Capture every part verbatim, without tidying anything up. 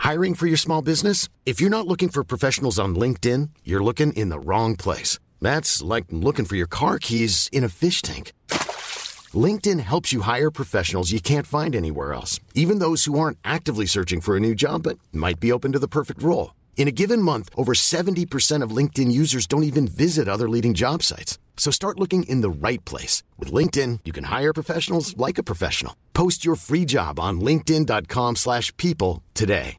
Hiring for your small business? If you're not looking for professionals on LinkedIn, you're looking in the wrong place. That's like looking for your car keys in a fish tank. LinkedIn helps you hire professionals you can't find anywhere else, even those who aren't actively searching for a new job but might be open to the perfect role. In a given month, over seventy percent of LinkedIn users don't even visit other leading job sites. So start looking in the right place. With LinkedIn, you can hire professionals like a professional. Post your free job on linkedin.com slash people today.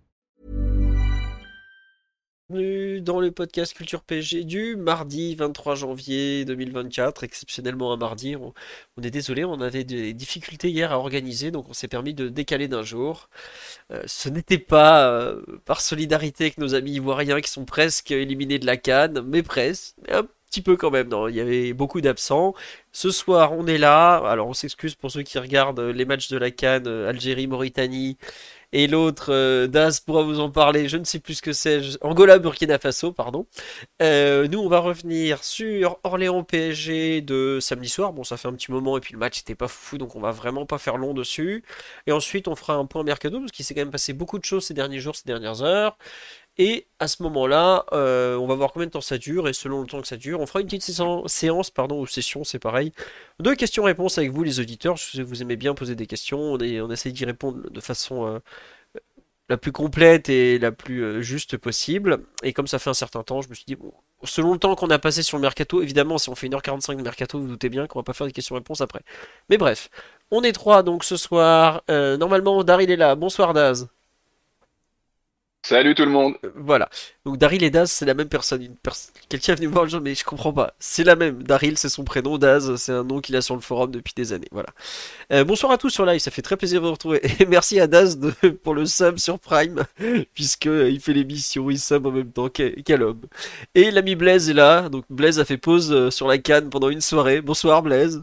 Bienvenue dans le podcast Culture P S G du mardi vingt-trois janvier deux mille vingt-quatre, exceptionnellement un mardi. On, on est désolé, on avait des difficultés hier à organiser, donc on s'est permis de décaler d'un jour. Euh, ce n'était pas euh, par solidarité avec nos amis ivoiriens qui sont presque éliminés de la CAN, mais presque, mais un petit peu quand même. Non, il y avait beaucoup d'absents. Ce soir, on est là. Alors, on s'excuse pour ceux qui regardent les matchs de la CAN, euh, Algérie, Mauritanie. Et l'autre, euh, Daz pourra vous en parler, je ne sais plus ce que c'est, je- Angola, Burkina Faso, pardon. Euh, nous, on va revenir sur Orléans-P S G de samedi soir. Bon, ça fait un petit moment et puis le match n'était pas fou, donc on va vraiment pas faire long dessus. Et ensuite, on fera un point mercato, parce qu'il s'est quand même passé beaucoup de choses ces derniers jours, ces dernières heures. Et à ce moment-là, euh, on va voir combien de temps ça dure, et selon le temps que ça dure, on fera une petite séance, séance, pardon, ou session, c'est pareil, de questions-réponses avec vous, les auditeurs. Je sais que vous aimez bien poser des questions, on, est- on essaie d'y répondre de façon euh, la plus complète et la plus euh, juste possible. Et comme ça fait un certain temps, je me suis dit, bon, selon le temps qu'on a passé sur le mercato, évidemment, si on fait une heure quarante-cinq de mercato, vous vous doutez bien qu'on va pas faire des questions-réponses après. Mais bref, on est trois donc ce soir. Euh, normalement, Daryl est là. Bonsoir, Daz. Salut tout le monde. Euh, Voilà. Donc Daryl et Daz, c'est la même personne. Une pers- Quelqu'un est venu me voir le jour, mais je comprends pas. C'est la même. Daryl, c'est son prénom. Daz, c'est un nom qu'il a sur le forum depuis des années. Voilà. Euh, bonsoir à tous sur live, ça fait très plaisir de vous retrouver. Et merci à Daz de- pour le sub sur Prime, puisque euh, il fait l'émission, il sub en même temps. Quel, quel homme. Et l'ami Blaise est là. Donc Blaise a fait pause euh, sur la canne pendant une soirée. Bonsoir Blaise.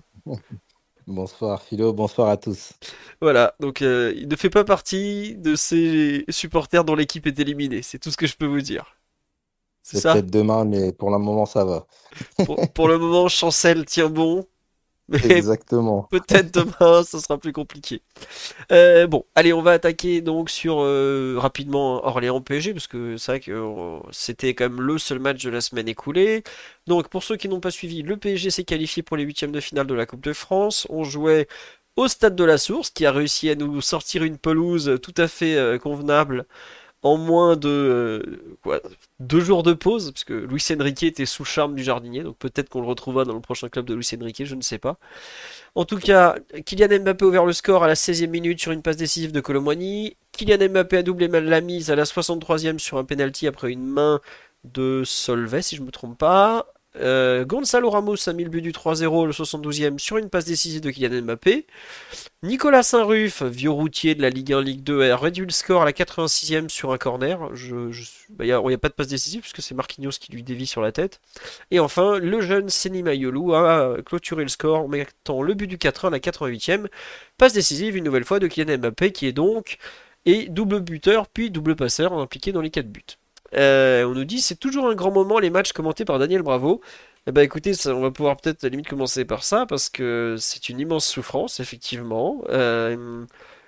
Bonsoir Philo, bonsoir à tous. Voilà. Donc euh, il ne fait pas partie de ces supporters dont l'équipe est éliminée. C'est tout ce que je peux vous dire. C'est C'est ça? peut-être demain, mais pour le moment ça va. Pour, pour le moment, Chancel tient bon, mais Exactement. peut-être demain, ça sera plus compliqué. Euh, bon, allez, on va attaquer donc sur euh, rapidement Orléans-P S G, parce que c'est vrai que euh, c'était quand même le seul match de la semaine écoulée. Donc, pour ceux qui n'ont pas suivi, le P S G s'est qualifié pour les huitièmes de finale de la Coupe de France. On jouait au Stade de la Source, qui a réussi à nous sortir une pelouse tout à fait euh, convenable en moins de euh, quoi, deux jours de pause, parce que Luis Enrique était sous charme du jardinier, donc peut-être qu'on le retrouvera dans le prochain club de Luis Enrique, je ne sais pas. En tout cas, Kylian Mbappé a ouvert le score à la seizième minute sur une passe décisive de Kolo Muani. Kylian Mbappé a doublé la mise à la soixante-troisième sur un penalty après une main de Solvay, si je ne me trompe pas. Euh, Gonzalo Ramos a mis le but du trois zéro le soixante-douzième sur une passe décisive de Kylian Mbappé. Nicolas Saint-Ruf, vieux routier de la Ligue un, Ligue deux, a réduit le score à la quatre-vingt-sixième sur un corner. Je, je- bah, Il n'y a, il y a pas de passe décisive puisque c'est Marquinhos qui lui dévie sur la tête. Et enfin, le jeune Seny Mayolou a clôturé le score en mettant le but du quatre un à la quatre-vingt-huitième. Passe décisive une nouvelle fois de Kylian Mbappé qui est donc et double buteur puis double passeur impliqué dans les quatre buts. Euh, on nous dit c'est toujours un grand moment les matchs commentés par Daniel Bravo. Eh ben écoutez, ça, on va pouvoir peut-être à la limite commencer par ça parce que c'est une immense souffrance effectivement. Euh,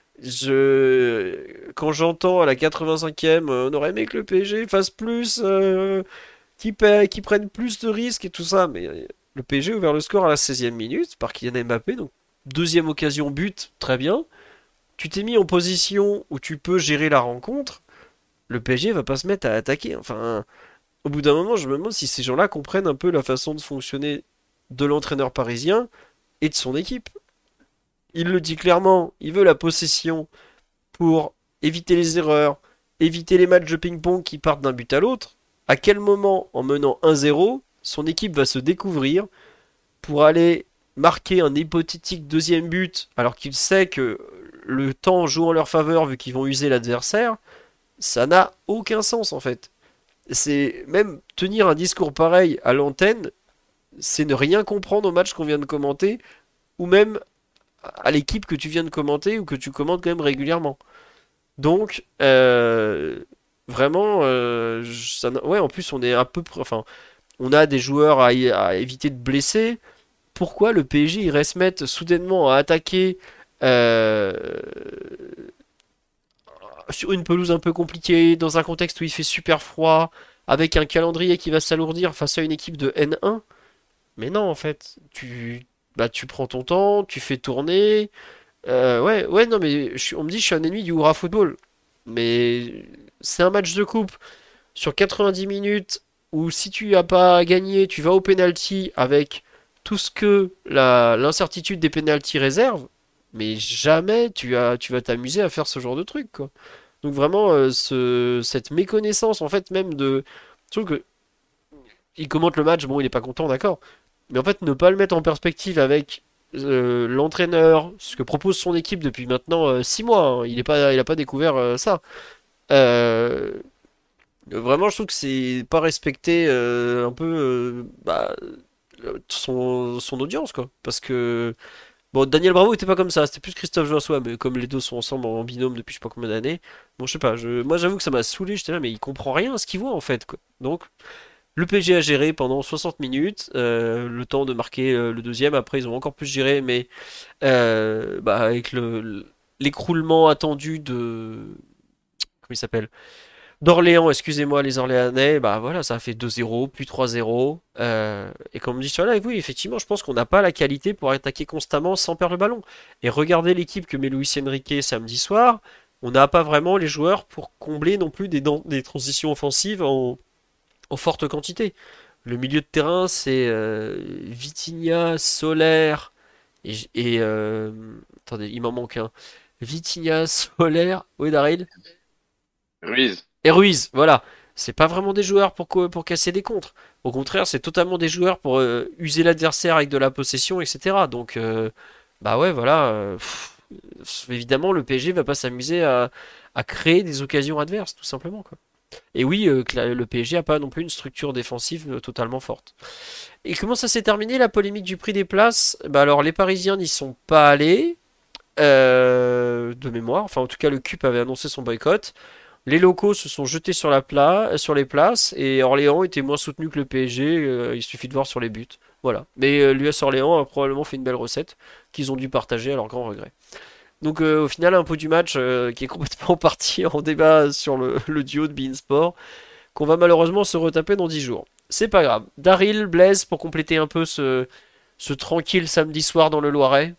je quand j'entends à la quatre-vingt-cinquième, euh, on aurait aimé que le P S G fasse plus, euh, qui paie- qui prenne plus de risques et tout ça, mais euh, le P S G a ouvert le score à la seizième minute par Kylian Mbappé, donc deuxième occasion but, très bien. Tu t'es mis en position où tu peux gérer la rencontre, le P S G va pas se mettre à attaquer. Enfin, au bout d'un moment, je me demande si ces gens-là comprennent un peu la façon de fonctionner de l'entraîneur parisien et de son équipe. Il le dit clairement, il veut la possession pour éviter les erreurs, éviter les matchs de ping-pong qui partent d'un but à l'autre. À quel moment, en menant un zéro, son équipe va se découvrir pour aller marquer un hypothétique deuxième but alors qu'il sait que le temps joue en leur faveur vu qu'ils vont user l'adversaire? Ça n'a aucun sens en fait. C'est même tenir un discours pareil à l'antenne, c'est ne rien comprendre au match qu'on vient de commenter, ou même à l'équipe que tu viens de commenter ou que tu commentes quand même régulièrement. Donc, euh, vraiment, euh, ça ouais, en plus on est un peu, enfin, on a des joueurs à, à éviter de blesser. Pourquoi le P S G irait se mettre soudainement à attaquer euh, sur une pelouse un peu compliquée, dans un contexte où il fait super froid, avec un calendrier qui va s'alourdir face à une équipe de N un. Mais non, en fait, tu, bah, tu prends ton temps, tu fais tourner. Euh, ouais, ouais, non, mais je suis- on me dit que je suis un ennemi du Hura Football. Mais c'est un match de coupe sur quatre-vingt-dix minutes où si tu as pas gagné, tu vas au penalty avec tout ce que la, l'incertitude des penalties réserve. Mais jamais tu as, tu vas t'amuser à faire ce genre de truc, quoi. Donc vraiment, euh, ce, cette méconnaissance, en fait, même de... Je trouve que il commente le match, bon, il est pas content, d'accord. Mais en fait, ne pas le mettre en perspective avec euh, l'entraîneur, ce que propose son équipe depuis maintenant six mois, hein. Il est pas, il a pas découvert euh, ça. Euh, Vraiment, je trouve que c'est pas respecter euh, un peu euh, bah, son, son audience, quoi. Parce que bon, Daniel Bravo était pas comme ça, c'était plus Christophe Joassois, mais comme les deux sont ensemble en binôme depuis je sais pas combien d'années, bon, je sais pas, je, moi j'avoue que ça m'a saoulé, j'étais là, mais il comprend rien à ce qu'il voit en fait, quoi. Donc, le P S G a géré pendant soixante minutes, euh, le temps de marquer euh, le deuxième, après ils ont encore plus géré, mais euh, bah, avec le, l'écroulement attendu de... Comment il s'appelle? D'Orléans, excusez-moi, les Orléanais, bah voilà, ça a fait deux zéro, puis trois zéro. Euh, et comme on dit sur la live, oui, effectivement, je pense qu'on n'a pas la qualité pour attaquer constamment sans perdre le ballon. Et regardez l'équipe que met Luis Enrique samedi soir, on n'a pas vraiment les joueurs pour combler non plus des, dan- des transitions offensives en, en forte quantité. Le milieu de terrain, c'est euh, Vitinha, Soler et, et euh, attendez, il m'en manque un. Vitinha, Soler, oui, Daryl? Ruiz. Et Ruiz, voilà. C'est pas vraiment des joueurs pour, co- pour casser des contres. Au contraire, c'est totalement des joueurs pour euh, user l'adversaire avec de la possession, et cetera. Donc, euh, bah ouais, voilà. euh, pff, évidemment, le P S G va pas s'amuser à, à créer des occasions adverses, tout simplement, quoi. Et oui, euh, que la- le P S G a pas non plus une structure défensive euh, totalement forte. Et comment ça s'est terminé, la polémique du prix des places? Bah alors, les Parisiens n'y sont pas allés, euh, de mémoire. Enfin, en tout cas, le C U P avait annoncé son boycott. Les locaux se sont jetés sur la pla- sur les places et Orléans était moins soutenu que le P S G. Euh, il suffit de voir sur les buts. Voilà. Mais euh, l'U S Orléans a probablement fait une belle recette qu'ils ont dû partager à leur grand regret. Donc euh, au final, un peu du match euh, qui est complètement parti en débat sur le, le duo de Beansport, qu'on va malheureusement se retaper dans dix jours. C'est pas grave. Daryl, Blaise, pour compléter un peu ce, ce tranquille samedi soir dans le Loiret.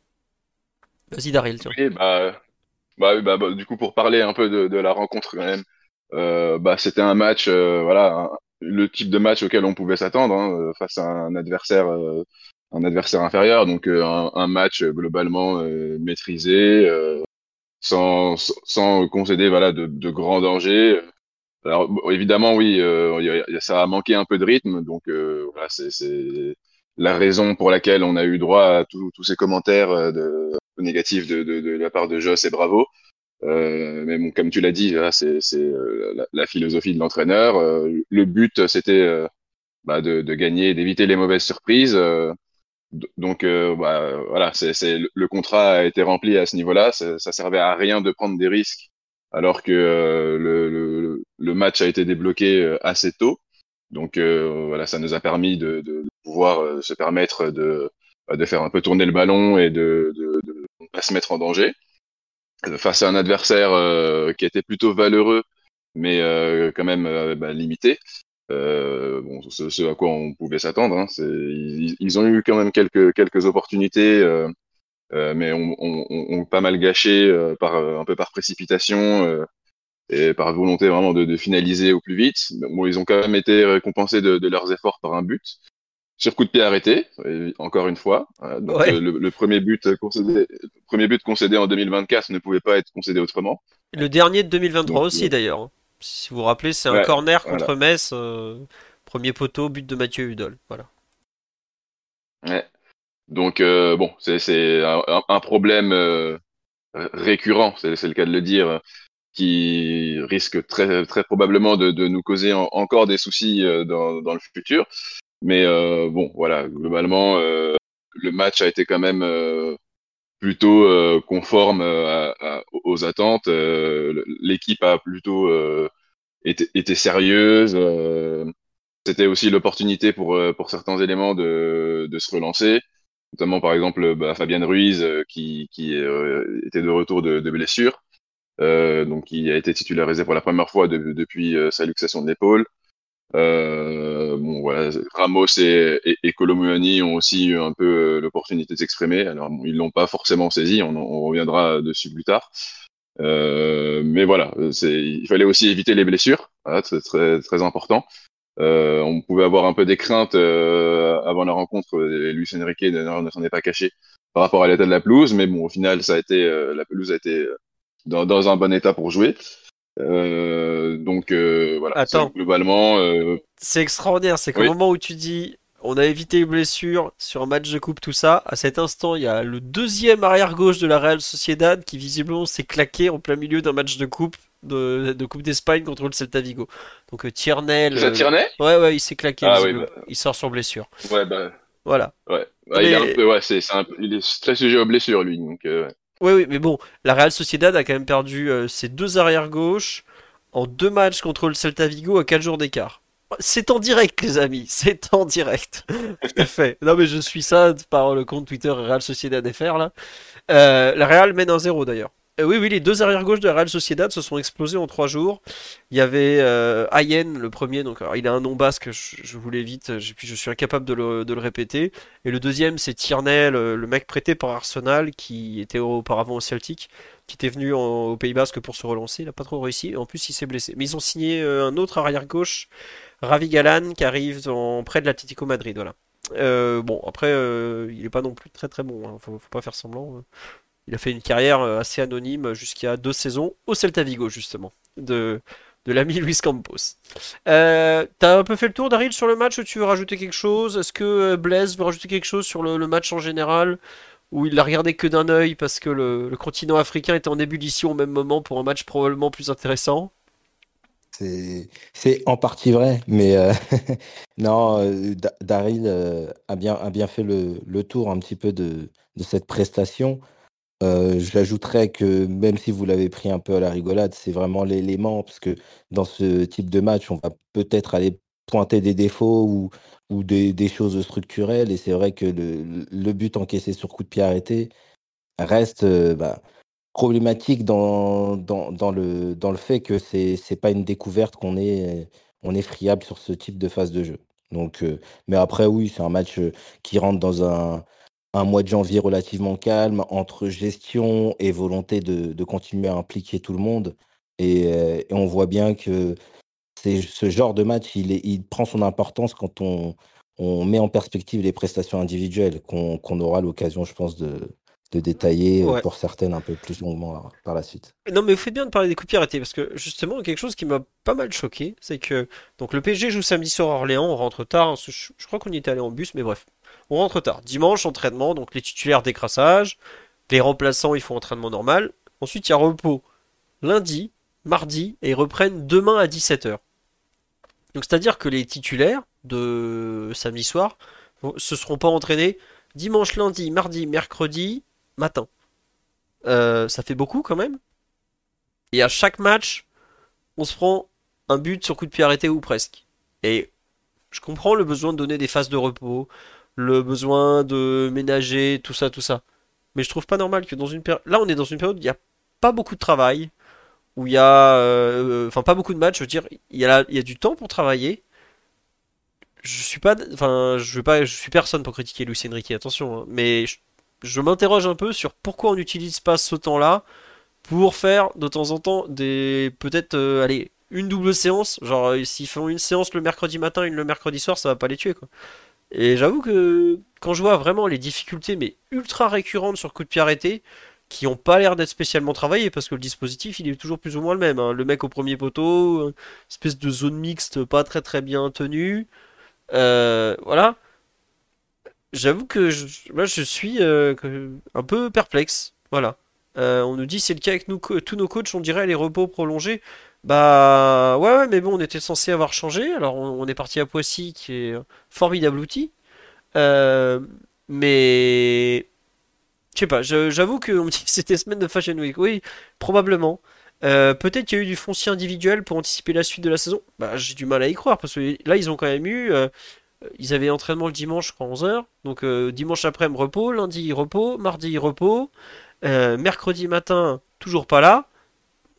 Vas-y Daryl, tiens. Oui, bah, bah, oui, bah, bah, du coup, pour parler un peu de, de la rencontre quand même, euh, bah, c'était un match, euh, voilà, un- le type de match auquel on pouvait s'attendre, hein, euh, face à un adversaire, euh, un adversaire inférieur. Donc, euh, un, un match euh, globalement euh, maîtrisé, euh, sans, sans sans concéder, voilà, de, de grands dangers. Alors, bon, évidemment, oui, euh, il y a- il y a- ça a manqué un peu de rythme, donc euh, voilà, c'est c'est la raison pour laquelle on a eu droit à tous tous ces commentaires euh, de, négatifs de, de, de la part de Joss et Bravo. Euh, mais bon, comme tu l'as dit, là, c'est c'est euh, la, la philosophie de l'entraîneur. Euh, le but, c'était euh, bah, de, de gagner, d'éviter les mauvaises surprises. Euh, d- donc euh, bah, voilà, c'est c'est le le contrat a été rempli à ce niveau-là. Ça, ça servait à rien de prendre des risques, alors que euh, le, le, le match a été débloqué euh, assez tôt. Donc euh, voilà, ça nous a permis de, de, de pouvoir euh, se permettre de bah, de faire un peu tourner le ballon et de de, de ne pas se mettre en danger euh, face à un adversaire euh, qui était plutôt valeureux, mais euh, quand même euh, bah, limité. Euh, bon, ce, ce à quoi on pouvait s'attendre, hein, c'est, ils, ils ont eu quand même quelques quelques opportunités, euh, euh, mais on, on, on, on pas mal gâché euh, par euh, un peu par précipitation euh, et par volonté vraiment de, de finaliser au plus vite. Bon, ils ont quand même été récompensés de, de leurs efforts par un but sur coup de pied arrêté, et encore une fois. Euh, donc Ouais. euh, le, le premier but concédé, le premier but concédé en deux mille vingt-quatre ne pouvait pas être concédé autrement. Le dernier de deux mille vingt-trois Donc aussi euh, d'ailleurs, hein. Si vous vous rappelez, c'est un ouais, corner voilà. contre Metz, euh, premier poteau, but de Mathieu Hudol. Voilà. Ouais. Donc euh, bon, c'est c'est un, un problème euh, récurrent, c'est c'est le cas de le dire, qui risque très très probablement de, de nous causer en- encore des soucis euh, dans, dans le futur. Mais euh, bon, voilà, globalement, euh, le match a été quand même euh, plutôt euh, conforme euh, à- à- aux attentes. Euh, l'équipe a plutôt euh, été, été sérieuse. Euh, c'était aussi l'opportunité pour euh, pour certains éléments de de se relancer, notamment par exemple bah, Fabienne Ruiz euh, qui qui euh, était de retour de, de blessure. euh, donc qui a été titularisé pour la première fois de- depuis euh, sa luxation de l'épaule. Euh, bon, voilà, Ramos et, et, et Kolo Muani ont aussi eu un peu euh, l'opportunité de s'exprimer. Alors, bon, ils l'ont pas forcément saisi, on, on reviendra dessus plus tard. Euh, mais voilà, c'est, il fallait aussi éviter les blessures, voilà, c'est très, très important. Euh, on pouvait avoir un peu des craintes euh, avant la rencontre, et Luis Enrique ne, ne s'en est pas caché par rapport à l'état de la pelouse, mais bon, au final, ça a été, euh, la pelouse a été dans, dans un bon état pour jouer. Euh, donc euh, voilà, c'est Attends, globalement. Euh, c'est extraordinaire. C'est qu'au oui, moment où tu dis on a évité les blessures sur un match de coupe, tout ça, à cet instant, il y a le deuxième arrière-gauche de la Real Sociedad qui visiblement s'est claqué en plein milieu d'un match de coupe de, de Coupe d'Espagne contre le Celta Vigo. Donc euh, Tierney, ça le- Tierney? ouais ouais, il s'est claqué Ah oui, visiblement. bah, Il sort sur blessure. ouais, bah, Voilà. ouais. Non, Bah, il est un mais peu, ouais, c'est, c'est un peu- il est très sujet aux blessures, lui. Donc, euh, ouais. oui, oui, mais bon, la Real Sociedad a quand même perdu euh, ses deux arrière-gauches en deux matchs contre le Celta Vigo à quatre jours d'écart. C'est en direct, les amis, c'est en direct. Tout à fait. Non, mais je suis ça par le compte Twitter Real Sociedad F R, là. Euh, la Real mène un zéro d'ailleurs. Euh, oui, oui, les deux arrière-gauches de la Real Sociedad se sont explosés en trois jours. Il y avait euh, Ayen, le premier, donc alors, il a un nom basque, je, je vous l'évite, je- puis je suis incapable de le, de le répéter. Et le deuxième, c'est Tierney, le, le mec prêté par Arsenal, qui était auparavant au Celtic, qui était venu en- au Pays Basque pour se relancer. Il n'a pas trop réussi, et en plus il s'est blessé. Mais ils ont signé euh, un autre arrière-gauche, Ravi Galan, qui arrive en près de l'Atlético Madrid, voilà. Euh, bon, après, euh, il est pas non plus très très bon, hein, faut, faut pas faire semblant. hein. Il a fait une carrière euh, assez anonyme jusqu'à deux saisons au Celta Vigo, justement, de, de l'ami Luis Campos. Euh, T'as un peu fait le tour, Daryl, sur le match, ou tu veux rajouter quelque chose? Est-ce que euh, Blaise veut rajouter quelque chose sur le, le match en général? Ou il l'a regardé que d'un œil parce que le, le continent africain était en ébullition au même moment pour un match probablement plus intéressant? C'est, c'est en partie vrai, mais euh, non, euh, Da- Daryl euh, a bien, a bien fait le, le tour un petit peu de, de cette prestation. Euh, j'ajouterais que même si vous l'avez pris un peu à la rigolade, c'est vraiment l'élément, parce que dans ce type de match, on va peut-être aller pointer des défauts ou, ou des, des choses structurelles, et c'est vrai que le, le but encaissé sur coup de pied arrêté reste euh, bah, problématique dans, dans, dans le, dans le fait que c'est, c'est pas une découverte qu'on est, on est friable sur ce type de phase de jeu. Donc, euh, mais après, oui, c'est un match euh, qui rentre dans un, un mois de janvier relativement calme entre gestion et volonté de, de continuer à impliquer tout le monde. Et, euh, et on voit bien que c'est ce genre de match, il, est- il prend son importance quand on, on met en perspective les prestations individuelles, qu'on qu'on aura l'occasion, je pense, de, de détailler euh, Ouais. pour certaines un peu plus longuement euh, par la suite. Non, mais vous faites bien de parler des coups de pied arrêtés parce que justement, quelque chose qui m'a pas mal choqué, c'est que donc le P S G joue samedi soir à Orléans, on rentre tard, hein, je, je crois qu'on y était allé en bus, mais bref, on rentre tard. Dimanche, entraînement, donc les titulaires décrassage, les remplaçants ils font entraînement normal. Ensuite, il y a repos lundi, mardi et ils reprennent demain à dix-sept heures. Donc c'est-à-dire que les titulaires de samedi soir vont- se seront pas entraînés dimanche, lundi, mardi, mercredi matin. Euh, ça fait beaucoup quand même. Et à chaque match, on se prend un but sur coup de pied arrêté ou presque. Et je comprends le besoin de donner des phases de repos, le besoin de ménager, tout ça, tout ça. Mais je trouve pas normal que dans une période... Là, on est dans une période où il n'y a pas beaucoup de travail, où il y a... euh, Enfin, pas beaucoup de matchs, je veux dire, il y a, la- il y a du temps pour travailler. Je suis pas... Enfin, je veux pas... Je suis personne pour critiquer Luis Enrique, attention, hein, mais je, je m'interroge un peu sur pourquoi on n'utilise pas ce temps-là pour faire de temps en temps des peut-être euh, allez une double séance, genre euh, s'ils font une séance le mercredi matin, une le mercredi soir, ça va pas les tuer quoi. Et j'avoue que quand je vois vraiment les difficultés mais ultra récurrentes sur coup de pied arrêté qui ont pas l'air d'être spécialement travaillées parce que le dispositif il est toujours plus ou moins le même, hein. Le mec au premier poteau, une espèce de zone mixte pas très très bien tenue, euh, voilà. J'avoue que je, moi je suis euh, que- un peu perplexe. Voilà. Euh, on nous dit c'est le cas avec nous, co- tous nos coachs, on dirait les repos prolongés. Bah ouais, ouais, mais bon, on était censé avoir changé. Alors on, on est parti à Poissy, qui est un formidable outil. Euh, mais je sais pas. je- J'avoue qu'on me dit que c'était semaine de Fashion Week. Oui, probablement. Euh, peut-être qu'il y a eu du foncier individuel pour anticiper la suite de la saison. Bah j'ai du mal à y croire parce que là ils ont quand même eu. euh, ils avaient entraînement le dimanche, je crois, onze heures. Donc euh, dimanche après-midi, repos. Lundi, repos. Mardi, repos. Euh, mercredi matin, toujours pas là.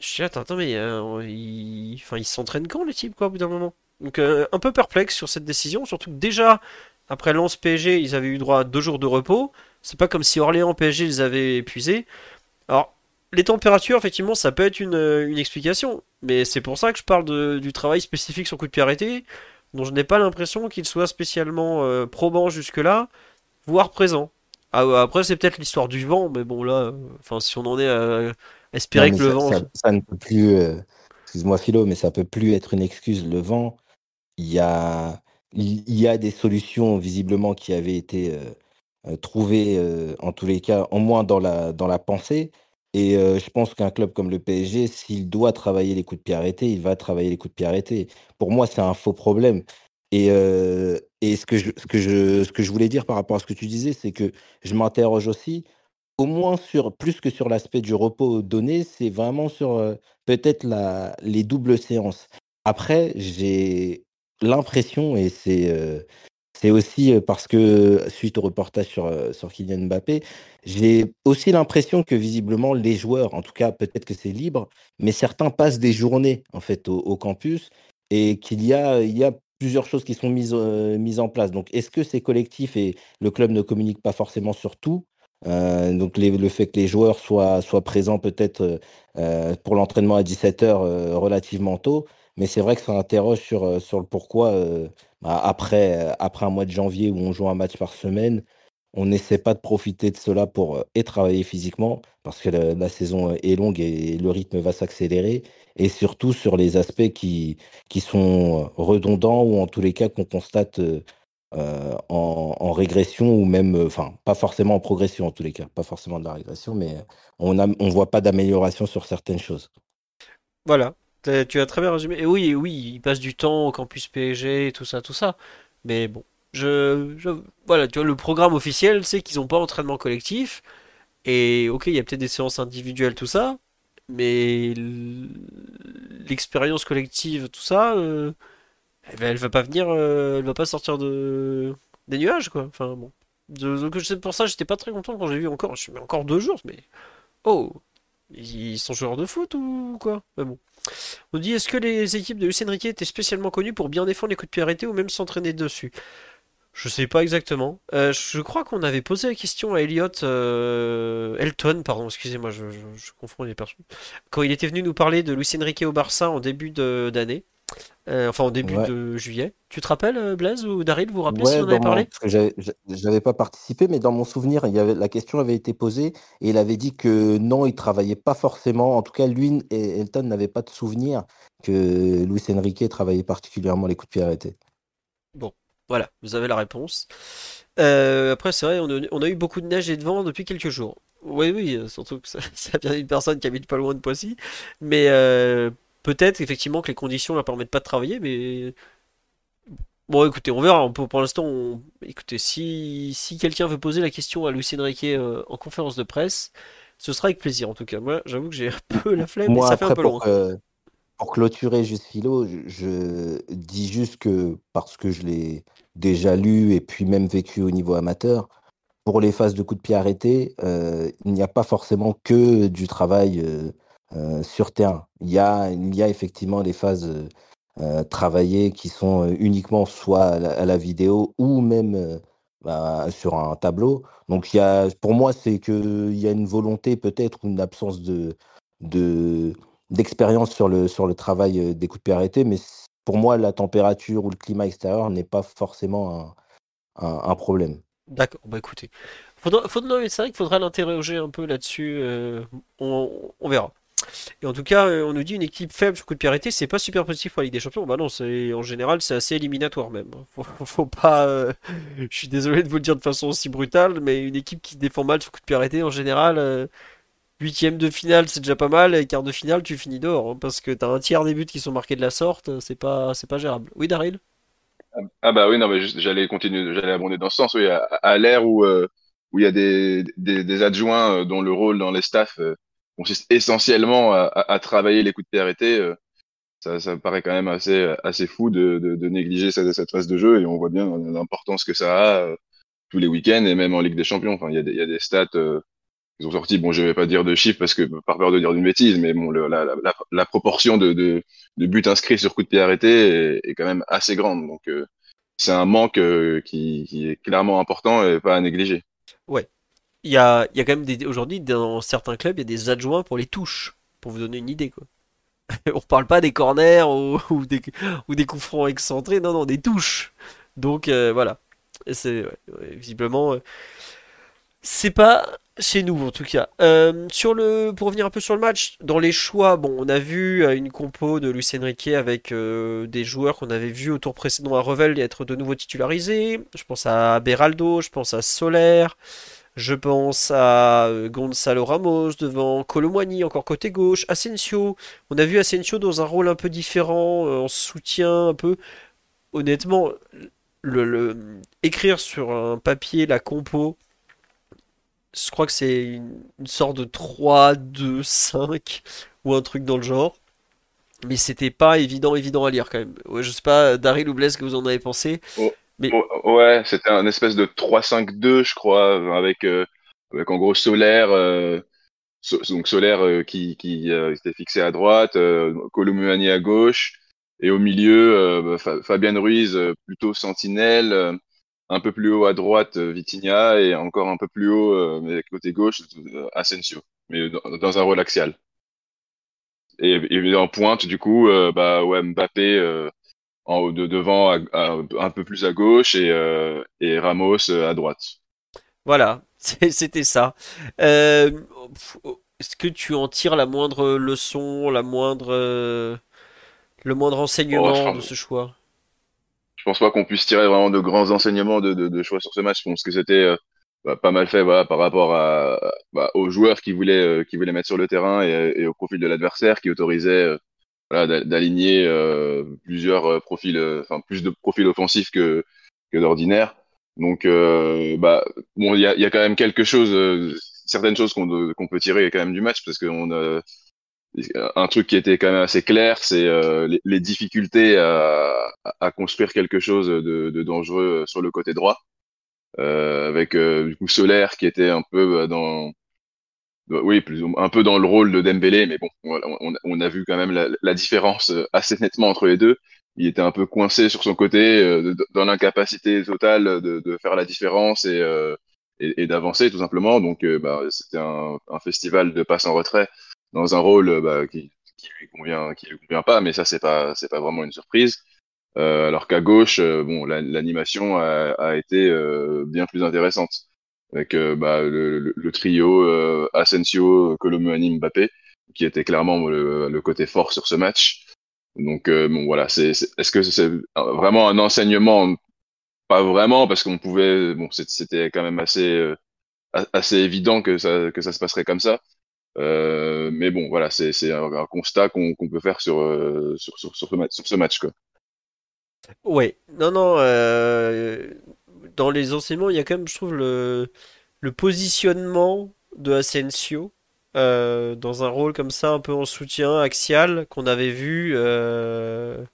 Je suis là, attends, attends, mais euh, il... Enfin, il s'entraîne quand les types, quoi, au bout d'un moment? Donc, euh, un peu perplexe sur cette décision, surtout que déjà, après Lens P S G, ils avaient eu droit à deux jours de repos. C'est pas comme si Orléans P S G les avait épuisés. Alors, les températures, effectivement, ça peut être une, euh, une explication, mais c'est pour ça que je parle de- du travail spécifique sur coup de pied arrêté, dont je n'ai pas l'impression qu'il soit spécialement euh, probant jusque-là, voire présent. Ah, ouais, après, c'est peut-être l'histoire du vent, mais bon, là, euh, enfin, si on en est à Non, espérer mais que le ça, vent. ça, ça ne peut plus, euh, excuse-moi Philo, mais ça peut plus être une excuse. Le vent, il y a, il il y a des solutions visiblement qui avaient été euh, euh, trouvées, euh, en tous les cas, au moins dans la, dans la pensée. Et euh, je pense qu'un club comme le P S G, s'il doit travailler les coups de pied arrêtés, il va travailler les coups de pied arrêtés. Pour moi, c'est un faux problème. Et, euh, et ce que je, ce que je, ce que je voulais dire par rapport à ce que tu disais, c'est que je m'interroge aussi au moins sur plus que sur l'aspect du repos donné, c'est vraiment sur, heu, peut-être la les doubles séances. Après, j'ai l'impression et c'est, heu, c'est aussi, heu, parce que, suite au reportage sur, heu, sur Kylian Mbappé, j'ai aussi l'impression que visiblement les joueurs, en tout cas peut-être que c'est libre, mais certains passent des journées en fait au au campus et qu'il y a il y a plusieurs choses qui sont mises, heu, mises en place. Donc est-ce que c'est collectif et le club ne communique pas forcément sur tout? Heu, donc les le fait que les joueurs soient soient présents peut-être, heu heu, pour l'entraînement à dix-sept heures, heu, relativement tôt. Mais c'est vrai que ça interroge sur, heu, sur le pourquoi, heu, bah, après, heu, après un mois de janvier où on joue un match par semaine, on n'essaie pas de profiter de cela pour, heu, et travailler physiquement parce que le la saison, heu, est longue et le rythme va s'accélérer et surtout sur les aspects qui qui sont, heu, redondants ou en tous les cas qu'on constate, heu heu, en en régression ou même, heu, enfin, pas forcément en progression en tous les cas, pas forcément de la régression, mais, heu, on a on voit pas d'amélioration sur certaines choses. Voilà, T'as- tu as très bien résumé. Et oui, oui, il passe du temps au campus P S G et tout ça, tout ça. Mais bon, je, je- voilà, tu vois, le programme officiel, c'est qu'ils n'ont pas d'entraînement collectif. Et ok, il y a peut-être des séances individuelles, tout ça. Mais l- l'expérience collective, tout ça, euh, eh ben, elle va pas venir, euh, elle va pas sortir de des nuages, quoi. Enfin bon. De- donc c'est pour ça, j'étais pas très content quand j'ai vu encore. Je suis mais encore deux jours, mais oh, ils sont joueurs de foot ou quoi? Mais bon. On dit est-ce que les équipes de Luis Enrique étaient spécialement connues pour bien défendre les coups de pied arrêtés ou même s'entraîner dessus? Je sais pas exactement. Euh, je crois qu'on avait posé la question à Elliot euh, Elton, pardon, excusez-moi, je, je- je confonds les personnes. Quand il était venu nous parler de Luis Enrique au Barça en début de- d'année, euh, enfin en début Ouais. de juillet. Tu te rappelles, euh, Blaise ou Daryl, vous vous rappelez s'il Ouais, en avait dans mon parlé? parce que j'avais j'a j'avais pas participé, mais dans mon souvenir, il y avait la question avait été posée et il avait dit que non, il travaillait pas forcément, en tout cas lui et Elton n'avaient pas de souvenir que Luis Enrique travaillait particulièrement les coups de pied arrêtés. Bon, voilà, vous avez la réponse. Euh, après, c'est vrai, on a, on a eu beaucoup de neige et de vent depuis quelques jours. Oui, oui, euh, surtout que ça, ça vient d'une personne qui habite pas loin de Poissy. Mais euh, peut-être effectivement que les conditions ne leur permettent pas de travailler. Mais bon, écoutez, on verra. On peut- pour l'instant, on- écoutez, si, si quelqu'un veut poser la question à Lucien Riquet euh, en conférence de presse, ce sera avec plaisir en tout cas. Moi, j'avoue que j'ai un peu la flemme et Moi ça fait un après peu pour, loin. heu Pour clôturer juste philo, je je dis juste que parce que je l'ai déjà lu et puis même vécu au niveau amateur, pour les phases de coups de pied arrêtés, heu, il n'y a pas forcément que du travail, heu heu, sur terrain. Il y a il y a effectivement des phases, heu heu, travaillées qui sont, heu, uniquement soit à la à la vidéo ou même, heu, bah, sur un tableau. Donc il y a pour moi, c'est qu'il y a une volonté peut-être ou une absence de de d'expérience sur le sur le travail, heu, des coups de pied arrêtés, mais c pour moi, la température ou le climat extérieur n'est pas forcément un un un problème. D'accord, bah écoutez. Faudra, faudra, c'est vrai qu'il faudra l'interroger un peu là-dessus. euh, on, on verra. Et en tout cas, euh, on nous dit une équipe faible sur coup de pied arrêté, c'est pas super positif pour la Ligue des Champions. Bah non, c'est en général c'est assez éliminatoire même. Faut, faut pas. euh, Je suis désolé de vous le dire de façon aussi brutale, mais une équipe qui défend mal sur coup de pied arrêté, en général, euh, huitième de finale c'est déjà pas mal, et quart de finale tu finis dehors, hein, parce que t'as un tiers des buts qui sont marqués de la sorte, euh, c'est pas, c'est pas gérable. Oui, Daryl? Ah bah oui, non, mais juste- j'allais continuer, j'allais abonder dans ce sens, oui, à, à l'ère où euh, où il y a des, des, des adjoints euh, dont le rôle dans les staffs euh, consiste essentiellement à, à, à travailler les coups de pied arrêtés, euh, ça, ça me paraît quand même assez assez fou de, de, de négliger cette, cette phase de jeu et on voit bien l'importance que ça a euh, tous les week-ends et même en Ligue des Champions. Enfin, il y a des, il y a des stats. euh, ils ont sorti, bon, je vais pas dire de chiffres parce que par peur de dire une bêtise, mais bon, le, la, la, la, la proportion de, de, de buts inscrits sur coup de pied arrêté est, est quand même assez grande. Donc, euh, c'est un manque euh, qui, qui est clairement important et pas à négliger. Ouais. Il y a, il y a quand même des, aujourd'hui, dans certains clubs, il y a des adjoints pour les touches, pour vous donner une idée, quoi. On parle pas des corners ou, ou des, ou des coups francs excentrés, non, non, des touches. Donc, euh, voilà. Et c'est, ouais, ouais, visiblement, euh, c'est pas chez nous en tout cas. Euh, sur le, pour revenir un peu sur le match, dans les choix, bon, on a vu euh, une compo de Luis Enrique avec euh, des joueurs qu'on avait vus au tour précédent à Revel être de nouveau titularisés. Je pense à Beraldo, je pense à Soler, je pense à euh, Gonzalo Ramos devant Colomwani encore côté gauche, Asensio. On a vu Asensio dans un rôle un peu différent, euh, en soutien un peu. Honnêtement, le, le- écrire sur un papier la compo. Je crois que c'est une, une sorte de trois deux cinq ou un truc dans le genre. Mais c'était pas évident, évident à lire quand même. Ouais, je sais pas, Daryl ou Blaise, ce que vous en avez pensé. Oh, Mais oh, ouais, c'était un espèce de trois cinq deux, je crois, avec, euh, avec en gros Solaire, euh, So- donc Solaire euh, qui, qui euh, était fixé à droite, euh, Colomouani à gauche, et au milieu, euh, bah, Fa- Fabien Ruiz euh, plutôt sentinelle, euh, un peu plus haut à droite, euh, Vitinha, et encore un peu plus haut, euh, mais côté gauche, euh, Asensio, mais dans, dans un rôle axial. Et, et en pointe, du coup, euh, bah ouais, Mbappé euh, en haut de devant, à- à- un peu plus à gauche, et, euh, et Ramos euh, à droite. voilà, c'est- c'était ça. Euh, Est-ce que tu en tires la moindre leçon, la moindre, euh, le moindre Bon, je enseignement de pense, ce choix? je pense pas qu'on puisse tirer vraiment de grands enseignements de, de, de choix sur ce match. Je pense que c'était euh, bah, pas mal fait, voilà, par rapport à, bah, aux joueurs qui voulaient, euh, qui voulaient mettre sur le terrain, et, et au profil de l'adversaire qui autorisait euh, voilà, d'a- d'aligner euh, plusieurs euh, profils, euh, enfin plus de profils offensifs que, que d'ordinaire. Donc, euh, bah, bon, il y a, il y a quand même quelque chose, euh, certaines choses qu'on qu'on peut tirer quand même du match, parce qu'on a un truc qui était quand même assez clair, c'est euh, les, les difficultés à, à construire quelque chose de, de dangereux sur le côté droit, euh, avec euh, du coup Solaire qui était un peu euh, dans, oui, plus ou- un peu dans le rôle de Dembélé, mais bon, voilà, on, on a vu quand même la, la différence euh, assez nettement entre les deux. Il était un peu coincé sur son côté, euh, de- dans l'incapacité totale de, de faire la différence et, euh, et, et d'avancer tout simplement. Donc, euh, bah, c'était un, un festival de passe en retrait dans un rôle euh, bah, qui, qui lui convient, qui lui convient pas, mais ça c'est pas, c'est pas vraiment une surprise. Euh, alors qu'à gauche, euh, bon, la- l'animation a, a été euh, bien plus intéressante avec euh, bah, le, le- le trio euh, Asensio, Colomouani, Mbappé, qui était clairement le, le côté fort sur ce match. Donc euh, bon voilà, c'est, c'est- est-ce que c'est vraiment un enseignement? Pas vraiment, parce qu'on pouvait, bon, c'est- c'était quand même assez euh, a- assez évident que ça que ça se passerait comme ça. Euh, mais bon, voilà, c'est c'est un, un constat qu'on qu'on peut faire sur, euh, sur sur sur ce match sur ce match quoi. Ouais, non, non. Euh, dans les enseignements, il y a quand même, je trouve, le, le positionnement de Asensio euh, dans un rôle comme ça, un peu en soutien axial, qu'on avait vu euh,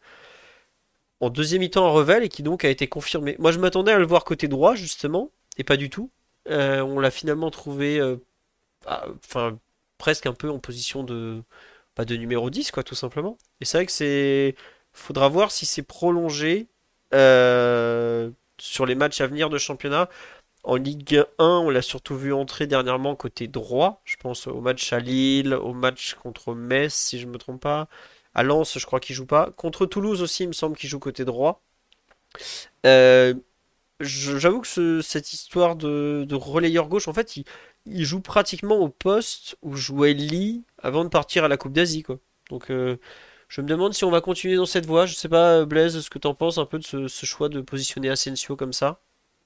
en deuxième mi-temps à Revel et qui donc a été confirmé. Moi, je m'attendais à le voir côté droit, justement, et pas du tout. Euh, on l'a finalement trouvé, euh, ah, enfin, presque un peu en position de, pas de numéro dix, quoi, tout simplement. Et c'est vrai que c'est. Faudra voir si c'est prolongé euh, sur les matchs à venir de championnat. En Ligue un, on l'a surtout vu entrer dernièrement côté droit. Je pense au match à Lille, au match contre Metz, si je ne me trompe pas. À Lens, je crois qu'il joue pas. Contre Toulouse aussi, il me semble qu'il joue côté droit. Euh, je- J'avoue que ce- cette histoire de, de relayeur gauche, en fait, il, il joue pratiquement au poste où jouait Lee avant de partir à la Coupe d'Asie, quoi. Donc, euh, je me demande si on va continuer dans cette voie. Je sais pas, Blaise, ce que t'en penses un peu de ce, ce choix de positionner Asensio comme ça.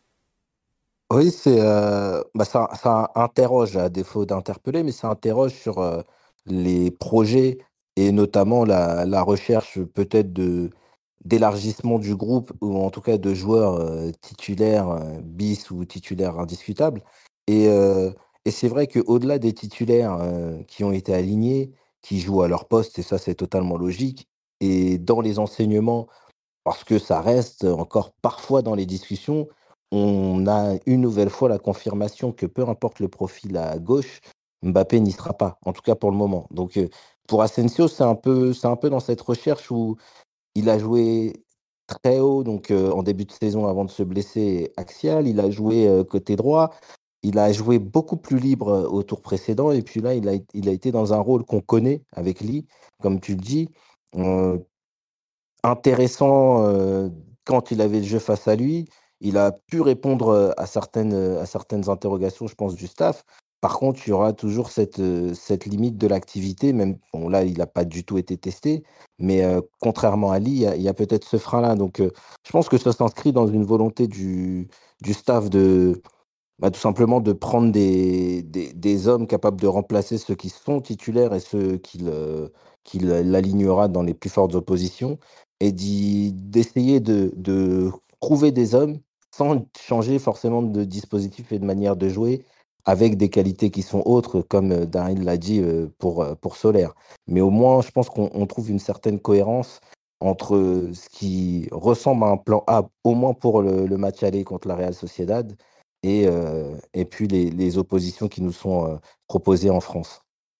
Oui, c'est, heu, bah, ça ça interroge à défaut d'interpeller, mais ça interroge sur, heu, les projets et notamment la la recherche peut-être de d'élargissement du groupe ou en tout cas de joueurs, heu, titulaires, heu, bis ou titulaires indiscutables et heu et c'est vrai qu'au-delà des titulaires, heu, qui ont été alignés, qui jouent à leur poste et ça, c'est totalement logique et dans les enseignements parce que ça reste encore parfois dans les discussions, on a une nouvelle fois la confirmation que peu importe le profil à gauche, Mbappé n'y sera pas, en tout cas pour le moment. Donc, heu, pour Asensio, c'est un peu c'est un peu dans cette recherche où il a joué très haut, donc heu, en début de saison avant de se blesser, axial. Il a joué, heu, côté droit. Il a joué beaucoup plus libre, heu, au tour précédent et puis là, il a il a été dans un rôle qu'on connaît avec Ly, comme tu le dis. Heu Intéressant, heu, quand il avait le jeu face à lui, il a pu répondre, heu, à certaines, heu, à certaines interrogations, je pense, du staff. Par contre, il y aura toujours cette, heu, cette limite de l'activité, même bon là, il a pas du tout été testé, mais heu, contrairement à Ly, il y a il y a peut-être ce frein-là. Donc heu, je pense que ça s'inscrit dans une volonté du du staff de bah, tout simplement de prendre des des des hommes capables de remplacer ceux qui sont titulaires et ceux qu'il, heu, qu'il alignera dans les plus fortes oppositions et d'y d'essayer de de trouver des hommes sans changer forcément de dispositif et de manière de jouer, avec des qualités qui sont autres comme, heu, Daryl l'a dit, heu, pour, heu, pour Solaire. Mais au moins, je pense qu'on on trouve une certaine cohérence entre, heu, ce qui ressemble à un plan A, au moins pour le le match aller contre la Real Sociedad et heu et puis les les oppositions qui nous sont, heu, proposées en France.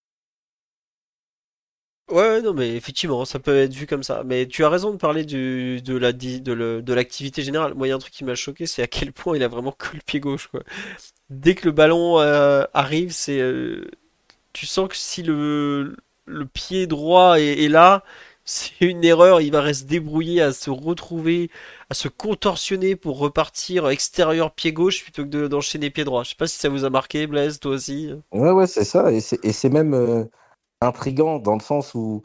Ouais, ouais, non, mais effectivement, ça peut être vu comme ça. Mais tu as raison de parler du, de la, di- de le- de l'activité générale. Moi, il y a un truc qui m'a choqué, c'est à quel point il a vraiment que le pied gauche, quoi. Dès que le ballon euh, arrive, c'est, euh, tu sens que si le, le pied droit est, est là, c'est une erreur. Il va rester se débrouiller à se retrouver, à se contorsionner pour repartir extérieur pied gauche plutôt que de- d'enchaîner pied droit. Je sais pas si ça vous a marqué, Blaise, toi aussi. Ouais, ouais, c'est ça et c'est et c'est même, heu, intriguant dans le sens où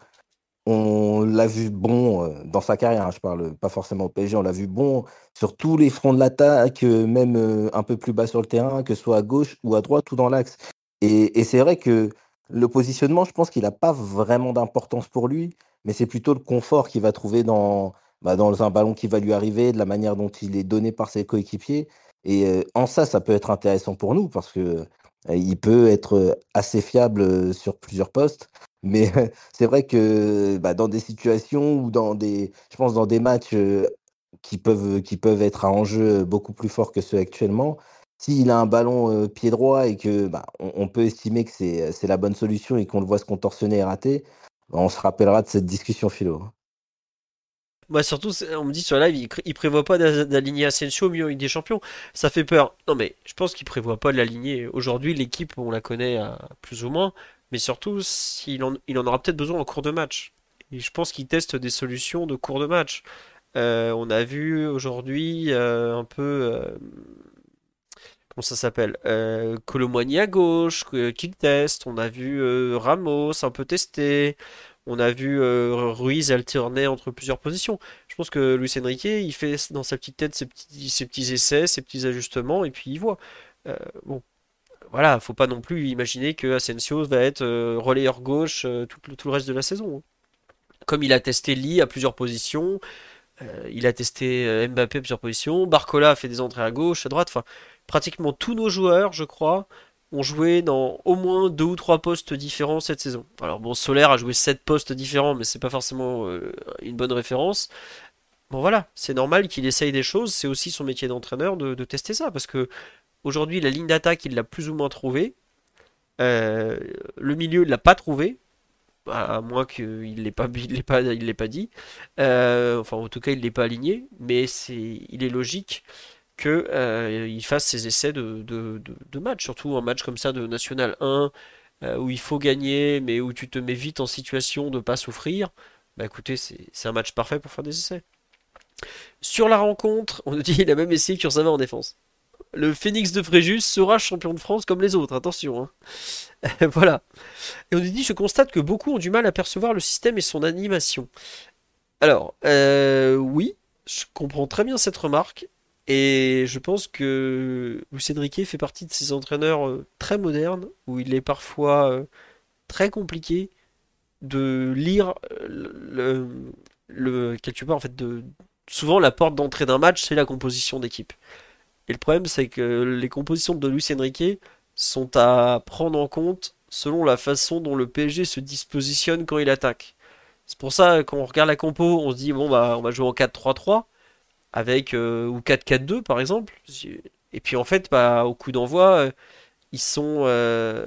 on l'a vu bon, heu, dans sa carrière, hein, je parle, pas forcément au P S G, on l'a vu bon sur tous les fronts de l'attaque, heu, même, heu, un peu plus bas sur le terrain, que ce soit à gauche ou à droite ou dans l'axe. Et et c'est vrai que le positionnement, je pense qu'il a pas vraiment d'importance pour lui, mais c'est plutôt le confort qu'il va trouver dans, bah, dans un ballon qui va lui arriver, de la manière dont il est donné par ses coéquipiers et heu, en ça, ça peut être intéressant pour nous parce que, heu, il peut être, heu, assez fiable, heu, sur plusieurs postes. Mais c'est vrai que, bah, dans des situations ou dans des je pense dans des matchs, heu, qui peuvent, qui peuvent être à enjeu beaucoup plus fort que ceux actuellement, s'il a un ballon, heu, pied droit et que, bah, on on peut estimer que c'est, c'est la bonne solution et qu'on le voit se contorsionner et rater, bah, on se rappellera de cette discussion philo, hein. Moi surtout, c'est- on me dit sur la live, il, cré- il prévoit pas d'a- d'aligner Asensio au milieu en Ligue des Champions. Ça fait peur. Non mais je pense qu'il prévoit pas de l'aligner. Aujourd'hui, l'équipe, on la connaît euh, plus ou moins, mais surtout, s'il en, il en aura peut-être besoin en cours de match. Et je pense qu'il teste des solutions de cours de match. Euh, on a vu aujourd'hui euh, un peu, euh, comment ça s'appelle, euh, Colomboigny à gauche, que- qu'il teste. On a vu euh, Ramos un peu tester. On a vu euh, Ruiz alterner entre plusieurs positions. Je pense que Luis Enrique, il fait dans sa petite tête ses petits, ses petits essais, ses petits ajustements, et puis il voit. Euh, bon, voilà, faut pas non plus imaginer que Asensio va être euh, relayeur gauche euh, tout, le tout le reste de la saison, hein. Comme il a testé Lee à plusieurs positions, euh, il a testé euh, Mbappé à plusieurs positions, Barcola a fait des entrées à gauche, à droite, enfin, pratiquement tous nos joueurs, je crois, ont joué dans au moins deux ou trois postes différents cette saison. Alors bon, Solaire a joué sept postes différents, mais c'est pas forcément euh, une bonne référence. Bon voilà, c'est normal qu'il essaye des choses, c'est aussi son métier d'entraîneur de, de tester ça, parce que aujourd'hui la ligne d'attaque il l'a plus ou moins trouvée, euh, le milieu il l'a pas trouvé, à moins qu'il l'ait pas, il l'ait pas, il l'ait pas dit. Euh, enfin, en tout cas, il l'ait pas aligné, mais c'est, il est logique que euh, il fasse ses essais de, de, de, de match, surtout un match comme ça de National un, euh, où il faut gagner, mais où tu te mets vite en situation de pas souffrir. Bah écoutez, c'est, c'est un match parfait pour faire des essais. Sur la rencontre, on nous dit il a même essayé Kurzawa en défense. Le Phoenix de Fréjus sera champion de France comme les autres, attention, hein. Voilà. Et on nous dit, je constate que beaucoup ont du mal à percevoir le système et son animation. Alors, euh, oui, je comprends très bien cette remarque. Et je pense que Luis Enrique fait partie de ces entraîneurs euh, très modernes, où il est parfois euh, très compliqué de lire euh, le, le- quelque part, en fait, de, souvent la porte d'entrée d'un match, c'est la composition d'équipe. Et le problème, c'est que les compositions de Luis Enrique sont à prendre en compte selon la façon dont le P S G se dispositionne quand il attaque. C'est pour ça, quand on regarde la compo, on se dit, bon, bah, on va jouer en quatre trois trois. avec euh, ou quatre quatre deux par exemple. Et puis en fait, bah, au coup d'envoi, euh, ils sont, euh,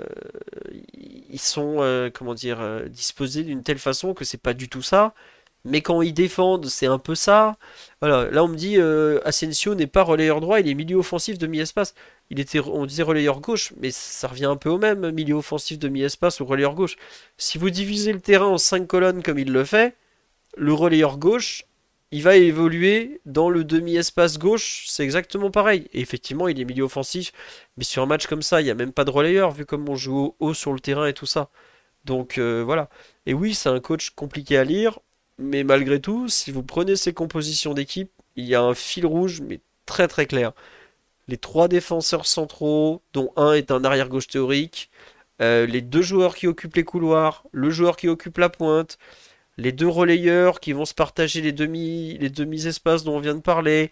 ils sont euh, comment dire, euh, disposés d'une telle façon que c'est pas du tout ça. Mais quand ils défendent, c'est un peu ça. Voilà, là on me dit euh, Asensio n'est pas relayeur droit, il est milieu offensif demi-espace. Il était, on disait relayeur gauche, mais ça revient un peu au même, milieu offensif demi-espace ou relayeur gauche. Si vous divisez le terrain en cinq colonnes comme il le fait, le relayeur gauche, il va évoluer dans le demi-espace gauche, c'est exactement pareil. Et effectivement, il est milieu offensif, mais sur un match comme ça, il n'y a même pas de relayeur, vu comme on joue haut, haut sur le terrain et tout ça. Donc euh, voilà. Et oui, c'est un coach compliqué à lire, mais malgré tout, si vous prenez ses compositions d'équipe, il y a un fil rouge, mais très très clair. Les trois défenseurs centraux, dont un est un arrière-gauche théorique, euh, les deux joueurs qui occupent les couloirs, le joueur qui occupe la pointe, les deux relayeurs qui vont se partager les demi, les demi-espaces dont on vient de parler,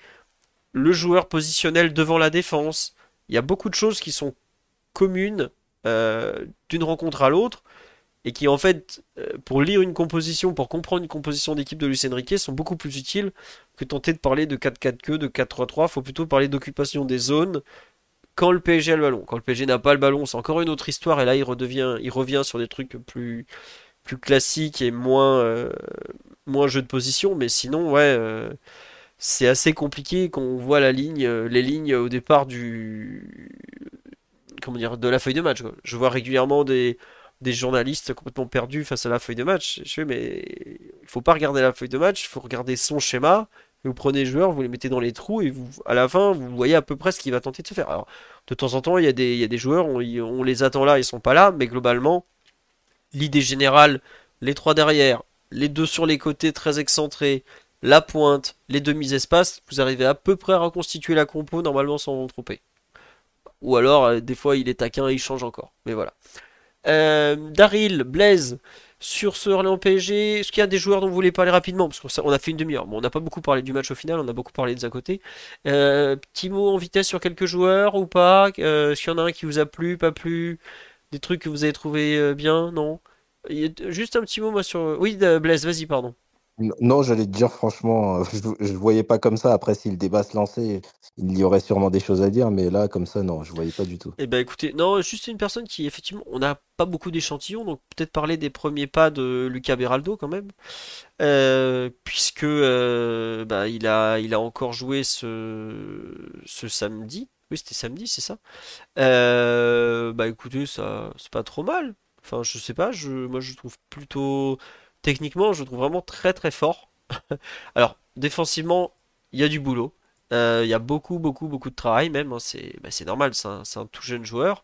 le joueur positionnel devant la défense. Il y a beaucoup de choses qui sont communes euh, d'une rencontre à l'autre et qui en fait, euh, pour lire une composition, pour comprendre une composition d'équipe de Luis Enrique, sont beaucoup plus utiles que tenter de parler de quatre quatre deux, de quatre trois trois. Il faut plutôt parler d'occupation des zones quand le P S G a le ballon. Quand le P S G n'a pas le ballon, c'est encore une autre histoire et là il redevient, il revient sur des trucs plus plus classiques et moins euh, moins jeu de position. Mais sinon, ouais. Euh, c'est assez compliqué quand on voit la ligne, euh, les lignes au départ du, comment dire, de la feuille de match, quoi. Je vois régulièrement des, des journalistes complètement perdus face à la feuille de match. Je fais, mais il faut pas regarder la feuille de match, il faut regarder son schéma. Vous prenez les joueurs, vous les mettez dans les trous et vous, à la fin, vous voyez à peu près ce qu'il va tenter de se faire. Alors, de temps en temps, il y a des, il y a des joueurs, on, on les attend là, ils sont pas là, mais globalement, l'idée générale, les trois derrière, les deux sur les côtés très excentrés, la pointe, les demi-espaces, vous arrivez à peu près à reconstituer la compo normalement sans vous tromper. Ou alors, euh, des fois, il est taquin et il change encore. Mais voilà. Euh, Daryl, Blaise, sur ce Orléans P S G, est-ce qu'il y a des joueurs dont vous voulez parler rapidement? Parce qu'on a fait une demi-heure. Bon, on n'a pas beaucoup parlé du match au final, on a beaucoup parlé des à côté. Euh, petit mot en vitesse sur quelques joueurs ou pas? Euh, Est-ce qu'il y en a un qui vous a plu, pas plu? Des trucs que vous avez trouvé euh, bien? Non? Il y a juste un petit mot moi sur. Oui, de- Blaise, vas-y, pardon. N- Non, j'allais te dire franchement, euh, je ne voyais pas comme ça. Après, si le débat se lançait, il y aurait sûrement des choses à dire, mais là, comme ça, non, je voyais pas du tout. Eh ben écoutez, non, juste une personne qui effectivement, on n'a pas beaucoup d'échantillons, donc peut-être parler des premiers pas de Lucas Beraldo quand même. Euh, puisque euh, bah, il a, il a encore joué ce, ce samedi. Oui, c'était samedi, c'est ça. Euh, bah écoutez, ça, c'est pas trop mal. Enfin, je sais pas, je, moi je trouve plutôt techniquement, je le trouve vraiment très très fort. Alors, défensivement, il y a du boulot. Euh, Il y a beaucoup, beaucoup, beaucoup de travail même, hein. C'est bah, c'est normal, c'est un, c'est un tout jeune joueur.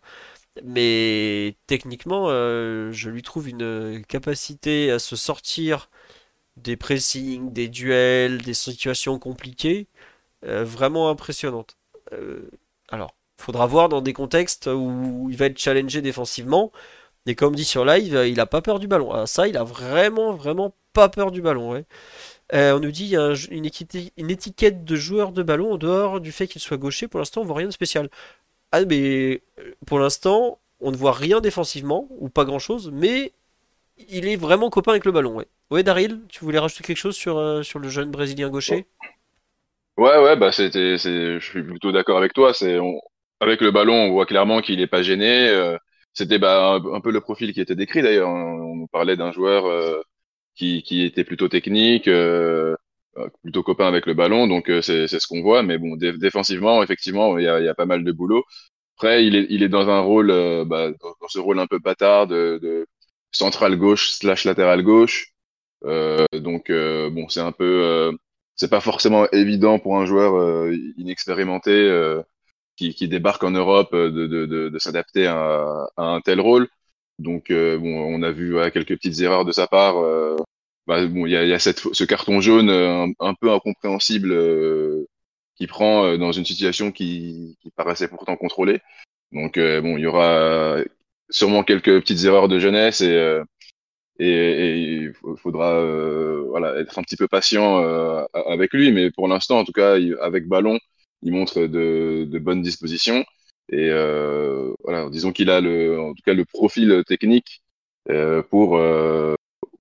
Mais techniquement, euh, je lui trouve une capacité à se sortir des pressings, des duels, des situations compliquées, euh, vraiment impressionnantes. Euh, alors, faudra voir dans des contextes où il va être challengé défensivement. Et comme dit sur live, euh, il a pas peur du ballon. Ah, ça, il a vraiment, vraiment pas peur du ballon, ouais. Euh, on nous dit il y a un- une, équité- une étiquette de joueur de ballon en dehors du fait qu'il soit gaucher. Pour l'instant, on voit rien de spécial. Ah, mais euh, pour l'instant, on ne voit rien défensivement ou pas grand-chose, mais il est vraiment copain avec le ballon, ouais. Ouais, Daryl, tu voulais rajouter quelque chose sur, euh, sur le jeune Brésilien Bon. gaucher? Ouais, ouais, bah c'était, c'est, je suis plutôt d'accord avec toi. C'est, on- avec le ballon, on voit clairement qu'il est pas gêné. euh, c'était bah, un, un peu le profil qui était décrit d'ailleurs. On, on parlait d'un joueur euh, qui, qui était plutôt technique, euh, euh, plutôt copain avec le ballon. Donc euh, c'est, c'est ce qu'on voit. Mais bon, dé- défensivement, effectivement, il y a, il y a pas mal de boulot. Après, il est, il est dans un rôle, euh, bah, dans, dans ce rôle un peu bâtard de, de central gauche slash latéral gauche. Euh, donc euh, bon, c'est un peu, euh, c'est pas forcément évident pour un joueur euh, inexpérimenté euh, qui, qui débarque en Europe euh, de, de, de, de s'adapter à, à un tel rôle. Donc euh, bon, on a vu voilà, quelques petites erreurs de sa part. Euh, bah, bon, il y a, il y a cette, ce carton jaune euh, un, un peu incompréhensible euh, qui prend euh, dans une situation qui, qui paraissait pourtant contrôlée. Donc euh, bon, il y aura sûrement quelques petites erreurs de jeunesse et euh, et, et il faut- faudra euh, voilà être un petit peu patient euh, avec lui, mais pour l'instant, en tout cas, il- avec ballon, il montre de, de bonnes dispositions et euh, voilà, disons qu'il a le, en tout cas le profil technique euh, pour euh,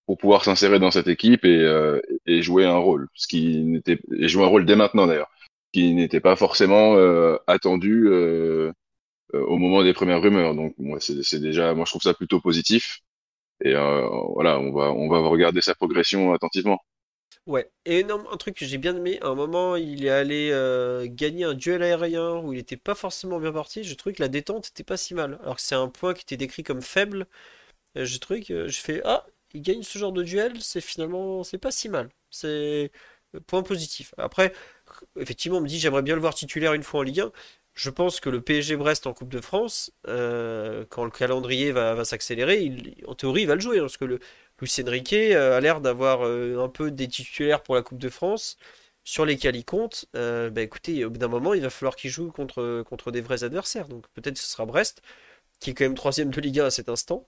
pour pouvoir s'insérer dans cette équipe et, euh, et jouer un rôle, ce qui n'était et jouer un rôle dès maintenant d'ailleurs, qui n'était pas forcément euh, attendu euh, euh, au moment des premières rumeurs. Donc moi c'est c'est déjà, moi je trouve ça plutôt positif et euh, voilà, on va on va regarder sa progression attentivement. Ouais, et non, un truc que j'ai bien aimé, à un moment, il est allé euh, gagner un duel aérien où il était pas forcément bien parti. Je trouvais que la détente était pas si mal. Alors que c'est un point qui était décrit comme faible. euh, Je trouvais que je fais ah, il gagne ce genre de duel, c'est finalement c'est pas si mal. C'est euh, point positif. Après, effectivement, on me dit j'aimerais bien le voir titulaire une fois en Ligue un. Je pense que le P S G Brest en Coupe de France, euh, quand le calendrier va, va s'accélérer, il- en théorie, il va le jouer, hein, parce que le Luis Enrique euh, a l'air d'avoir euh, un peu des titulaires pour la Coupe de France sur lesquels il compte. Euh, bah écoutez, au bout d'un moment, il va falloir qu'il joue contre, contre des vrais adversaires. Donc peut-être que ce sera Brest, qui est quand même troisième de Ligue un à cet instant.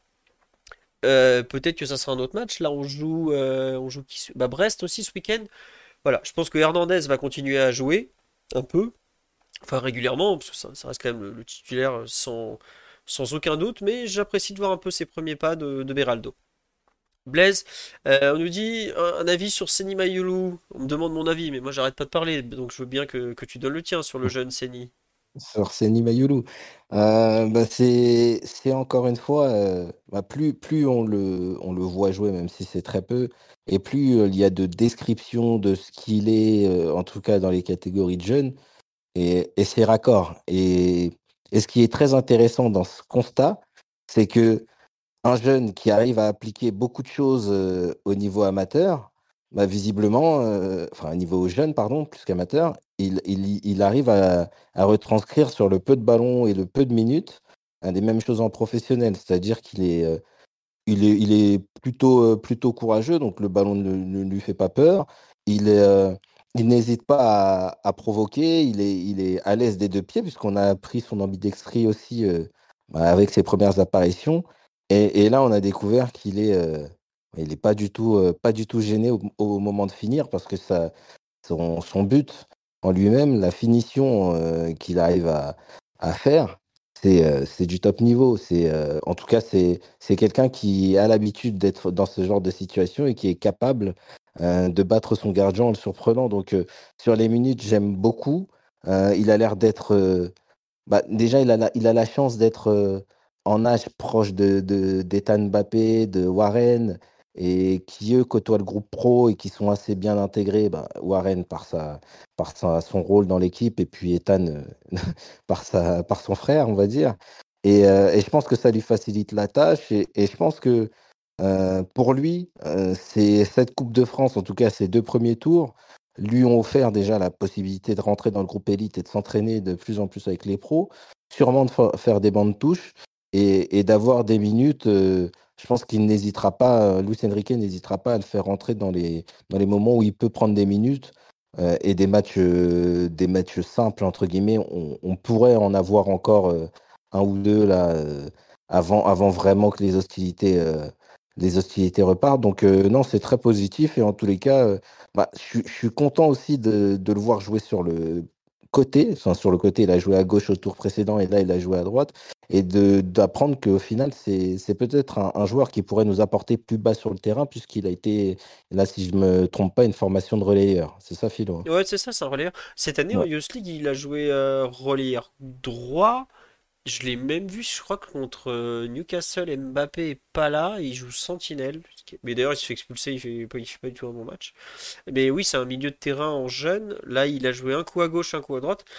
Euh, peut-être que ça sera un autre match. Là, on joue, euh, on joue qui, ce- bah, Brest aussi ce week-end. Voilà, je pense que Hernandez va continuer à jouer un peu. Enfin, régulièrement, parce que ça, ça reste quand même le, le titulaire euh, sans, sans aucun doute, mais j'apprécie de voir un peu ses premiers pas de, de Beraldo. Blaise, euh, on nous dit un, un avis sur Seni Mayulu. On me demande mon avis, mais moi j'arrête pas de parler, donc je veux bien que, que tu donnes le tien sur le jeune Seni. Sur Seny Mayulu. Euh, bah, c'est, c'est encore une fois, euh, bah, plus, plus on le, on le voit jouer, même si c'est très peu, et plus euh, il y a de descriptions de ce qu'il est, euh, en tout cas dans les catégories de jeunes, et, et c'est raccord. Et, et ce qui est très intéressant dans ce constat, c'est que un jeune qui arrive à appliquer beaucoup de choses euh, au niveau amateur, bah, visiblement, euh, enfin, au niveau jeune, pardon, plus qu'amateur, il, il, il arrive à, à retranscrire sur le peu de ballons et le peu de minutes hein, des mêmes choses en professionnel. C'est-à-dire qu'il est, euh, il est, il est plutôt, euh, plutôt courageux, donc le ballon ne, ne lui fait pas peur. Il est, euh, il n'hésite pas à, à provoquer. Il est, il est à l'aise des deux pieds, puisqu'on a appris son ambidextrie aussi euh, bah, avec ses premières apparitions. Et, et là, on a découvert qu'il est, euh, il est pas du tout, euh, pas du tout gêné au, au moment de finir, parce que ça, son, son but en lui-même, la finition euh, qu'il arrive à, à faire, c'est euh, c'est du top niveau. C'est, euh, en tout cas, c'est c'est quelqu'un qui a l'habitude d'être dans ce genre de situation et qui est capable euh, de battre son gardien en le surprenant. Donc, euh, sur les minutes, j'aime beaucoup. Euh, il a l'air d'être euh, bah, déjà, il a la, il a la chance d'être euh, en âge proche de, de, d'Ethan Mbappé, de Warren, et qui, eux, côtoient le groupe pro et qui sont assez bien intégrés. Bah, Warren par, sa, par sa- son rôle dans l'équipe, et puis Ethan euh, par, sa, par son frère, on va dire. Et, euh, et je pense que ça lui facilite la tâche. Et, et je pense que euh, pour lui, euh, c'est cette Coupe de France, en tout cas ces deux premiers tours, lui ont offert déjà la possibilité de rentrer dans le groupe élite et de s'entraîner de plus en plus avec les pros, sûrement de fa- faire des bancs de touche et, et d'avoir des minutes. Euh, je pense qu'il n'hésitera pas, euh, Luis Enrique n'hésitera pas à le faire rentrer dans les, dans les moments où il peut prendre des minutes euh, et des matchs, euh, des matchs simples, entre guillemets. On, on pourrait en avoir encore euh, un ou deux là, euh, avant, avant vraiment que les hostilités, euh, les hostilités repartent. Donc, euh, non, c'est très positif et en tous les cas. euh, bah, je, suis je suis content aussi de, de le voir jouer sur le côté. Enfin, sur le côté, il a joué à gauche au tour précédent et là, il a joué à droite. Et de, d'apprendre qu'au final, c'est, c'est peut-être un, un joueur qui pourrait nous apporter plus bas sur le terrain, puisqu'il a été, là, si je ne me trompe pas, une formation de relayeur. C'est ça, Philo? Ouais, c'est ça, c'est un relayeur. Cette année en Ouais. Youth League, il a joué euh, relayeur droit. Je l'ai même vu, je crois que contre euh, Newcastle, Mbappé est pas là, il joue sentinelle. Mais d'ailleurs, il se fait expulser, il fait pas, il fait pas du tout un bon match. Mais oui, c'est un milieu de terrain en jeune. Là, il a joué un coup à gauche, un coup à droite.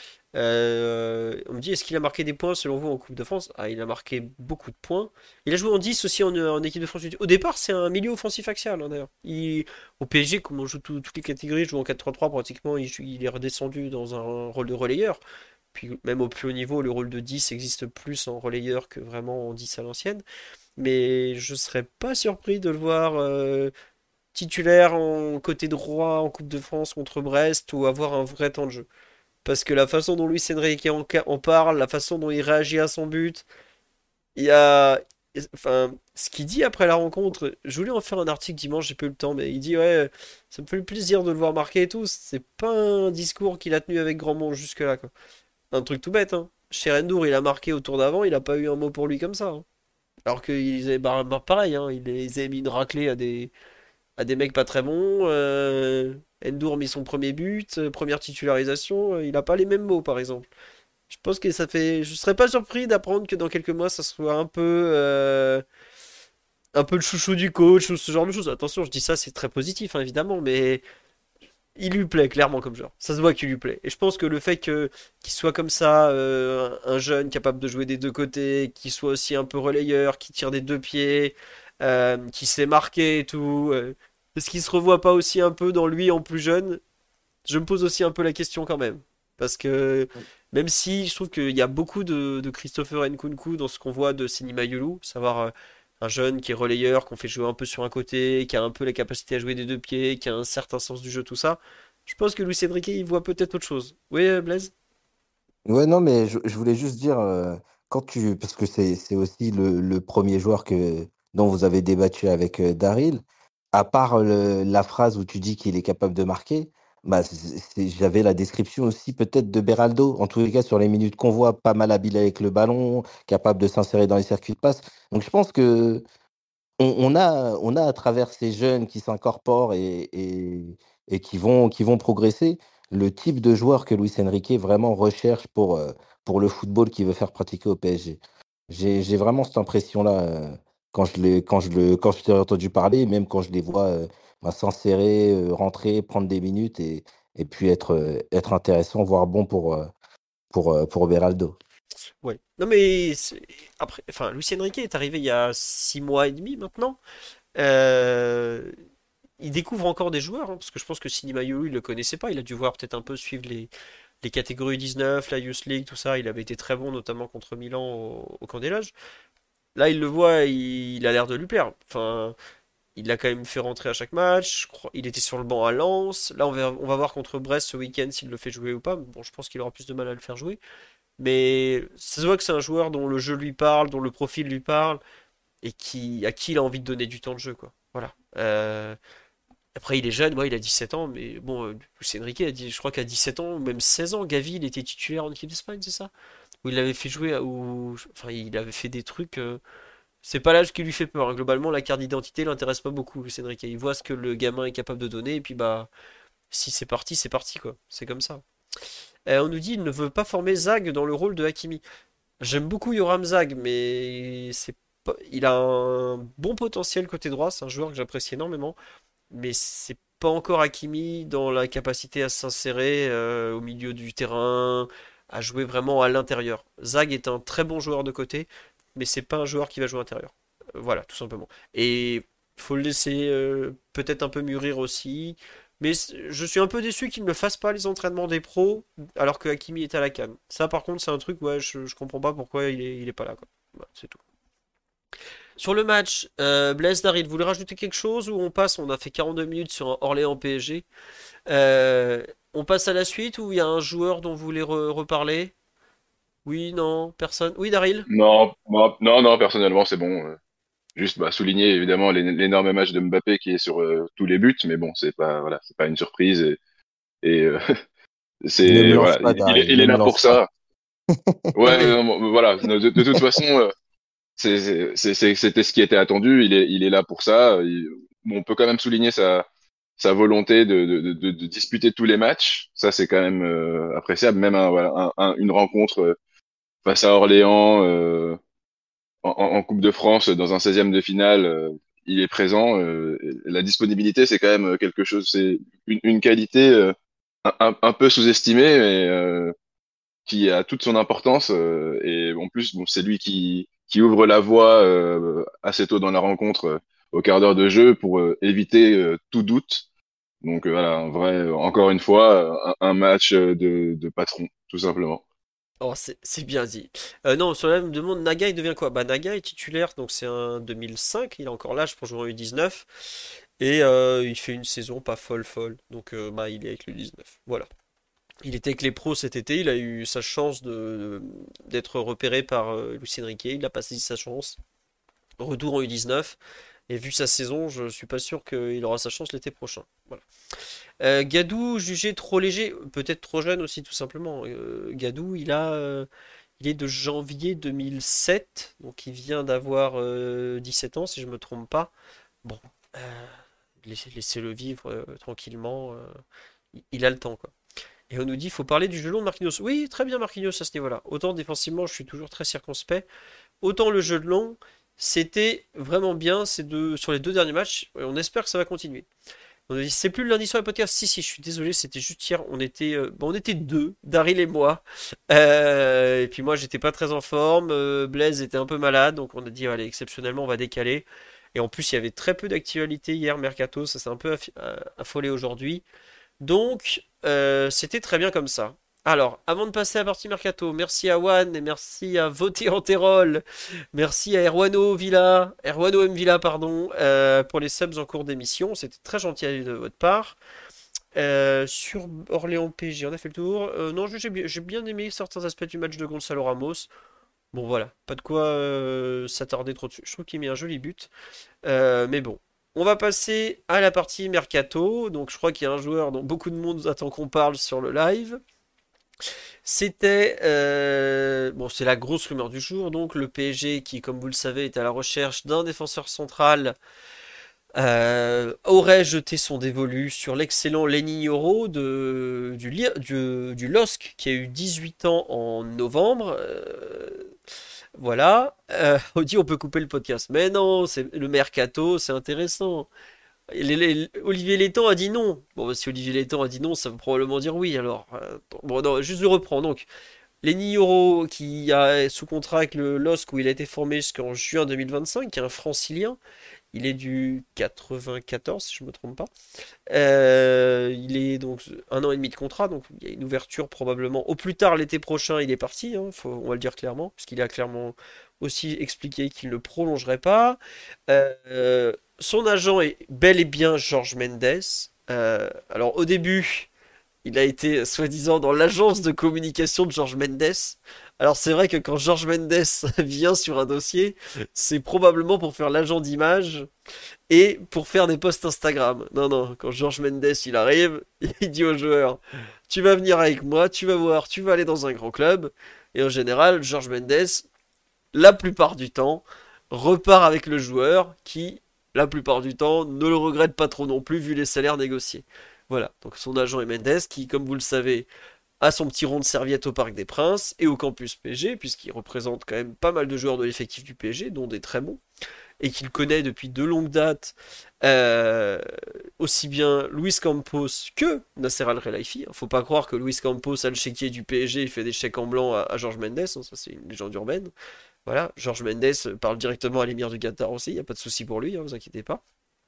Euh, on me dit, est-ce qu'il a marqué des points selon vous en Coupe de France? Ah, il a marqué beaucoup de points. Il a joué en dix aussi en, en équipe de France. Au départ, c'est un milieu offensif axial, hein, d'ailleurs. Il- Au P S G, comme on joue tout- toutes les catégories, je joue en quatre trois trois pratiquement, il, il est redescendu dans un rôle de relayeur. Puis même au plus haut niveau, le rôle de dix existe plus en relayeur que vraiment en dix à l'ancienne. Mais je serais pas surpris de le voir euh, titulaire en côté droit en Coupe de France contre Brest ou avoir un vrai temps de jeu. Parce que la façon dont Luis Enrique en, en parle, la façon dont il réagit à son but, il y a... Enfin, ce qu'il dit après la rencontre, je voulais en faire un article dimanche, j'ai pas eu le temps, mais il dit ouais, ça me fait le plaisir de le voir marquer et tout. C'est pas un discours qu'il a tenu avec grand monde jusque-là, quoi. Un truc tout bête, hein. Chez Rendour, il a marqué au tour d'avant, il a pas eu un mot pour lui comme ça, hein. Alors qu'ils avaient bah, bah, pareil, hein, ils, ils avaient mis une raclée à des, à des mecs pas très bons. Euh, Endur mis son premier but, euh, première titularisation. euh, il a pas les mêmes mots, par exemple. Je pense que ça fait. Je serais pas surpris d'apprendre que dans quelques mois, ça soit un peu, euh, un peu le chouchou du coach ou ce genre de choses. Attention, je dis ça, c'est très positif, hein, évidemment, mais il lui plaît clairement comme genre. Ça se voit qu'il lui plaît. Et je pense que le fait que qu'il soit comme ça, euh, un jeune capable de jouer des deux côtés, qu'il soit aussi un peu relayeur, qui tire des deux pieds, euh, qui sait marquer et tout, euh, est-ce qu'il se revoit pas aussi un peu dans lui en plus jeune? Je me pose aussi un peu la question quand même. Parce que même si je trouve qu'il y a beaucoup de, de Christopher Nkunku dans ce qu'on voit de Seny Mayulu, savoir euh, un jeune qui est relayeur, qu'on fait jouer un peu sur un côté, qui a un peu la capacité à jouer des deux pieds, qui a un certain sens du jeu, tout ça. Je pense que Luis Enrique, il voit peut-être autre chose. Oui, euh, Blaise? Ouais, non, mais je, je voulais juste dire, euh, quand tu, parce que c'est, c'est aussi le, le premier joueur que, dont vous avez débattu avec euh, Daryl, à part le- la phrase où tu dis qu'il est capable de marquer, bah, c'est- c'est- j'avais la description aussi peut-être de Beraldo, en tous les cas sur les minutes qu'on voit, pas mal habile avec le ballon, capable de s'insérer dans les circuits de passe. Donc je pense que on, on a, on a à travers ces jeunes qui s'incorporent et, et, et qui vont, qui vont progresser, le type de joueur que Luis Enrique vraiment recherche pour, euh, pour le football qu'il veut faire pratiquer au P S G. J'ai, j'ai vraiment cette impression-là euh, quand je l'ai, quand je le, quand je t'ai entendu parler, même quand je les vois euh, bah, s'insérer, euh, rentrer, prendre des minutes et, et puis être, euh, être intéressant, voire bon pour, euh, pour, euh, pour Beraldo. Ouais. Non mais c'est- après, enfin, Luis Enrique est arrivé il y a six mois et demi maintenant. Euh, il découvre encore des joueurs, hein, parce que je pense que Seny Mayulu, il le connaissait pas. Il a dû voir peut-être un peu suivre les, les catégories dix-neuf, la Youth League, tout ça. Il avait été très bon, notamment contre Milan au, au camp des loges. Là, il le voit, il, il a l'air de lui plaire. Enfin, il l'a quand même fait rentrer à chaque match. Je crois, il était sur le banc à Lens. Là, on va, on va voir contre Brest ce week-end s'il le fait jouer ou pas. Bon, je pense qu'il aura plus de mal à le faire jouer. Mais ça se voit que c'est un joueur dont le jeu lui parle, dont le profil lui parle, et qui, à qui il a envie de donner du temps de jeu, quoi. Voilà. Euh, Après, il est jeune, moi, il a dix-sept ans, mais bon, euh, Luis Enrique a dit, je crois qu'à dix-sept ans, ou même seize ans, Gavi, il était titulaire en équipe d'Espagne, c'est ça? Où il l'avait fait jouer, ou enfin, il avait fait des trucs. euh, C'est pas l'âge qui lui fait peur, hein. Globalement, la carte d'identité l'intéresse pas beaucoup, Luis Enrique. Il voit ce que le gamin est capable de donner, et puis bah, si c'est parti, c'est parti, quoi. C'est comme ça. Euh, on nous dit, il ne veut pas former Zag dans le rôle de Hakimi. J'aime beaucoup Yoram Zag, mais c'est pas... il a un bon potentiel côté droit, c'est un joueur que j'apprécie énormément. Mais c'est pas encore Hakimi dans la capacité à s'insérer euh, au milieu du terrain, à jouer vraiment à l'intérieur. Zag est un très bon joueur de côté, mais c'est pas un joueur qui va jouer à l'intérieur. Euh, Voilà, tout simplement. Et il faut le laisser euh, peut-être un peu mûrir aussi. Mais c- je suis un peu déçu qu'il ne fasse pas les entraînements des pros alors que Hakimi est à la CAN. Ça, par contre, c'est un truc, ouais, je, je comprends pas pourquoi il est, il est pas là, quoi. Voilà, c'est tout. Sur le match, euh, Blaise Darid, vous voulez rajouter quelque chose ou on passe? On a fait quarante-deux minutes sur un Orléans P S G. Euh, on passe à la suite ou il y a un joueur dont vous voulez re- reparler? Oui, non, personne. Oui, Daryl? Non, moi- non, non, personnellement, c'est bon. euh, Juste bah, souligner évidemment l'é- l'énorme match de Mbappé qui est sur euh, tous les buts, mais bon, c'est pas voilà, c'est pas une surprise et, et euh, Ne me c'est lance voilà, pas, il, il est, Daryl, il ne est me là lance pour pas. ça. Non Ouais, mais, non, bon, voilà. De, de- de toute façon, euh, c'est, c'est, c'est- c'est- c'était ce qui était attendu. Il est, il est là pour ça. Il- bon, on peut quand même souligner sa, sa volonté de, de, de, de- de disputer tous les matchs. Ça, c'est quand même euh, appréciable. Même un, voilà, un- un- une rencontre euh, face à Orléans euh, en, en- en Coupe de France dans un seizième de finale, euh, il est présent. Euh, la disponibilité, c'est quand même quelque chose. C'est une, une qualité euh, un, un- un peu sous-estimée, mais euh, qui a toute son importance. Euh, et en plus, bon, c'est lui qui, qui ouvre la voie euh, assez tôt dans la rencontre, euh, au quart d'heure de jeu, pour euh, éviter euh, tout doute. Donc euh, voilà, en vrai, euh, encore une fois, un, un match euh, de, de patron, tout simplement. oh, c'est c'est bien dit. Euh, non, sur la même demande, Naga, il devient quoi? Bah, Naga est titulaire, donc c'est un deux mille cinq. Il a encore l'âge pour jouer en U dix-neuf. Et euh, il fait une saison pas folle folle. Donc, euh, bah, il est avec l'U dix-neuf. Voilà. Il était avec les pros cet été, il a eu sa chance de d'être repéré par euh, Luis Enrique, il a pas saisi sa chance. Retour en U dix-neuf, et vu sa saison, je suis pas sûr qu'il aura sa chance l'été prochain. Voilà. Euh, Gadou jugé trop léger, peut-être trop jeune aussi tout simplement. Euh, Gadou, il a, euh, Il est de janvier deux mille sept, donc il vient d'avoir euh, dix-sept ans, si je me trompe pas. Bon, euh, laissez- laissez-le vivre euh, tranquillement. euh, il il a le temps, quoi. Et on nous dit, il faut parler du jeu long de Marquinhos. Oui, très bien Marquinhos à ce niveau-là. Autant défensivement, je suis toujours très circonspect. Autant le jeu de long, c'était vraiment bien ces deux, sur les deux derniers matchs. Et on espère que ça va continuer. On nous dit, c'est plus le lundi soir le podcast. Si, si, je suis désolé, c'était juste hier. On était, euh, bon, on était deux, Daryl et moi. Euh, et puis moi, j'étais pas très en forme. euh, Blaise était un peu malade. Donc on a dit, allez, exceptionnellement, on va décaler. Et en plus, il y avait très peu d'actualité hier, Mercato. Ça s'est un peu affi- euh, affolé aujourd'hui. Donc, euh, c'était très bien comme ça. Alors, avant de passer à la partie Mercato, merci à Juan et merci à Voté Antérol. Merci à Erwano Villa, Erwano M Villa, pardon, euh, pour les subs en cours d'émission. C'était très gentil de votre part. Euh, sur Orléans P S G, on a fait le tour. Euh, non, j'ai bien, j'ai bien aimé certains aspects du match de Gonzalo Ramos. Bon, voilà, pas de quoi euh, s'attarder trop dessus. Je trouve qu'il met un joli but. Euh, mais bon, on va passer à la partie Mercato. Donc, je crois qu'il y a un joueur dont beaucoup de monde attend qu'on parle sur le live. C'était euh, bon, c'est la grosse rumeur du jour. Donc, le P S G, qui, comme vous le savez, est à la recherche d'un défenseur central, euh, aurait jeté son dévolu sur l'excellent Lenny Yoro de, du, Li- du, du L O S C, qui a eu dix-huit ans en novembre. Euh, voilà. Euh, on dit on peut couper le podcast. Mais non, c'est le mercato, c'est intéressant. Et les- les- Olivier Létang a dit non. Bon, bah, si Olivier Létang a dit non, ça veut probablement dire oui. Alors, euh, bon, non, juste je reprends. Donc, Lenny Yoro, qui a sous contrat avec le L O S C, où il a été formé jusqu'en juin deux mille vingt-cinq, qui est un francilien. Il est du quatre-vingt-quatorze, si je me trompe pas. Euh, il est donc un an et demi de contrat, donc il y a une ouverture probablement au plus tard l'été prochain. Il est parti, hein, faut- on va le dire clairement, puisqu'il a clairement aussi expliqué qu'il ne prolongerait pas. Euh, son agent est bel et bien Jorge Mendes. Euh, alors au début, il a été soi-disant dans l'agence de communication de Jorge Mendes. Alors c'est vrai que quand Jorge Mendes vient sur un dossier, c'est probablement pour faire l'agent d'image et pour faire des posts Instagram. Non, non, quand Jorge Mendes il arrive, il dit aux joueurs, tu vas venir avec moi, tu vas voir, tu vas aller dans un grand club. Et en général, Jorge Mendes, la plupart du temps, repart avec le joueur qui, la plupart du temps, ne le regrette pas trop non plus vu les salaires négociés. Voilà, donc son agent est Mendes qui, comme vous le savez, a son petit rond de serviette au Parc des Princes et au campus P S G, puisqu'il représente quand même pas mal de joueurs de l'effectif du P S G, dont des très bons, et qu'il connaît depuis de longues dates, euh, aussi bien Luis Campos que Nasser Al-Khelaifi. Faut pas croire que Luis Campos a le chéquier du P S G, il fait des chèques en blanc à, à Jorge Mendes, hein, ça c'est une légende urbaine. Voilà, Jorge Mendes parle directement à l'émir du Qatar aussi, il n'y a pas de souci pour lui, hein, vous inquiétez pas.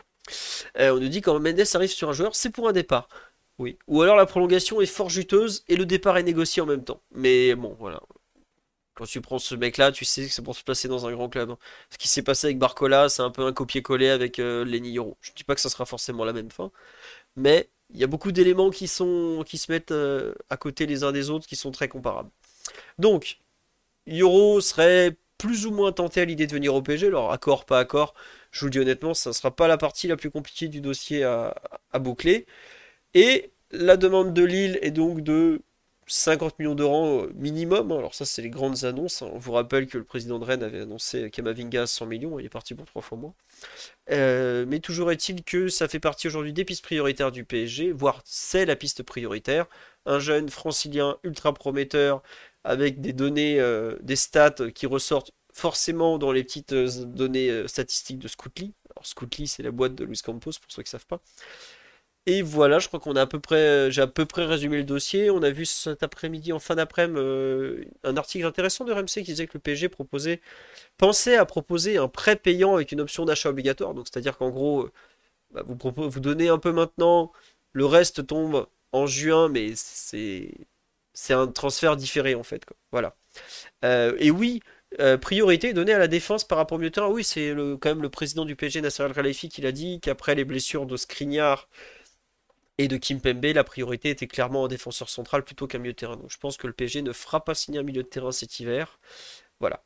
Euh, on nous dit quand Mendes arrive sur un joueur, c'est pour un départ. Oui. Ou alors la prolongation est fort juteuse et le départ est négocié en même temps. Mais bon, voilà. Quand tu prends ce mec-là, tu sais que c'est pour se placer dans un grand club, hein. Ce qui s'est passé avec Barcola, c'est un peu un copier-coller avec euh, Lenny Yoro. Je ne dis pas que ça sera forcément la même fin, mais il y a beaucoup d'éléments qui sont qui se mettent euh, à côté les uns des autres qui sont très comparables. Donc, Yoro serait plus ou moins tenté à l'idée de venir au P S G. Alors, accord, pas accord, je vous le dis honnêtement, ça ne sera pas la partie la plus compliquée du dossier à, à boucler. Et la demande de Lille est donc de cinquante millions d'euros minimum, hein. Alors ça, c'est les grandes annonces, hein. On vous rappelle que le président de Rennes avait annoncé Kamavinga à cent millions. Il est parti pour trois fois moins. Euh, mais toujours est-il que ça fait partie aujourd'hui des pistes prioritaires du P S G, voire c'est la piste prioritaire. Un jeune francilien ultra prometteur avec des données, euh, des stats qui ressortent forcément dans les petites euh, données euh, statistiques de Scoutly. Alors Scoutly, c'est la boîte de Luis Campos, pour ceux qui ne savent pas. Et voilà, je crois qu'on a à peu près, j'ai à peu près résumé le dossier. On a vu cet après-midi, en fin d'après-midi, euh, un article intéressant de R M C qui disait que le P S G proposait, pensait à proposer un prêt payant avec une option d'achat obligatoire. Donc, c'est-à-dire qu'en gros, euh, bah, vous, propo- vous donnez un peu maintenant, le reste tombe en juin, mais c'est, c'est un transfert différé en fait, quoi. Voilà. Euh, et oui, euh, priorité donnée à la défense par rapport au milieu de terrain. Oui, c'est le- quand même le président du P S G, Nasser Al-Khelaifi, qui l'a dit qu'après les blessures de Skriniar et de Kimpembe, la priorité était clairement un défenseur central plutôt qu'un milieu de terrain. Donc je pense que le P S G ne fera pas signer un milieu de terrain cet hiver. Voilà.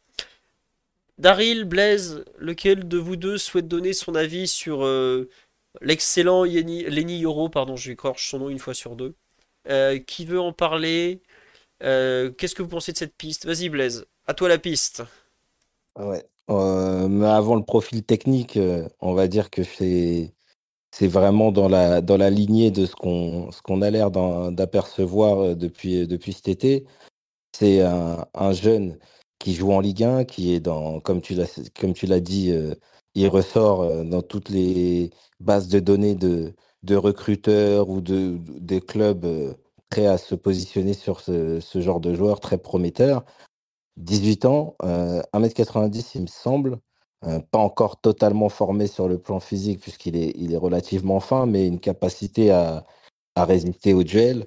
Daryl, Blaise, lequel de vous deux souhaite donner son avis sur euh, l'excellent Yeni- Lenny Yoro, pardon, je lui écorche son nom une fois sur deux. Euh, qui veut en parler? Euh, qu'est-ce que vous pensez de cette piste? Vas-y Blaise, à toi la piste. Ouais. Euh, mais avant le profil technique, euh, on va dire que c'est c'est vraiment dans la, dans la lignée de ce qu'on ce qu'on a l'air d'en- d'apercevoir euh, depuis, depuis cet été. C'est un, un jeune qui joue en Ligue un, qui est dans, comme tu l'as, comme tu l'as dit, euh, il ressort euh, dans toutes les bases de données de, de recruteurs ou de, des clubs euh, prêts à se positionner sur ce, ce genre de joueur très prometteur. dix-huit ans, euh, un mètre quatre-vingt-dix, il me semble. Euh, pas encore totalement formé sur le plan physique, puisqu'il est, il est relativement fin, mais une capacité à, à résister au duel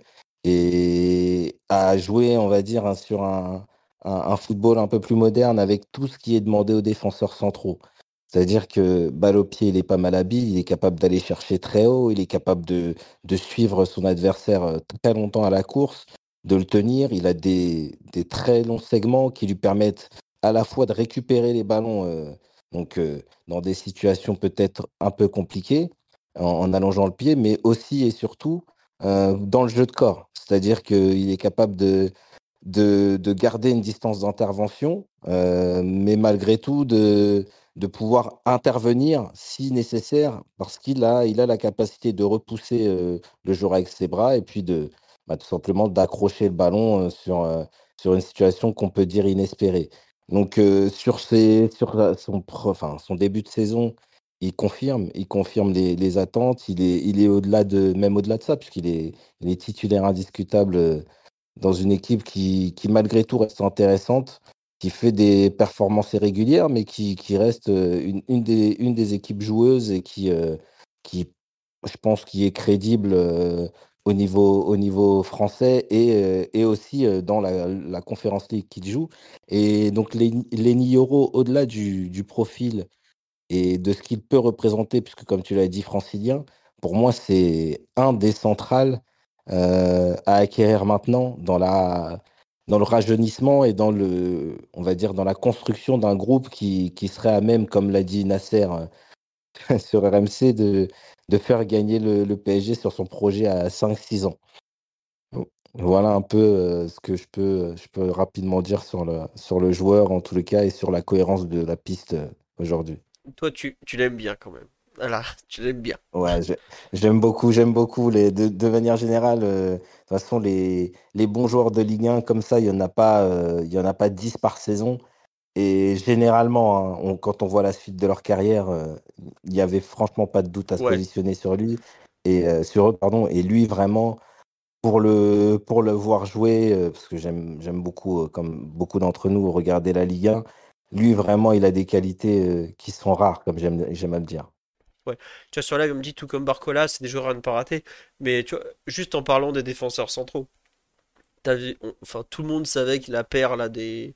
et à jouer, on va dire, hein, sur un, un, un football un peu plus moderne avec tout ce qui est demandé aux défenseurs centraux. C'est-à-dire que balle au pied, il est pas mal habile, il est capable d'aller chercher très haut, il est capable de, de suivre son adversaire euh, très longtemps à la course, de le tenir. Il a des, des très longs segments qui lui permettent à la fois de récupérer les ballons euh, donc, euh, dans des situations peut-être un peu compliquées en, en allongeant le pied, mais aussi et surtout euh, dans le jeu de corps. C'est-à-dire qu'il est capable de, de, de garder une distance d'intervention, euh, mais malgré tout de, de pouvoir intervenir si nécessaire, parce qu'il a, il a la capacité de repousser euh, le joueur avec ses bras et puis de bah, tout simplement d'accrocher le ballon euh, sur, euh, sur une situation qu'on peut dire inespérée. Donc euh, sur, ses, sur la- son, pro- enfin, son début de saison, il confirme, il confirme les, les attentes. Il est, il est au-delà de, même au-delà de ça, puisqu'il est, il est titulaire indiscutable euh, dans une équipe qui, qui malgré tout reste intéressante, qui fait des performances irrégulières, mais qui, qui reste euh, une, une des, une des équipes joueuses et qui, euh, qui je pense, qui est crédible euh, au niveau, au niveau français et, euh, et aussi euh, dans la, la Conference League qu'il joue. Et donc, Lenny Yoro, au-delà du, du profil et de ce qu'il peut représenter, puisque comme tu l'as dit, francilien, pour moi, c'est un des centrales euh, à acquérir maintenant dans la, dans le rajeunissement et dans le, on va dire, dans la construction d'un groupe qui, qui serait à même, comme l'a dit Nasser euh, sur R M C, de, de faire gagner le, le P S G sur son projet à cinq six ans. Voilà un peu euh, ce que je peux, je peux rapidement dire sur le, sur le joueur en tous les cas et sur la cohérence de la piste euh, aujourd'hui. Toi, tu, tu l'aimes bien quand même. Voilà, tu l'aimes bien. Ouais, j'ai- j'aime beaucoup, j'aime beaucoup. Les, de, de manière générale, euh, de toute façon, les, les bons joueurs de Ligue un comme ça, il n'y en a pas, euh, il y en a pas dix par saison. Et généralement, hein, on- quand on voit la suite de leur carrière, euh, il n'y avait franchement pas de doute à se Ouais, positionner sur lui et euh, sur eux, pardon. Et lui, vraiment, pour le, pour le voir jouer, euh, parce que j'aime, j'aime beaucoup, euh, comme beaucoup d'entre nous, regarder la Ligue un. Lui, vraiment, il a des qualités euh, qui sont rares, comme j'aime, j'aime à le dire. ouais. Tu vois, sur là, on me dit tout comme Barcola, c'est des joueurs à ne pas rater. Mais tu vois, juste en parlant des défenseurs centraux, t'as vu, on- enfin, tout le monde savait que la paire là, des,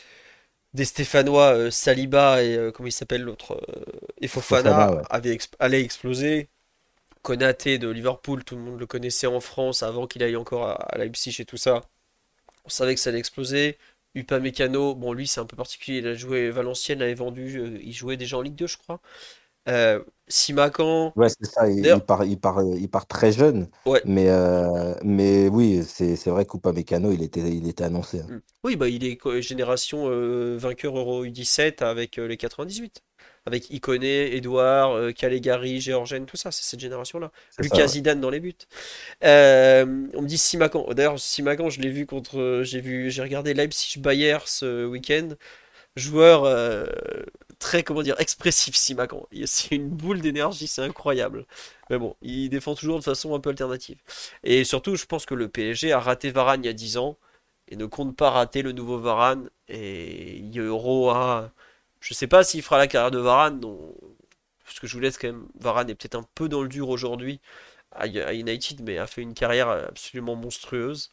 des Stéphanois, euh, Saliba et euh, comment il s'appelle l'autre, euh, et Fofana, Fofana, ouais. avait exp- allait exploser. Konaté de Liverpool, tout le monde le connaissait en France avant qu'il aille encore à, à Leipzig et tout ça. On savait que ça allait exploser. Upamecano, bon lui c'est un peu particulier, il a joué Valenciennes, l'avait vendu, euh, il jouait déjà en Ligue deux je crois. Euh, Simakan, Ouais, c'est ça, il, il d'ailleurs, part, il part, il part très jeune, ouais. mais, euh, mais oui, c'est, c'est vrai qu'Upamecano, il était, il était annoncé, hein. Mm. Oui, bah il est co- génération euh, vainqueur Euro U dix-sept avec euh, les quatre-vingt-dix-huit. Avec Ikoné, Edouard, euh, Calegari, Georgen, tout ça, c'est cette génération-là. C'est ça, Lucas ouais. Zidane dans les buts. Euh, on me dit Simakan. D'ailleurs, Simakan, je l'ai vu contre. J'ai vu, j'ai regardé Leipzig-Bayer ce week-end. Joueur euh, très, comment dire, expressif, Simakan. Il- C'est une boule d'énergie, c'est incroyable. Mais bon, il défend toujours de façon un peu alternative. Et surtout, je pense que le P S G a raté Varane il y a dix ans et ne compte pas rater le nouveau Varane. Et il y aura. Je sais pas s'il fera la carrière de Varane, non. Parce que je vous laisse quand même. Varane est peut-être un peu dans le dur aujourd'hui à à United, mais a fait une carrière absolument monstrueuse.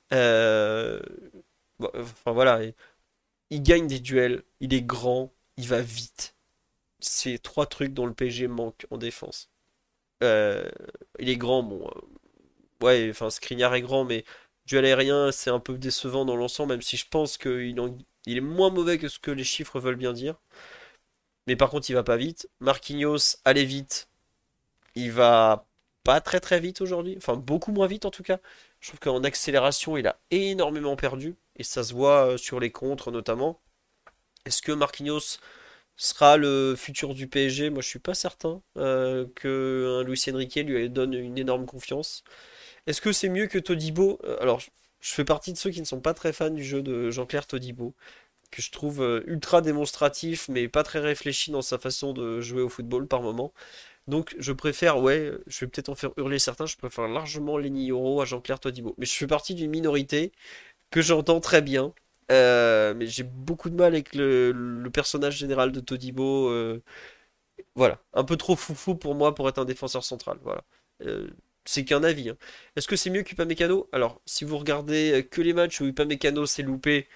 Euh, bon, enfin voilà, il gagne des duels, il est grand, il va vite. C'est trois trucs dont le P S G manque en défense. Euh, il est grand, bon, euh, ouais, enfin Skriniar est grand, mais duel aérien, c'est un peu décevant dans l'ensemble, même si je pense qu'il en- il est moins mauvais que ce que les chiffres veulent bien dire. Mais par contre, il va pas vite. Marquinhos, allez vite, il va. pas très très vite aujourd'hui, enfin beaucoup moins vite en tout cas. Je trouve qu'en accélération, il a énormément perdu, et ça se voit euh, sur les contres notamment. Est-ce que Marquinhos sera le futur du P S G? Moi, je suis pas certain euh, que un Luis Enrique lui donne une énorme confiance. Est-ce que c'est mieux que Todibo? Euh, Alors, je je fais partie de ceux qui ne sont pas très fans du jeu de Jean-Claire Todibo, que je trouve euh, ultra démonstratif, mais pas très réfléchi dans sa façon de jouer au football par moment. Donc, je préfère, ouais, je vais peut-être en faire hurler certains, je préfère largement Lenny Yoro à Jean-Claire Todibo. Mais je fais partie d'une minorité que j'entends très bien. Euh, mais j'ai beaucoup de mal avec le, le personnage général de Todibo. euh, voilà, un peu trop foufou pour moi pour être un défenseur central. Voilà. Euh, c'est qu'un avis, hein. Est-ce que c'est mieux qu'Upamecano? Alors, si vous regardez euh, que les matchs où Upamecano s'est loupé,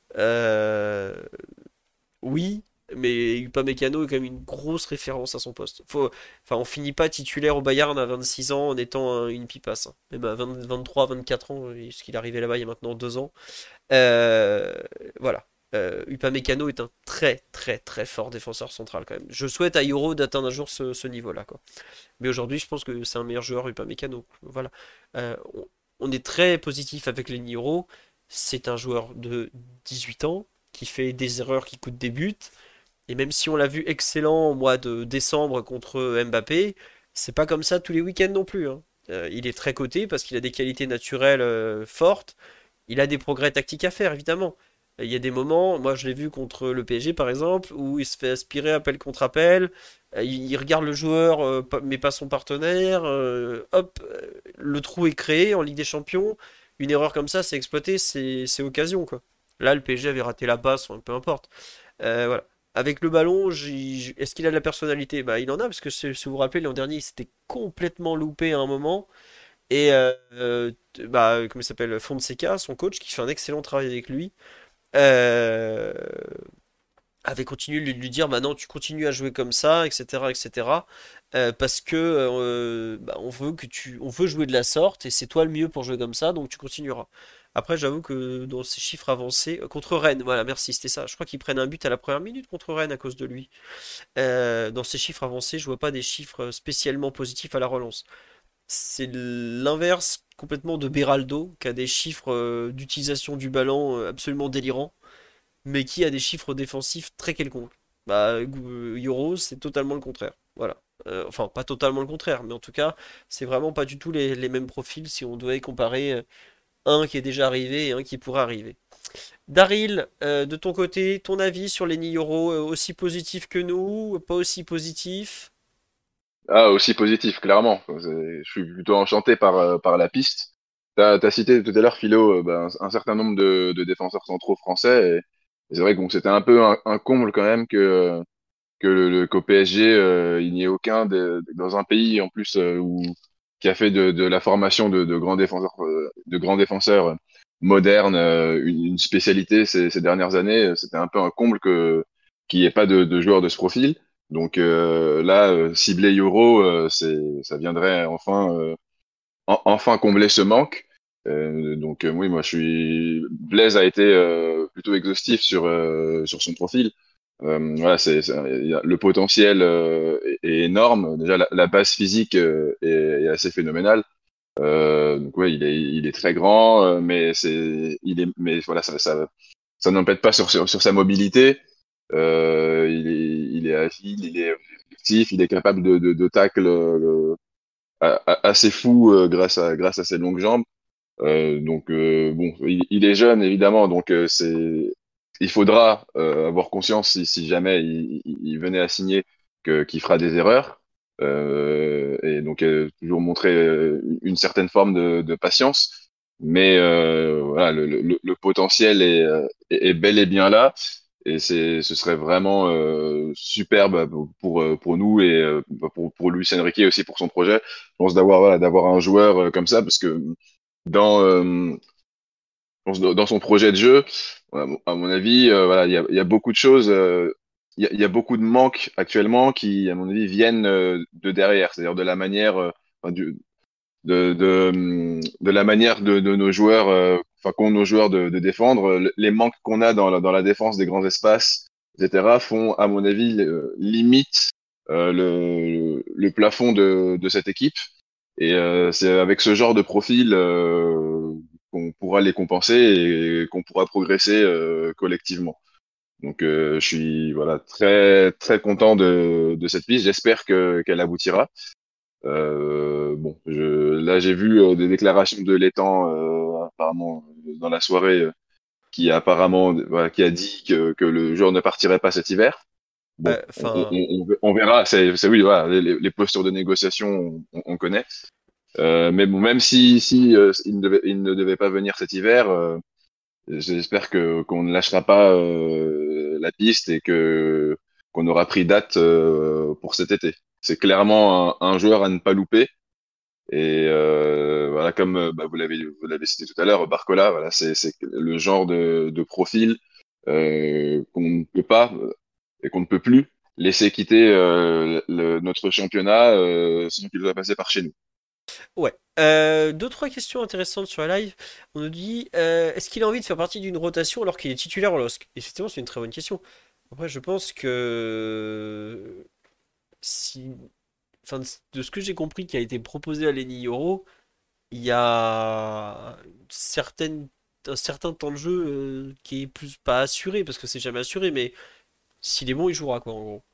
euh, oui, mais Upamecano est quand même une grosse référence à son poste. Faut, enfin, on finit pas titulaire au Bayern à vingt-six ans en étant un- une pipasse, hein. Même à vingt, vingt-trois, vingt-quatre ans, euh, ce qu'il est arrivé là-bas il y a maintenant deux ans. Euh, voilà. Euh, Upamecano est un très très très fort défenseur central quand même. Je souhaite à Euro d'atteindre un jour ce, ce niveau-là, quoi. Mais aujourd'hui, je pense que c'est un meilleur joueur Upamecano. Voilà. Euh, on, on est très positif avec Lenny Euro. C'est un joueur de dix-huit ans qui fait des erreurs qui coûtent des buts. Et même si on l'a vu excellent au mois de décembre contre Mbappé, c'est pas comme ça tous les week-ends non plus, hein. Euh, il est très coté parce qu'il a des qualités naturelles euh, fortes. Il a des progrès tactiques à faire, évidemment. Il y a des moments, moi je l'ai vu contre le P S G par exemple, où il se fait aspirer appel contre appel, euh, il il regarde le joueur euh, pa- mais pas son partenaire, euh, hop, euh, le trou est créé en Ligue des Champions, une erreur comme ça c'est exploité, c'est c'est occasion quoi. Là le P S G avait raté la passe, enfin, peu importe. Euh, voilà. Avec le ballon, j'ai- j'ai- est-ce qu'il a de la personnalité? Bah il en a, parce que si si vous vous rappelez, l'an dernier il s'était complètement loupé à un moment. Et euh, euh, bah, comment il s'appelle? Fonseca, son coach, qui fait un excellent travail avec lui, euh, avait continué de lui, de lui dire, maintenant tu continues à jouer comme ça, et cetera, et cetera. euh, parce que euh, bah, on veut que tu, on veut jouer de la sorte, et c'est toi le mieux pour jouer comme ça, donc tu continueras. Après, j'avoue que dans ces chiffres avancés, euh, contre Rennes, voilà, merci, c'était ça. Je crois qu'ils prennent un but à la première minute contre Rennes à cause de lui. Euh, dans ces chiffres avancés, je vois pas des chiffres spécialement positifs à la relance. C'est l'inverse complètement de Beraldo, qui a des chiffres euh, d'utilisation du ballon euh, absolument délirants, mais qui a des chiffres défensifs très quelconques. Bah, euh, Euro, c'est totalement le contraire. Voilà. Euh, enfin, pas totalement le contraire, mais en tout cas, c'est vraiment pas du tout les, les mêmes profils si on devait comparer euh, un qui est déjà arrivé et un qui pourrait arriver. Daryl, euh, de ton côté, ton avis sur les Euro, euh, aussi positif que nous, pas aussi positif? Ah, aussi positif, clairement. C'est- Je suis plutôt enchanté par, euh, par la piste. T'as, t'as cité tout à l'heure, Philo, euh, ben, un, un certain nombre de, de défenseurs centraux français. Et, et c'est vrai que bon, c'était un peu un, un comble quand même que, que le, le- qu'au P S G, euh, il n'y ait aucun de- dans un pays en plus euh, où, qui a fait de, de la formation de, de grands défenseurs, euh, de grands défenseurs euh, modernes euh, une, une spécialité ces, ces dernières années. C'était un peu un comble que qu'il n'y ait pas de, de joueurs de ce profil. Donc euh, là, euh, cibler Euro, euh, c'est, ça viendrait enfin, euh, en- enfin combler ce manque. Euh, donc euh, oui, moi je suis Blaise a été euh, plutôt exhaustif sur euh, sur son profil. Euh, voilà, c'est, c'est- il y a- le potentiel euh, est, est énorme. Déjà, la, la base physique euh, est, est assez phénoménale. Euh, donc ouais, il est, il est très grand, euh, mais c'est, il est, mais voilà, ça, ça, ça n'empête pas sur, sur, sur sa mobilité. Euh, il est, il est agile, il est actif, il est capable de, de, de tacle euh, a- a- assez fou euh, grâce à, grâce à ses longues jambes. Euh, donc euh, bon, il, il est jeune évidemment, donc euh, c'est, il faudra euh, avoir conscience si, si jamais il, il, il venait à signer que qu'il fera des erreurs. Euh, et donc euh, toujours montrer euh, une certaine forme de, de patience. Mais euh, voilà, le, le, le potentiel est, euh, est, est bel et bien là. Et c'est, ce serait vraiment euh, superbe pour, pour, euh, pour nous et euh, pour, pour Luis Enrique et aussi pour son projet. Je pense d'avoir voilà, d'avoir un joueur euh, comme ça parce que dans, euh, dans, dans son projet de jeu, à mon à mon avis, euh, voilà, il y a, il y a beaucoup de choses, euh, il y a, il y a beaucoup de manques actuellement qui, à mon avis, viennent euh, de derrière, c'est-à-dire de la manière, euh, enfin, du, de, de, hum, de la manière de, de nos joueurs, euh, enfin, qu'ont nos joueurs de, de défendre, Le- les manques qu'on a dans la, dans la défense des grands espaces, et cetera, font, à mon avis, euh, limite euh, le, le plafond de, de cette équipe. Et euh, c'est avec ce genre de profil euh, qu'on pourra les compenser et qu'on pourra progresser euh, collectivement. Donc euh, je suis voilà très très content de, de cette piste. J'espère que qu'elle aboutira. Euh, bon, je, là j'ai vu euh, des déclarations de Létang euh, apparemment euh, dans la soirée euh, qui a apparemment voilà, qui a dit que, que le joueur ne partirait pas cet hiver. Bon, on, on, Enfin, on, on verra. C'est, c'est oui, voilà, les, les postures de négociation, on, on connaît. Euh, mais bon, même si si euh, il, ne devait, il ne devait pas venir cet hiver, euh, j'espère que qu'on ne lâchera pas euh, la piste et que qu'on aura pris date euh, pour cet été. C'est clairement un, un joueur à ne pas louper. Et euh, voilà, comme euh, bah, vous l'avez vous l'avez cité tout à l'heure, Barcola, voilà, c'est c'est le genre de, de profil euh, qu'on ne peut pas euh, et qu'on ne peut plus laisser quitter euh, le, notre championnat euh, sans qu'il doit passer par chez nous. ouais. Euh, deux, trois questions intéressantes sur la live. On nous dit euh, est-ce qu'il a envie de faire partie d'une rotation alors qu'il est titulaire au L O S C? Effectivement, c'est une très bonne question. Après, je pense que si. Enfin, de ce que j'ai compris qui a été proposé à Lenny Yoro, il y a une certaine, un certain temps de jeu euh, qui est plus pas assuré, parce que c'est jamais assuré, mais s'il est bon, il jouera, quoi, en gros.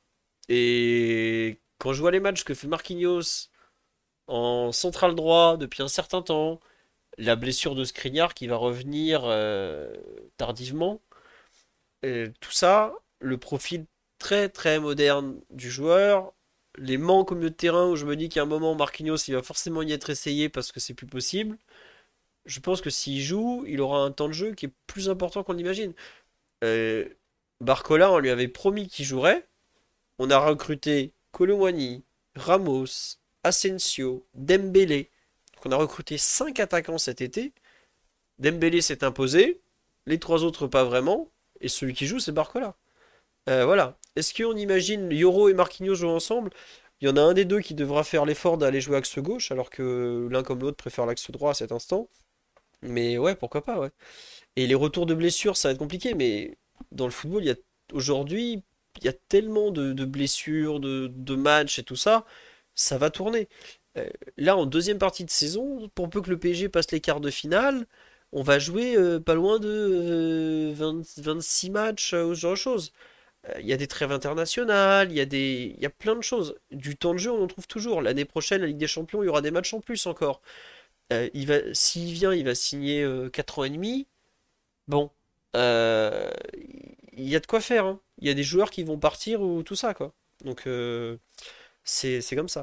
Et quand je vois les matchs que fait Marquinhos en central droit depuis un certain temps, la blessure de Skriniar qui va revenir euh, tardivement, et tout ça, le profil très très moderne du joueur, les manques au milieu de terrain où je me dis qu'à un moment Marquinhos il va forcément y être essayé parce que c'est plus possible. Je pense que s'il joue, il aura un temps de jeu qui est plus important qu'on l'imagine. Euh, Barcola, on lui avait promis qu'il jouerait. On a recruté Colomwani, Ramos, Asensio, Dembélé. Donc on a recruté cinq attaquants cet été. Dembélé s'est imposé, les trois autres pas vraiment, et celui qui joue c'est Barcola. Euh, voilà. Est-ce qu'on imagine Yoro et Marquinhos jouer ensemble? Il y en a un des deux qui devra faire l'effort d'aller jouer axe gauche, alors que l'un comme l'autre préfère l'axe droit à cet instant. Mais ouais, pourquoi pas, ouais. Et les retours de blessures, ça va être compliqué, mais dans le football, il y a aujourd'hui, il y a tellement de, de blessures, de, de matchs et tout ça, ça va tourner. Euh, là, en deuxième partie de saison, pour peu que le P S G passe les quarts de finale, on va jouer euh, pas loin de euh, vingt, vingt-six matchs euh, ou ce genre de choses. Euh, Il y a des trêves internationales, il y a des, il y a plein de choses. Du temps de jeu, on en trouve toujours. L'année prochaine, la Ligue des Champions, il y aura des matchs en plus encore. Euh, il va, s'il vient, il va signer euh, quatre ans et demi. Bon, euh, il y a de quoi faire, hein. Il y a des joueurs qui vont partir ou tout ça, quoi. Donc, euh, c'est c'est comme ça.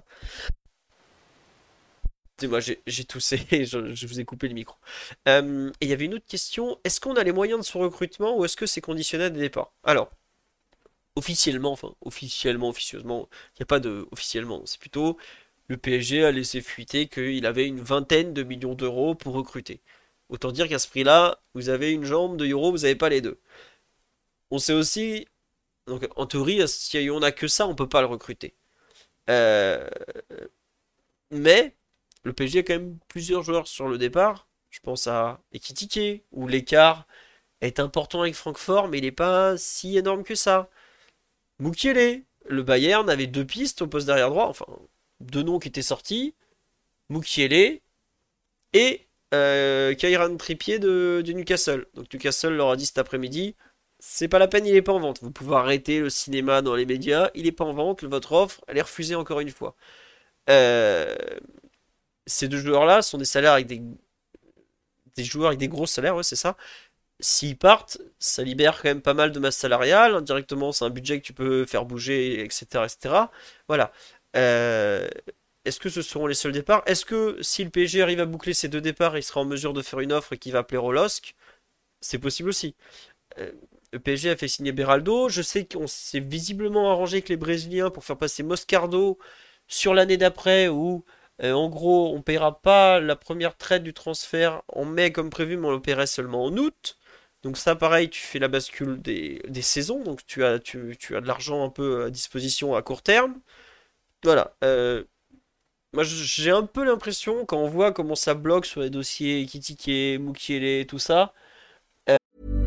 Moi, j'ai j'ai toussé, je, je vous ai coupé le micro. Euh, et il y avait une autre question. Est-ce qu'on a les moyens de son recrutement ou est-ce que c'est conditionnel des départs? Alors, officiellement, enfin, officiellement, officieusement, il n'y a pas de officiellement. C'est plutôt le P S G a laissé fuiter qu'il avait une vingtaine de millions d'euros pour recruter. Autant dire qu'à ce prix-là, vous avez une jambe de euro, vous n'avez pas les deux. On sait aussi, donc en théorie, si on a que ça, on peut pas le recruter. Euh, mais le P S G a quand même plusieurs joueurs sur le départ. Je pense à Ekitike, où l'écart est important avec Francfort, mais il n'est pas si énorme que ça. Mukiele, le Bayern avait deux pistes au poste d'arrière droit, enfin deux noms qui étaient sortis. Mukiele et euh, Kieran Trippier de, de Newcastle. Donc Newcastle leur a dit cet après-midi, c'est pas la peine, il est pas en vente. Vous pouvez arrêter le cinéma dans les médias, il est pas en vente, votre offre, elle est refusée encore une fois. Euh, ces deux joueurs-là sont des salaires avec des, des joueurs avec des gros salaires, ouais, c'est ça. S'ils partent, ça libère quand même pas mal de masse salariale. Indirectement, c'est un budget que tu peux faire bouger, et cetera, et cetera. Voilà. Euh, Est-ce que ce seront les seuls départs? Est-ce que si le P S G arrive à boucler ces deux départs, il sera en mesure de faire une offre qui va plaire au L O S C? C'est possible aussi. Euh, le P S G a fait signer Beraldo. Je sais qu'on s'est visiblement arrangé avec les Brésiliens pour faire passer Moscardo sur l'année d'après où, euh, en gros, on ne paiera pas la première traite du transfert en mai comme prévu, mais on le paierait seulement en août. Donc ça, pareil, tu fais la bascule des, des saisons, donc tu as, tu, tu as de l'argent un peu à disposition à court terme. Voilà. Euh, moi, j'ai un peu l'impression, quand on voit comment ça bloque sur les dossiers Kitike, Mukiele, tout ça. euh,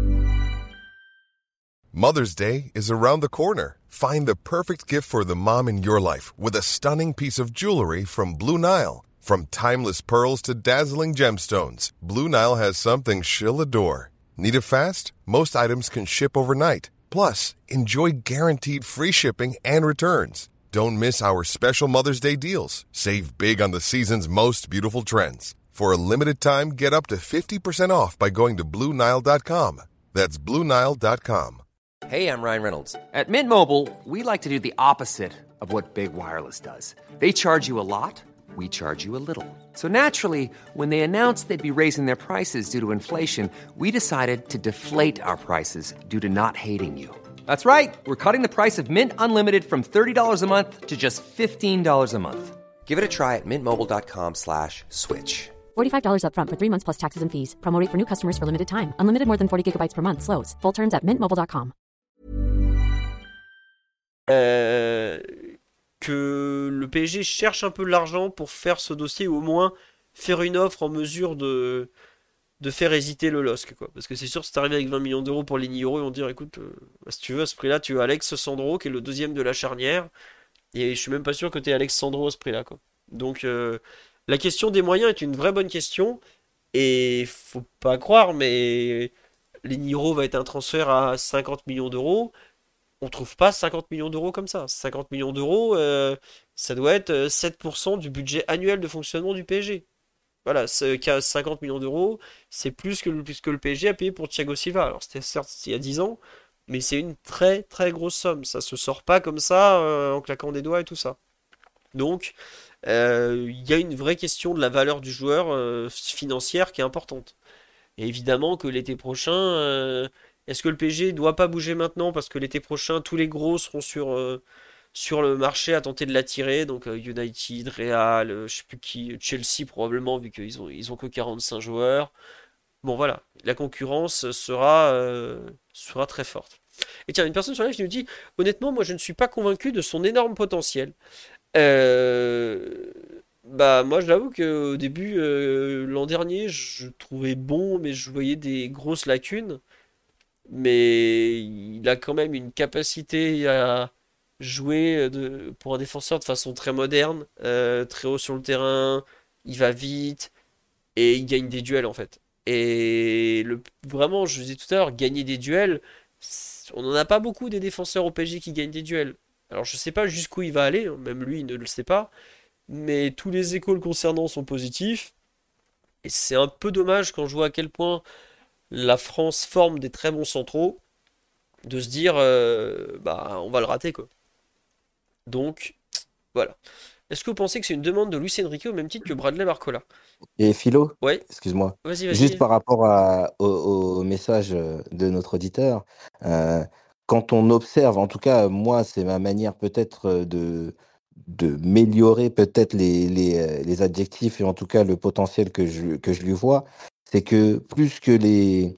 Mother's Day is around the corner. Find the perfect gift for the mom in your life with a stunning piece of jewelry from Blue Nile. From timeless pearls to dazzling gemstones, Blue Nile has something she'll adore. Need it fast? Most items can ship overnight. Plus, enjoy guaranteed free shipping and returns. Don't miss our special Mother's Day deals. Save big on the season's most beautiful trends. For a limited time, get up to fifty percent off by going to Blue Nile dot com. That's Blue Nile dot com. Hey, I'm Ryan Reynolds. At Mint Mobile, we like to do the opposite of what Big Wireless does. They charge you a lot, we charge you a little. So naturally, when they announced they'd be raising their prices due to inflation, we decided to deflate our prices due to not hating you. That's right. We're cutting the price of Mint Unlimited from thirty dollars a month to just fifteen dollars a month. Give it a try at mintmobile.com slash switch. forty-five dollars up front for three months plus taxes and fees. Promo rate for new customers for limited time. Unlimited more than forty gigabytes per month. Slows full terms at mint mobile dot com. Euh, que le P S G cherche un peu de l'argent pour faire ce dossier ou au moins faire une offre en mesure de, de faire hésiter le L O S C, quoi. Parce que c'est sûr, si t'arrives avec vingt millions d'euros pour Ligny Euro, ils vont dire écoute, euh, si tu veux à ce prix-là, tu as Alex Sandro qui est le deuxième de la charnière. Et je suis même pas sûr que tu es Alex Sandro à ce prix-là, quoi. Donc euh, la question des moyens est une vraie bonne question. Et faut pas croire, mais Ligny Euro va être un transfert à cinquante millions d'euros. On trouve pas cinquante millions d'euros comme ça. cinquante millions d'euros, euh, ça doit être euh, sept pour cent du budget annuel de fonctionnement du P S G. Voilà, c'est- qu'à cinquante millions d'euros, c'est plus que, le, plus que le P S G a payé pour Thiago Silva. Alors c'était certes il y a dix ans, mais c'est une très très grosse somme. Ça se sort pas comme ça euh, en claquant des doigts et tout ça. Donc, euh, il y a une vraie question de la valeur du joueur euh, financière qui est importante. Et évidemment que l'été prochain, euh, est-ce que le P S G doit pas bouger maintenant parce que l'été prochain, tous les gros seront sur, euh, sur le marché à tenter de l'attirer. Donc euh, United, Real, euh, je sais plus qui, Chelsea probablement vu qu'ils ont, ils ont que quarante-cinq joueurs. Bon voilà, la concurrence sera, euh, sera très forte. Et tiens, une personne sur live qui nous dit, honnêtement, moi je ne suis pas convaincu de son énorme potentiel. Euh, Bah moi j'avoue que au début euh, l'an dernier je le trouvais bon mais je voyais des grosses lacunes mais il a quand même une capacité à jouer de, pour un défenseur de façon très moderne, euh, très haut sur le terrain, il va vite et il gagne des duels en fait. Et le, vraiment, je vous disais tout à l'heure, gagner des duels, c'est- on n'en a pas beaucoup des défenseurs au P S G qui gagnent des duels. Alors je sais pas jusqu'où il va aller, hein, même lui il ne le sait pas, mais tous les échos le concernant sont positifs. Et c'est un peu dommage quand je vois à quel point la France forme des très bons centraux, de se dire, euh, bah, on va le rater, quoi. Donc, voilà. Est-ce que vous pensez que c'est une demande de Luis Enrique au même titre que Bradley Barcola? Et Philo, Ouais, excuse-moi, vas-y, juste vas-y. par rapport à- au, au message euh, de notre auditeur, euh, quand on observe, en tout cas, moi, c'est ma manière peut-être euh, de, de m'améliorer peut-être les, les, euh, les adjectifs et en tout cas le potentiel que je, que je lui vois, c'est que plus que les,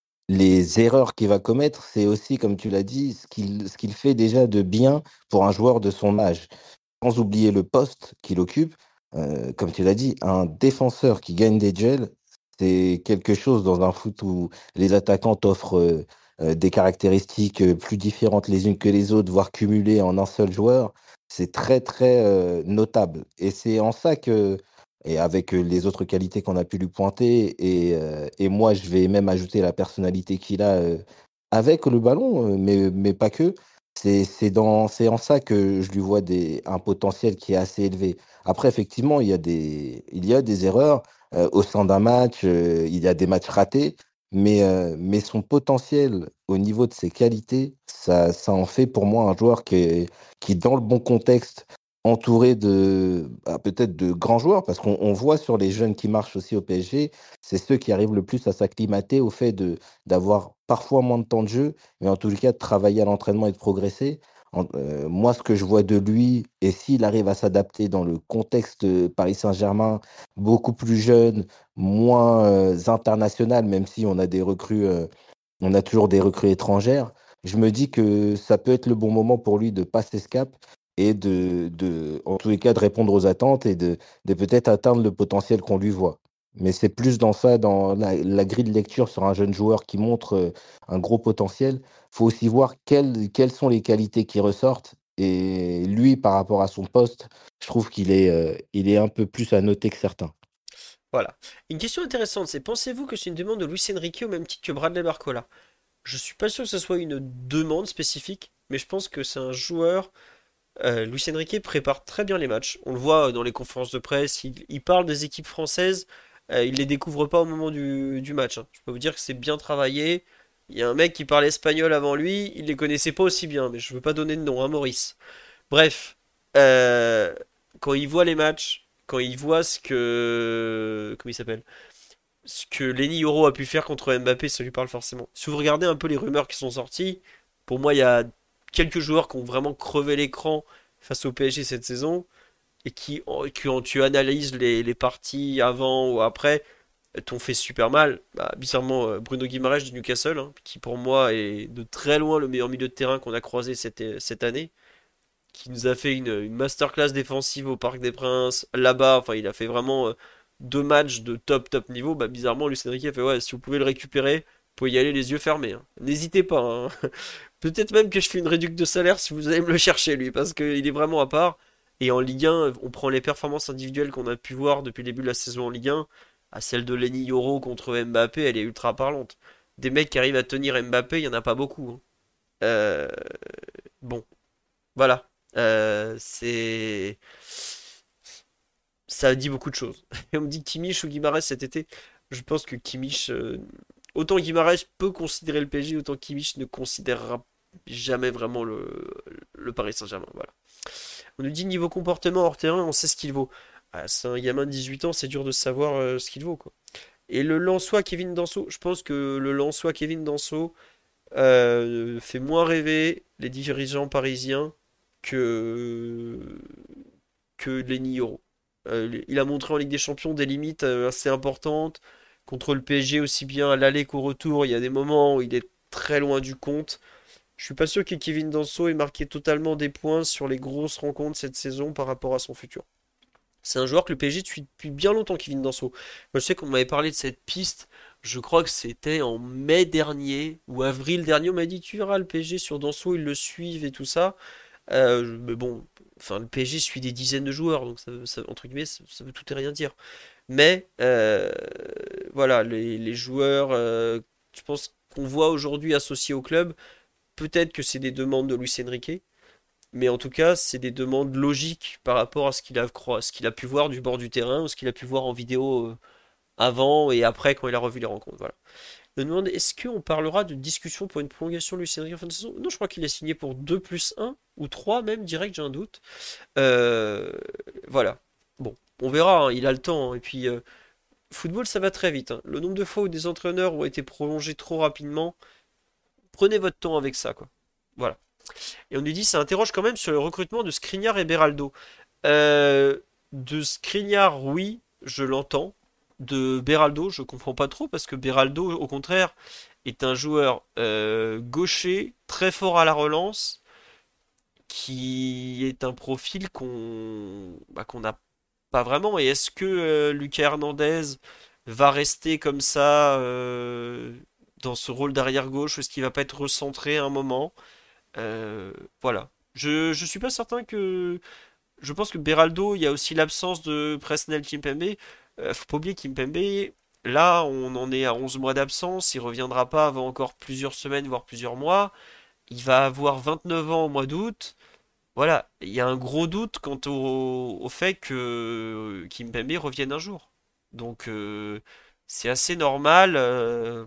les erreurs qu'il va commettre, c'est aussi, comme tu l'as dit, ce qu'il ce qu'il fait déjà de bien pour un joueur de son âge. Sans oublier le poste qu'il occupe, euh, comme tu l'as dit, un défenseur qui gagne des duels, c'est quelque chose dans un foot où les attaquants t'offrent euh, euh, des caractéristiques euh, plus différentes les unes que les autres, voire cumulées en un seul joueur. C'est très, très euh, notable. Et c'est en ça que, et avec euh, les autres qualités qu'on a pu lui pointer, et, euh, et moi, je vais même ajouter la personnalité qu'il a euh, avec le ballon, euh, mais, mais pas que. C'est c'est dans c'est en ça que je lui vois des un potentiel qui est assez élevé. Après, effectivement, il y a des il y a des erreurs, heu, au sein d'un match, heu, il y a des matchs ratés, mais heu, mais son potentiel au niveau de ses qualités, ça ça en fait pour moi un joueur qui est qui dans le bon contexte, entouré de, bah, peut-être de grands joueurs. Parce qu'on on voit sur les jeunes qui marchent aussi au P S G, c'est ceux qui arrivent le plus à s'acclimater au fait de d'avoir parfois moins de temps de jeu, mais en tous les cas, de travailler à l'entraînement et de progresser. En- euh, moi, ce que je vois de lui, et s'il arrive à s'adapter dans le contexte euh, Paris Saint-Germain, beaucoup plus jeune, moins euh, international, même si on a des recrues, euh, on a toujours des recrues étrangères, je me dis que ça peut être le bon moment pour lui de passer ce cap et de, de en tous les cas, de répondre aux attentes et de, de peut-être atteindre le potentiel qu'on lui voit. Mais c'est plus dans ça, dans la, la grille de lecture sur un jeune joueur qui montre euh, un gros potentiel. Il faut aussi voir quelles, quelles sont les qualités qui ressortent Et lui, par rapport à son poste, je trouve qu'il est, euh, il est un peu plus à noter que certains. Voilà. Une question intéressante, c'est pensez-vous que c'est une demande de Luis Enrique au même titre que Bradley Barcola? Je suis pas sûr que ce soit une demande spécifique, mais je pense que c'est un joueur. Euh, Luis Enrique prépare très bien les matchs. On le voit dans les conférences de presse, il, il parle des équipes françaises, euh, il les découvre pas au moment du, du match, hein. Je peux vous dire que c'est bien travaillé. Il y a un mec qui parlait espagnol avant lui, il les connaissait pas aussi bien, mais je veux pas donner de nom, hein, Maurice. Bref, euh, quand il voit les matchs, quand il voit ce que... Comment il s'appelle? Ce que Lenny Yoro a pu faire contre Mbappé, ça lui parle forcément. Si vous regardez un peu les rumeurs qui sont sorties, pour moi, il y a quelques joueurs qui ont vraiment crevé l'écran face au P S G cette saison et qui, qui quand tu analyses les, les parties avant ou après, t'ont fait super mal. Bah, bizarrement, euh, Bruno Guimaraes du Newcastle, hein, qui pour moi est de très loin le meilleur milieu de terrain qu'on a croisé cette, cette année, qui nous a fait une, une masterclass défensive au Parc des Princes, là-bas, enfin il a fait vraiment euh, deux matchs de top top niveau. Bah bizarrement, Luis Enrique a fait ouais, si vous pouvez le récupérer, vous pouvez y aller les yeux fermés, hein. N'hésitez pas, hein. Peut-être même que je fais une réduction de salaire si vous allez me le chercher lui, parce qu'il est vraiment à part. Et en Ligue un, on prend les performances individuelles qu'on a pu voir depuis le début de la saison en Ligue un, à celle de Lenny Yoro contre Mbappé, elle est ultra parlante. Des mecs qui arrivent à tenir Mbappé, il y en a pas beaucoup, hein. Euh, Bon, voilà. Euh, c'est... Ça dit beaucoup de choses. Et on me dit Kimmich ou Guimarães cet été. Je pense que Kimmich... euh, Autant Guimarães peut considérer le P S G, autant Kimmich ne considérera jamais vraiment le, le Paris Saint-Germain. Voilà. On nous dit niveau comportement hors terrain, on sait ce qu'il vaut. Ah, c'est un gamin de dix-huit ans, c'est dur de savoir euh, ce qu'il vaut, quoi. Et le Lensois Kevin Danso, je pense que le Lensois Kevin Danso euh, fait moins rêver les dirigeants parisiens que, que Lenny Yoro. Euh, il a montré en Ligue des Champions des limites euh, assez importantes. Contre le P S G, aussi bien à l'aller qu'au retour, il y a des moments où il est très loin du compte. Je suis pas sûr que Kevin Danso ait marqué totalement des points sur les grosses rencontres cette saison par rapport à son futur. C'est un joueur que le P S G suit depuis bien longtemps, Kevin Danso. Moi, je sais qu'on m'avait parlé de cette piste. Je crois que c'était en mai dernier ou avril dernier. On m'a dit tu verras le P S G sur Danso, ils le suivent et tout ça. Euh, mais bon, enfin, le P S G suit des dizaines de joueurs, donc ça, ça- entre guillemets, ça, ça veut tout et rien dire. Mais euh, voilà, les, les joueurs, euh, je pense qu'on voit aujourd'hui associés au club, peut-être que c'est des demandes de Luis Enrique, mais en tout cas, c'est des demandes logiques par rapport à ce qu'il a, croi- ce qu'il a pu voir du bord du terrain ou ce qu'il a pu voir en vidéo euh, avant et après quand il a revu les rencontres. Voilà. Je me demande, est-ce qu'on parlera de discussion pour une prolongation de Luis Enrique en fin de saison? Non, je crois qu'il est signé pour deux plus un ou trois même, direct, j'ai un doute. Euh, voilà. Bon, on verra, hein, il a le temps, hein. Et puis, euh, football, ça va très vite, hein. Le nombre de fois où des entraîneurs ont été prolongés trop rapidement, prenez votre temps avec ça, quoi. Voilà. Et on nous dit, ça interroge quand même sur le recrutement de Skriniar et Beraldo. Euh, de Skriniar, oui, je l'entends. De Beraldo, je comprends pas trop parce que Beraldo, au contraire, est un joueur euh, gaucher, très fort à la relance, qui est un profil qu'on bah, qu'on n'a pas vraiment. Et est-ce que euh, Lucas Hernandez va rester comme ça euh, dans ce rôle d'arrière gauche ou est-ce qu'il va pas être recentré à un moment? Euh, voilà. Je, je suis pas certain que. Je pense que Beraldo, il y a aussi l'absence de Presnel Kimpembe. Euh, faut pas oublier Kimpembe. Là, on en est à onze mois d'absence. Il reviendra pas avant encore plusieurs semaines, voire plusieurs mois. Il va avoir vingt-neuf ans au mois d'août. Voilà. Il y a un gros doute quant au, au fait que Kimpembe revienne un jour. Donc, euh, c'est assez normal euh,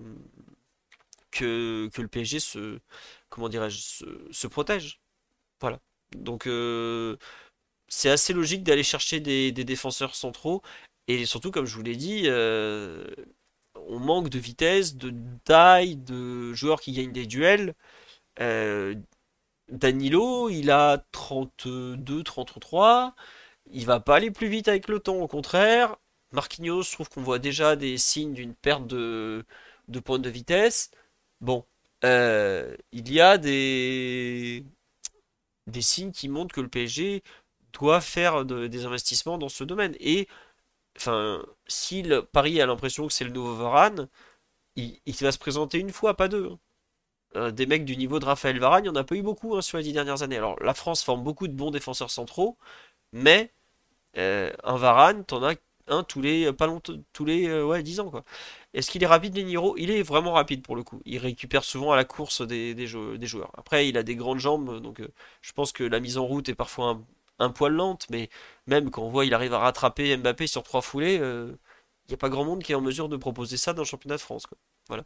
que, que le P S G se, comment dirais-je, se, se protège. Voilà. Donc euh, c'est assez logique d'aller chercher des, des défenseurs centraux. Et surtout, comme je vous l'ai dit, euh, on manque de vitesse, de taille, de joueurs qui gagnent des duels. Euh, Danilo, il a trente-deux, trente-trois. Il va pas aller plus vite avec le temps, au contraire. Marquinhos, je trouve qu'on voit déjà des signes d'une perte de, de pointe de vitesse. Bon, euh, il y a des, des signes qui montrent que le P S G doit faire de- des investissements dans ce domaine. Et enfin, si le Paris a l'impression que c'est le nouveau Varane, il, il va se présenter une fois, pas deux, hein. Euh, des mecs du niveau de Raphaël Varane, il n'y en a pas eu beaucoup hein, sur les dix dernières années. Alors la France forme beaucoup de bons défenseurs centraux, mais euh, un Varane, t'en as un tous les pas longtemps, tous les euh, ouais dix ans quoi. Est-ce qu'il est rapide, Leniro? Il est vraiment rapide pour le coup. Il récupère souvent à la course des, des, jou- des joueurs. Après, il a des grandes jambes, donc euh, je pense que la mise en route est parfois un, un poil lente, mais même quand on voit il arrive à rattraper Mbappé sur trois foulées, il n'y a pas grand monde qui est en mesure de proposer ça dans le championnat de France, quoi. Voilà.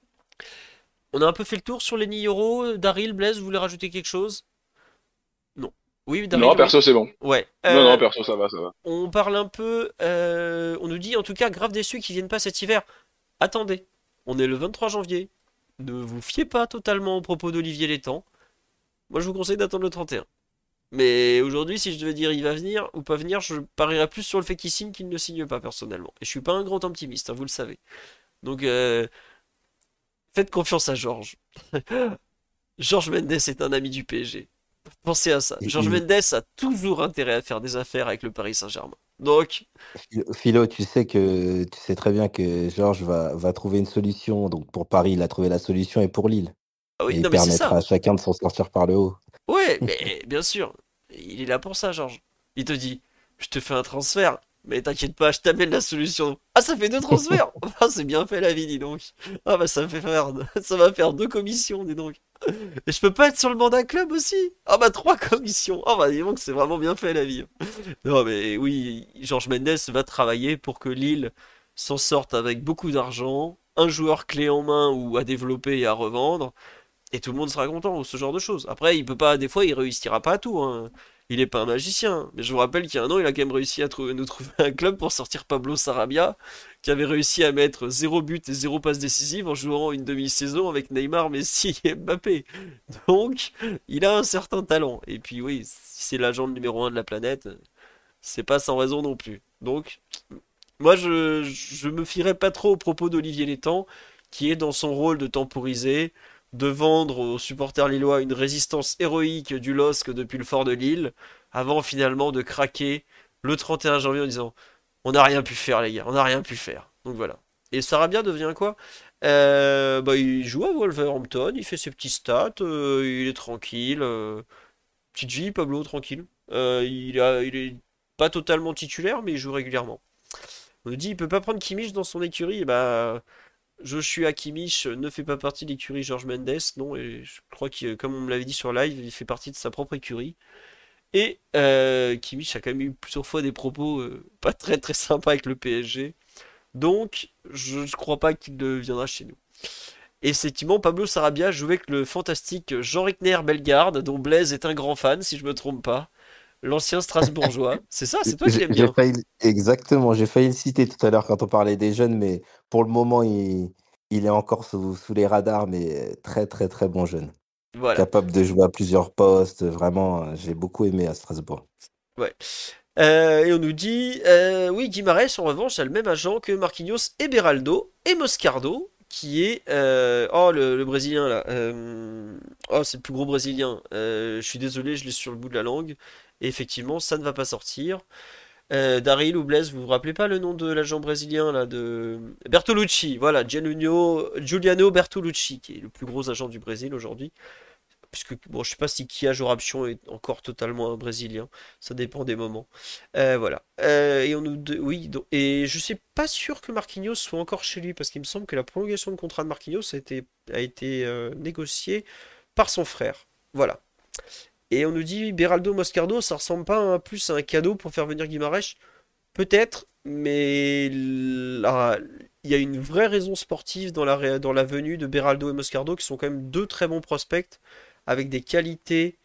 On a un peu fait le tour sur les Niro. Daryl, Blaise, vous voulez rajouter quelque chose? Non. Oui, Non, Daryl, oui. perso, c'est bon. Ouais. Non, non, Euh, perso, ça va, ça va. on parle un peu. Euh, on nous dit en tout cas grave déçu qu'ils viennent pas cet hiver. Attendez, on est le vingt-trois janvier. Ne vous fiez pas totalement aux propos d'Olivier Létang. Moi, je vous conseille d'attendre le trente et un. Mais aujourd'hui, si je devais dire il va venir ou pas venir, je parierais plus sur le fait qu'il signe qu'il ne signe pas personnellement. Et je suis pas un grand optimiste, hein, vous le savez. Donc, euh, faites confiance à Georges. Georges Mendes est un ami du P S G. Pensez à ça. Et- Georges et- Mendes a toujours intérêt à faire des affaires avec le Paris Saint-Germain. Donc, Philo, Philo, tu sais que tu sais très bien que Georges va, va trouver une solution. Donc pour Paris, il a trouvé la solution et pour Lille. ah oui, Et il non mais c'est permettra ça. à chacun de s'en sortir par le haut. Ouais, mais bien sûr. Il est là pour ça, Georges. Il te dit, je te fais un transfert. Mais t'inquiète pas, je t'amène la solution. Ah, ça fait deux transferts. Ah, c'est bien fait la vie, dis donc. Ah bah ça me fait faire, ça va faire deux commissions, dis donc. Et je peux pas être sur le mandat club aussi? Ah bah trois commissions. Ah bah dis donc, c'est vraiment bien fait la vie. Non mais oui, Georges Mendes va travailler pour que Lille s'en sorte avec beaucoup d'argent, un joueur clé en main ou à développer et à revendre, et tout le monde sera content, ou ce genre de choses. Après, il peut pas, des fois, il réussira pas à tout, hein. Il est pas un magicien. Mais je vous rappelle qu'il y a un an, il a quand même réussi à trou- nous trouver un club pour sortir Pablo Sarabia, qui avait réussi à mettre zéro but et zéro passe décisive en jouant une demi-saison avec Neymar, Messi et Mbappé. Donc, il a un certain talent. Et puis oui, si c'est l'agent numéro un de la planète, c'est pas sans raison non plus. Donc, moi, je, je me fierais pas trop aux propos d'Olivier Létang, qui est dans son rôle de temporiser, de vendre aux supporters lillois une résistance héroïque du LOSC depuis le fort de Lille, avant finalement de craquer le trente et un janvier en disant on n'a rien pu faire, les gars, on n'a rien pu faire. Donc voilà. Et Sarabia devient quoi? Euh, bah, il joue à Wolverhampton, il fait ses petits stats, euh, il est tranquille. euh, petite vie, Pablo, tranquille. Euh, il a, il est pas totalement titulaire, mais il joue régulièrement. On nous dit il peut pas prendre Kimmich dans son écurie. Et bah, Joshua Kimmich ne fait pas partie de l'écurie Georges Mendes, non. Et je crois que, comme on me l'avait dit sur live, il fait partie de sa propre écurie. Et euh, Kimmich a quand même eu plusieurs fois des propos euh, pas très très sympas avec le P S G. Donc, je ne crois pas qu'il ne viendra chez nous. Et effectivement, Pablo Sarabia jouait avec le fantastique Jean-Rickner Bellegarde, dont Blaise est un grand fan, si je me trompe pas. L'ancien Strasbourgeois. C'est ça, c'est toi qui J'ai l'aimes j'ai bien. failli, exactement, j'ai failli le citer tout à l'heure quand on parlait des jeunes, mais pour le moment, il, il est encore sous, sous les radars, mais très, très, très bon jeune. Voilà. Capable de jouer à plusieurs postes, vraiment, euh, j'ai beaucoup aimé à Strasbourg. Ouais. Euh, et on nous dit, euh, oui, Guimarães en revanche a le même agent que Marquinhos et Beraldo et Moscardo, qui est, euh, oh le, le Brésilien là, euh, oh c'est le plus gros Brésilien. Euh, je suis désolé, je l'ai sur le bout de la langue. Et effectivement, ça ne va pas sortir. Euh, Daryl ou Blaise, vous vous rappelez pas le nom de l'agent brésilien là de Bertolucci, voilà, Giuliano, Giuliano Bertolucci, qui est le plus gros agent du Brésil aujourd'hui. Puisque bon, je sais pas si Kia Jorapion est encore totalement un Brésilien, ça dépend des moments. Euh, voilà. Euh, et on nous, de- oui, donc- et je suis pas sûr que Marquinhos soit encore chez lui parce qu'il me semble que la prolongation de contrat de Marquinhos a été, a été euh, négociée par son frère. Voilà. Et on nous dit Beraldo Moscardo, ça ressemble pas un- plus à un cadeau pour faire venir Guimarães? Peut-être, mais là, il y a une vraie raison sportive dans la, ré- dans la venue de Beraldo et Moscardo, qui sont quand même deux très bons prospects, avec des qualités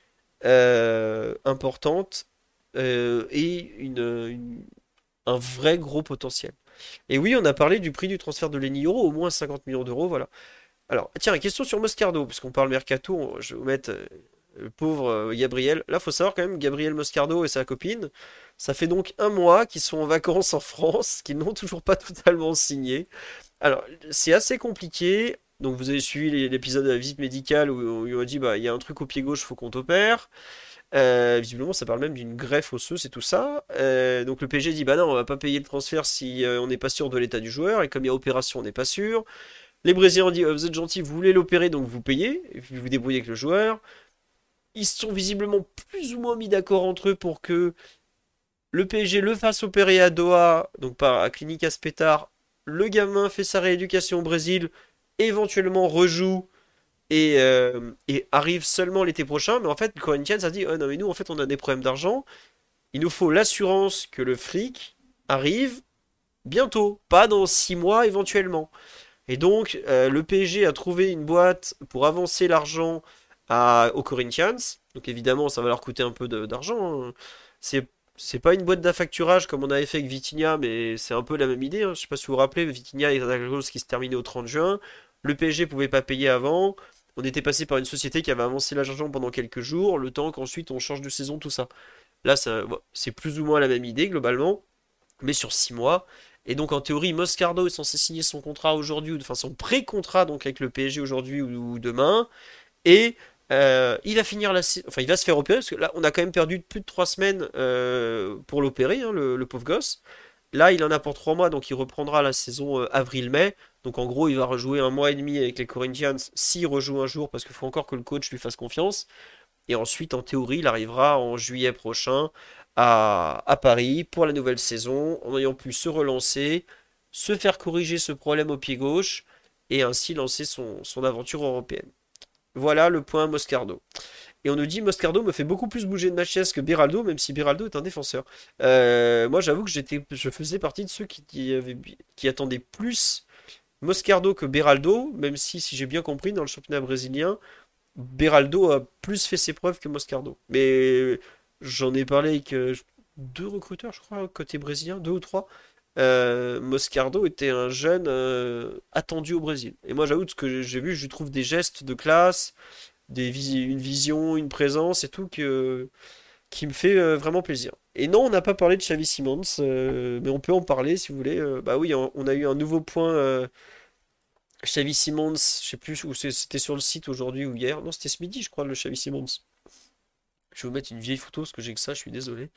euh, importantes euh, et une, une- un vrai gros potentiel. Et oui, on a parlé du prix du transfert de Lenny Yoro, au moins cinquante millions d'euros, voilà. Alors, tiens, une question sur Moscardo, parce qu'on parle mercato, on- je vais vous mettre euh, le pauvre euh, Gabriel. Là, faut savoir quand même, Gabriel Moscardo et sa copine, ça fait donc un mois qu'ils sont en vacances en France, qu'ils n'ont toujours pas totalement signé. Alors, c'est assez compliqué. Donc, vous avez suivi les- l'épisode de la visite médicale où, où on a dit, bah, il y a un truc au pied gauche, faut qu'on t'opère. Euh, visiblement, ça parle même d'une greffe osseuse et tout ça. Euh, donc, le P S G dit, bah non, on va pas payer le transfert si euh, on n'est pas sûr de l'état du joueur. Et comme il y a opération, on n'est pas sûr. Les Brésiliens ont dit euh, vous êtes gentils, vous voulez l'opérer, donc vous payez, et puis vous vous débrouillez avec le joueur. Ils se sont visiblement plus ou moins mis d'accord entre eux pour que le P S G le fasse opérer à Doha, donc par la clinique Aspetar. Le gamin fait sa rééducation au Brésil, éventuellement rejoue et, euh, et arrive seulement l'été prochain. Mais en fait, Corinthians a dit oh, non, mais nous, en fait, on a des problèmes d'argent. Il nous faut l'assurance que le fric arrive bientôt, pas dans six mois éventuellement. Et donc, euh, le P S G a trouvé une boîte pour avancer l'argent à, aux Corinthians. Donc évidemment, ça va leur coûter un peu de- d'argent, hein. C'est c'est pas une boîte d'affacturage comme on avait fait avec Vitinha, mais c'est un peu la même idée, hein. Je sais pas si vous vous rappelez, Vitinha est quelque chose qui se terminait au trente juin. Le P S G pouvait pas payer avant. On était passé par une société qui avait avancé l'argent pendant quelques jours, le temps qu'ensuite on change de saison, tout ça. Là, ça- bon, c'est plus ou moins la même idée globalement, mais sur six mois. Et donc en théorie, Moscardo est censé signer son contrat aujourd'hui, ou enfin son pré-contrat donc avec le P S G aujourd'hui ou, ou demain. Et euh, il va finir la, sa- enfin il va se faire opérer parce que là on a quand même perdu plus de trois semaines euh, pour l'opérer, hein, le, le pauvre gosse. Là il en a pour trois mois donc il reprendra la saison euh, avril-mai. Donc en gros il va rejouer un mois et demi avec les Corinthians s'il rejoue un jour parce qu'il faut encore que le coach lui fasse confiance. Et ensuite, en théorie, il arrivera en juillet prochain à, à Paris pour la nouvelle saison, en ayant pu se relancer, se faire corriger ce problème au pied gauche, et ainsi lancer son, son aventure européenne. Voilà le point Moscardo. Et on nous dit Moscardo me fait beaucoup plus bouger de ma chaise que Beraldo, même si Beraldo est un défenseur. Euh, moi, j'avoue que j'étais, je faisais partie de ceux qui, qui avaient- qui attendaient plus Moscardo que Beraldo, même si, si j'ai bien compris, dans le championnat brésilien, Beraldo a plus fait ses preuves que Moscardo. Mais j'en ai parlé avec euh, deux recruteurs, je crois, côté brésilien, deux ou trois. Euh, Moscardo était un jeune euh, attendu au Brésil. Et moi, j'avoue, ce que j'ai vu, je lui trouve des gestes de classe, des vis- une vision, une présence et tout que, qui me fait euh, vraiment plaisir. Et non, on n'a pas parlé de Xavi Simons, euh, mais on peut en parler si vous voulez. Euh, bah oui, on, on a eu un nouveau point. euh, Xavi Simons, je sais plus où c'est- c'était sur le site aujourd'hui ou hier. Non, c'était ce midi, je crois, le Xavi Simons. Je vais vous mettre une vieille photo parce que j'ai que ça, je suis désolé.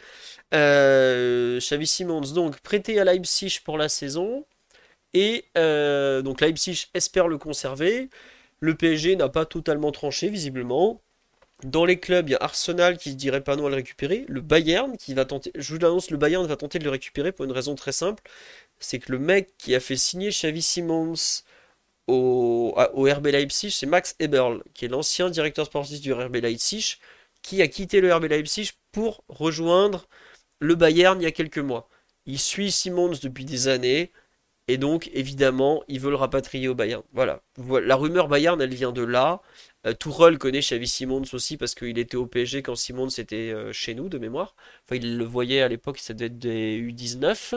Euh, Xavi Simons, donc prêté à Leipzig pour la saison. Et euh, donc Leipzig espère le conserver. Le P S G n'a pas totalement tranché, visiblement. Dans les clubs, il y a Arsenal qui ne dirait pas non à le récupérer. Le Bayern qui va tenter. Je vous l'annonce, le Bayern va tenter de le récupérer pour une raison très simple. C'est que le mec qui a fait signer Xavi Simons au, à- au R B Leipzig, c'est Max Eberl, qui est l'ancien directeur sportif du R B Leipzig, qui a quitté le R B Leipzig pour rejoindre le Bayern il y a quelques mois. Il suit Simons depuis des années, et donc évidemment, il veut le rapatrier au Bayern. Voilà. Voilà. La rumeur Bayern, elle vient de là. Euh, Tourelle connaît Xavi Simons aussi parce qu'il était au P S G quand Simons était euh, chez nous, de mémoire. Enfin, il le voyait à l'époque, ça devait être des U dix-neuf.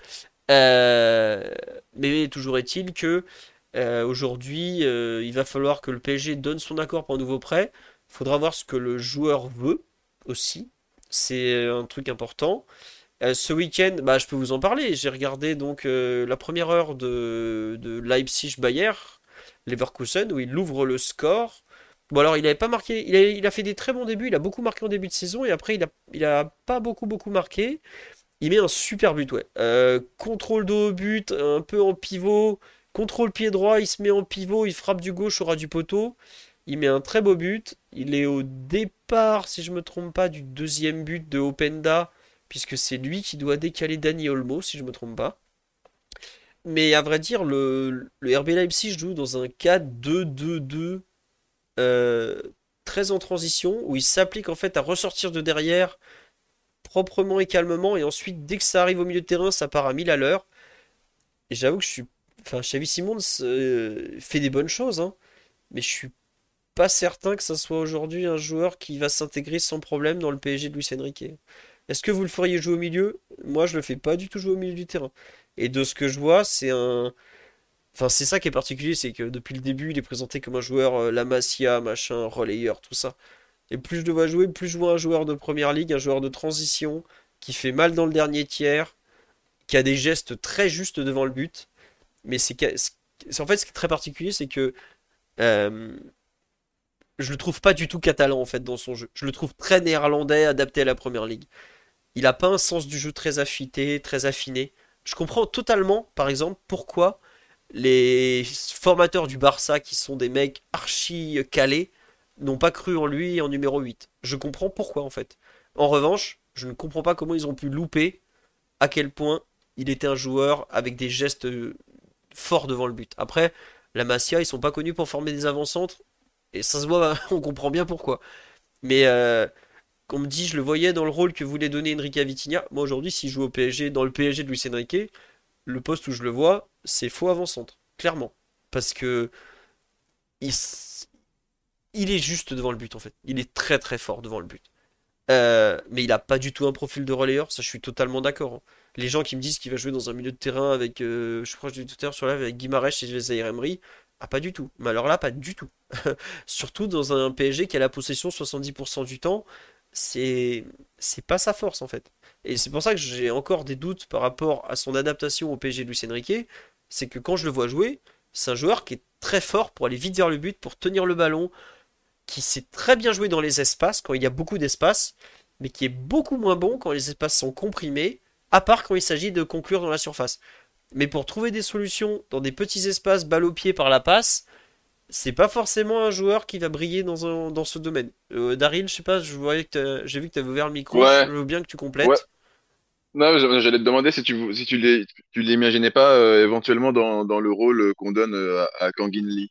Euh, mais toujours est-il que euh, aujourd'hui, euh, il va falloir que le P S G donne son accord pour un nouveau prêt. Il faudra voir ce que le joueur veut aussi. C'est un truc important. Euh, ce week-end, bah, je peux vous en parler. J'ai regardé donc euh, la première heure de, de Leipzig-Bayer, Leverkusen, où il ouvre le score. Bon alors, il avait pas marqué. Il a, il a fait des très bons débuts. Il a beaucoup marqué en début de saison et après, il a, il a pas beaucoup beaucoup marqué. Il met un super but, ouais. Euh, contrôle de haut but, un peu en pivot. Contrôle pied droit, il se met en pivot, il frappe du gauche au ras du poteau. Il met un très beau but. Il est au départ, si je me trompe pas, du deuxième but de Openda, puisque c'est lui qui doit décaler Dani Olmo, si je me trompe pas. Mais à vrai dire, le, le R B Leipzig joue dans un quatre deux deux deux euh, très en transition, où il s'applique en fait à ressortir de derrière proprement et calmement, et ensuite, dès que ça arrive au milieu de terrain, ça part à mille à l'heure. Et j'avoue que je suis. Enfin, Xavi Simons euh, fait des bonnes choses, hein, mais je suis pas certain que ça soit aujourd'hui un joueur qui va s'intégrer sans problème dans le P S G de Luis Enrique. Est-ce que vous le feriez jouer au milieu? Moi, je le fais pas du tout jouer au milieu du terrain. Et de ce que je vois, c'est un. Enfin, c'est ça qui est particulier, c'est que depuis le début, il est présenté comme un joueur euh, La Masia, machin, relayeur, tout ça. Et plus je le vois jouer, plus je vois un joueur de première ligue, un joueur de transition, qui fait mal dans le dernier tiers, qui a des gestes très justes devant le but. Mais c'est que- c'est- en fait ce qui est très particulier, c'est que euh, je le trouve pas du tout catalan en fait dans son jeu. Je le trouve très néerlandais, adapté à la première ligue. Il a pas un sens du jeu très affûté, très affiné. Je comprends totalement, par exemple, pourquoi les formateurs du Barça, qui sont des mecs archi calés, n'ont pas cru en lui en numéro huit. Je comprends pourquoi en fait. En revanche, je ne comprends pas comment ils ont pu louper à quel point il était un joueur avec des gestes euh, forts devant le but. Après, la Masia, ils sont pas connus pour former des avant-centres, et ça se voit, on comprend bien pourquoi. Mais euh, on me dit, je le voyais dans le rôle que voulait donner Enrique Vitinha. Moi aujourd'hui, s'il joue au P S G, dans le P S G de Luis Enrique, le poste où je le vois, c'est faux avant-centre, clairement. Parce que il, s- il est juste devant le but en fait. Il est très très fort devant le but. Euh, mais il a pas du tout un profil de relayeur, ça je suis totalement d'accord, hein. Les gens qui me disent qu'il va jouer dans un milieu de terrain avec, euh, je crois que je l'ai dit tout à l'heure sur live, avec Guimarães et Zaïre Emery, ah pas du tout. Mais alors là, pas du tout. Surtout dans un P S G qui a la possession soixante-dix pour cent du temps, c'est c'est pas sa force en fait. Et c'est pour ça que j'ai encore des doutes par rapport à son adaptation au P S G de Luis Enrique, c'est que quand je le vois jouer, c'est un joueur qui est très fort pour aller vite vers le but, pour tenir le ballon, qui sait très bien jouer dans les espaces quand il y a beaucoup d'espace, mais qui est beaucoup moins bon quand les espaces sont comprimés, à part quand il s'agit de conclure dans la surface. Mais pour trouver des solutions dans des petits espaces, balle au pied par la passe, c'est pas forcément un joueur qui va briller dans, un- dans ce domaine. Euh, Daryl, je sais pas, je voyais que t'as- j'ai vu que tu avais ouvert le micro, je Ouais, veux bien que tu ouais. complètes. Non, j'a- j'allais te demander si tu si tu l'es- tu l'imaginais pas euh, éventuellement dans, dans le rôle euh, qu'on donne euh, à, à Kang In Lee.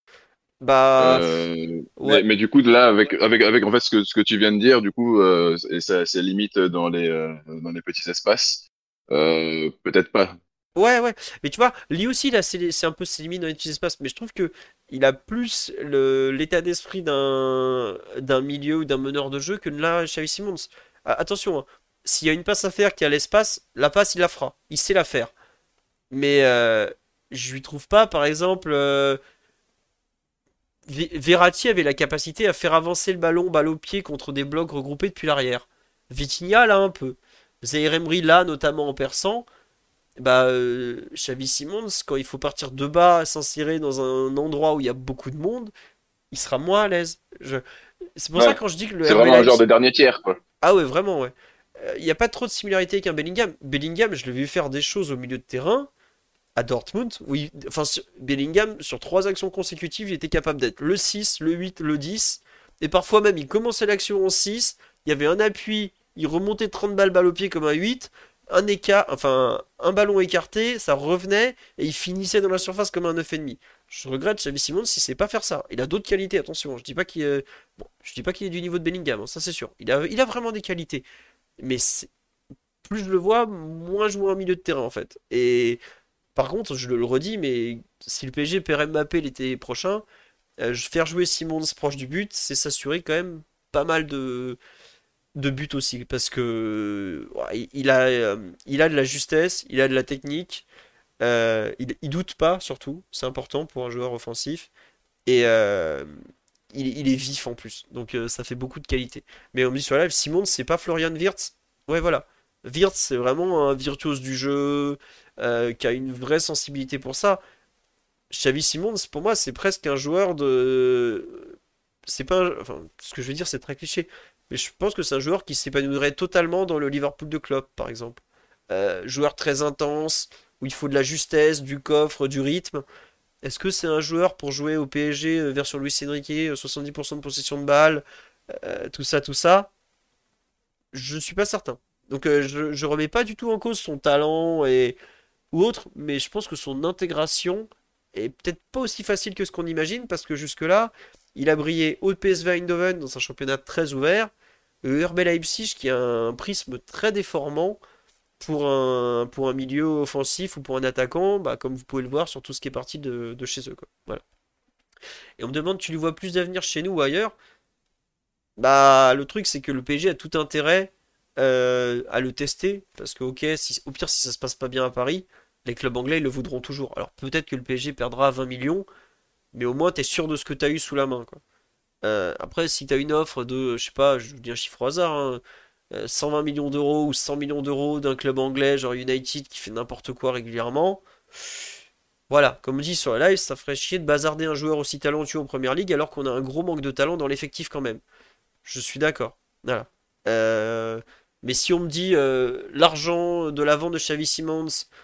Bah, pff, Euh, ouais, mais, mais du coup, de là, avec, avec, avec en fait ce que, ce que tu viens de dire, du coup, euh, et ça, c'est limite dans les, euh, dans les petits espaces. Euh, peut-être pas. ouais, ouais. Mais tu vois, lui aussi, là, c'est c'est un peu ses limites dans les petits espaces, mais je trouve que il a plus le, l'état d'esprit d'un d'un milieu ou d'un meneur de jeu que là, Xavi Simons. Ah, attention, hein, s'il y a une passe à faire qui a l'espace, la passe, il la fera. Il sait la faire. Mais euh, je lui trouve pas, par exemple, euh, Ve- Verratti avait la capacité à faire avancer le ballon balle au pied contre des blocs regroupés depuis l'arrière. Vitinha là un peu. Zaïre Emery là notamment en perçant. Bah euh, Xavi Simons quand il faut partir de bas s'insérer dans un endroit où il y a beaucoup de monde, il sera moins à l'aise. Je... C'est pour ça Ouais. que quand je dis que le C'est R B vraiment un genre de Leipzig... dernier tiers, quoi. Ah ouais vraiment ouais. Euh, Il n'y a pas trop de similarité avec un Bellingham. Bellingham je l'ai vu faire des choses au milieu de terrain à Dortmund, oui, enfin, sur- Bellingham, sur trois actions consécutives, il était capable d'être le six, le huit, le dix, et parfois même, il commençait l'action en six, il y avait un appui, il remontait trente balles balle au pied comme un huit, un écart, enfin, un ballon écarté, ça revenait, et il finissait dans la surface comme un neuf virgule cinq. Je regrette Xavi Simons s'il sait pas faire ça. Il a d'autres qualités, attention, je dis pas qu'il est... bon, je dis pas qu'il est du niveau de Bellingham, hein, ça c'est sûr. Il a, il a vraiment des qualités, mais c'est- plus je le vois, moins je vois un milieu de terrain en fait. Et par contre, je le redis, mais si le P S G perd Mbappé l'été prochain, euh, faire jouer Simons proche du but, c'est s'assurer quand même pas mal de, de buts aussi. Parce que ouais, il a, euh, il a de la justesse, il a de la technique, euh, il, il doute pas surtout, c'est important pour un joueur offensif. Et euh, il, il est vif en plus, donc euh, ça fait beaucoup de qualité. Mais on me dit sur la live, Simons, c'est pas Florian Wirtz. Ouais, voilà. Wirtz, c'est vraiment un virtuose du jeu, euh, qui a une vraie sensibilité pour ça. Xavi Simons, pour moi, c'est presque un joueur de. C'est pas. un- Enfin, ce que je veux dire, c'est très cliché. Mais je pense que c'est un joueur qui s'épanouirait totalement dans le Liverpool de Klopp, par exemple. Euh, joueur très intense, où il faut de la justesse, du coffre, du rythme. Est-ce que c'est un joueur pour jouer au P S G euh, version Luis Enrique, euh, soixante-dix pour cent de possession de balle, euh, tout ça, tout ça? Je suis pas certain. Donc euh, je, je remets pas du tout en cause son talent et ou autre, mais je pense que son intégration est peut-être pas aussi facile que ce qu'on imagine parce que jusque-là, il a brillé au P S V Eindhoven dans un championnat très ouvert, le R B Leipzig qui a un prisme très déformant pour un, pour un milieu offensif ou pour un attaquant, bah, comme vous pouvez le voir sur tout ce qui est parti de, de chez eux, quoi. Voilà. Et on me demande, tu lui vois plus d'avenir chez nous ou ailleurs? Bah, le truc, c'est que le P S G a tout intérêt euh, à le tester. Parce que, ok, si, au pire, si ça se passe pas bien à Paris, les clubs anglais, ils le voudront toujours. Alors, peut-être que le P S G perdra vingt millions, mais au moins, t'es sûr de ce que t'as eu sous la main, quoi. Euh, après, si t'as une offre de, je sais pas, je vous dis un chiffre au hasard, hein, euh, cent vingt millions d'euros ou cent millions d'euros d'un club anglais, genre United, qui fait n'importe quoi régulièrement, voilà, comme on dit sur la live, ça ferait chier de bazarder un joueur aussi talentueux en première ligue alors qu'on a un gros manque de talent dans l'effectif quand même. Je suis d'accord. Voilà. Euh, mais si on me dit euh, l'argent de la vente de Xavi Simons,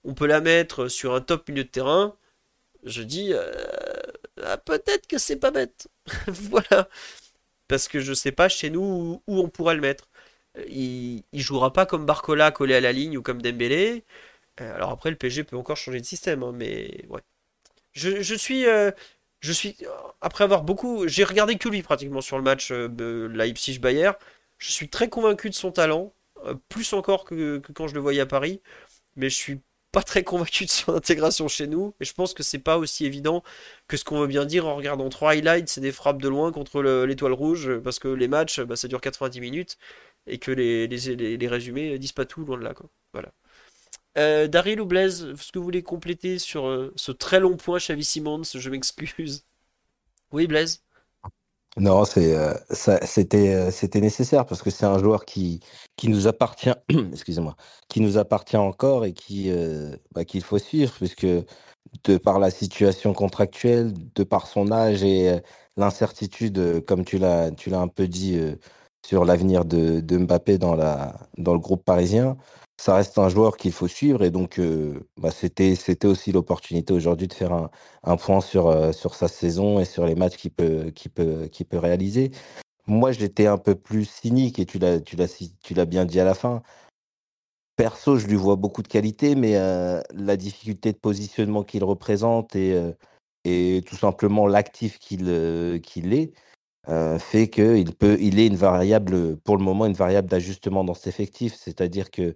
on peut la mettre sur un top milieu de terrain, je dis euh, ah, peut-être que c'est pas bête. Voilà. Parce que je sais pas chez nous où, où on pourra le mettre. Euh, Il, il jouera pas comme Barcola collé à la ligne ou comme Dembélé. Euh, alors après, le P S G peut encore changer de système, hein, mais ouais. Je, je suis, euh, je suis, après avoir beaucoup, j'ai regardé que lui pratiquement sur le match euh, de Leipzig-Bayer. Je suis très convaincu de son talent, euh, plus encore que, que quand je le voyais à Paris, mais je suis pas très convaincu de son intégration chez nous. Et je pense que c'est pas aussi évident que ce qu'on veut bien dire en regardant trois highlights, c'est des frappes de loin contre le- l'étoile rouge, parce que les matchs, bah, ça dure quatre-vingt-dix minutes et que les, les, les- les résumés disent pas tout loin de là, quoi. Voilà. Euh, Daryl ou Blaise, est-ce que vous voulez compléter sur euh, ce très long point Xavi Simons? Je m'excuse. Oui, Blaise? Non, c'est, euh, ça, c'était, euh, c'était nécessaire parce que c'est un joueur qui, qui nous appartient, excusez-moi, qui nous appartient encore et qui, euh, bah, qu'il faut suivre puisque de par la situation contractuelle, de par son âge et euh, l'incertitude, euh, comme tu l'as, tu l'as un peu dit, euh, sur l'avenir de, de Mbappé dans la, dans le groupe parisien, ça reste un joueur qu'il faut suivre et donc euh, bah, c'était, c'était aussi l'opportunité aujourd'hui de faire un, un point sur, euh, sur sa saison et sur les matchs qu'il peut, qu'il peut, qu'il peut réaliser. Moi, j'étais un peu plus cynique et tu l'as, tu l'as, si- tu l'as bien dit à la fin. Perso, je lui vois beaucoup de qualités, mais euh, la difficulté de positionnement qu'il représente et, euh, et tout simplement l'actif qu'il euh, qu'il est euh, fait qu'il peut, il est une variable, pour le moment, une variable d'ajustement dans cet effectif. C'est-à-dire que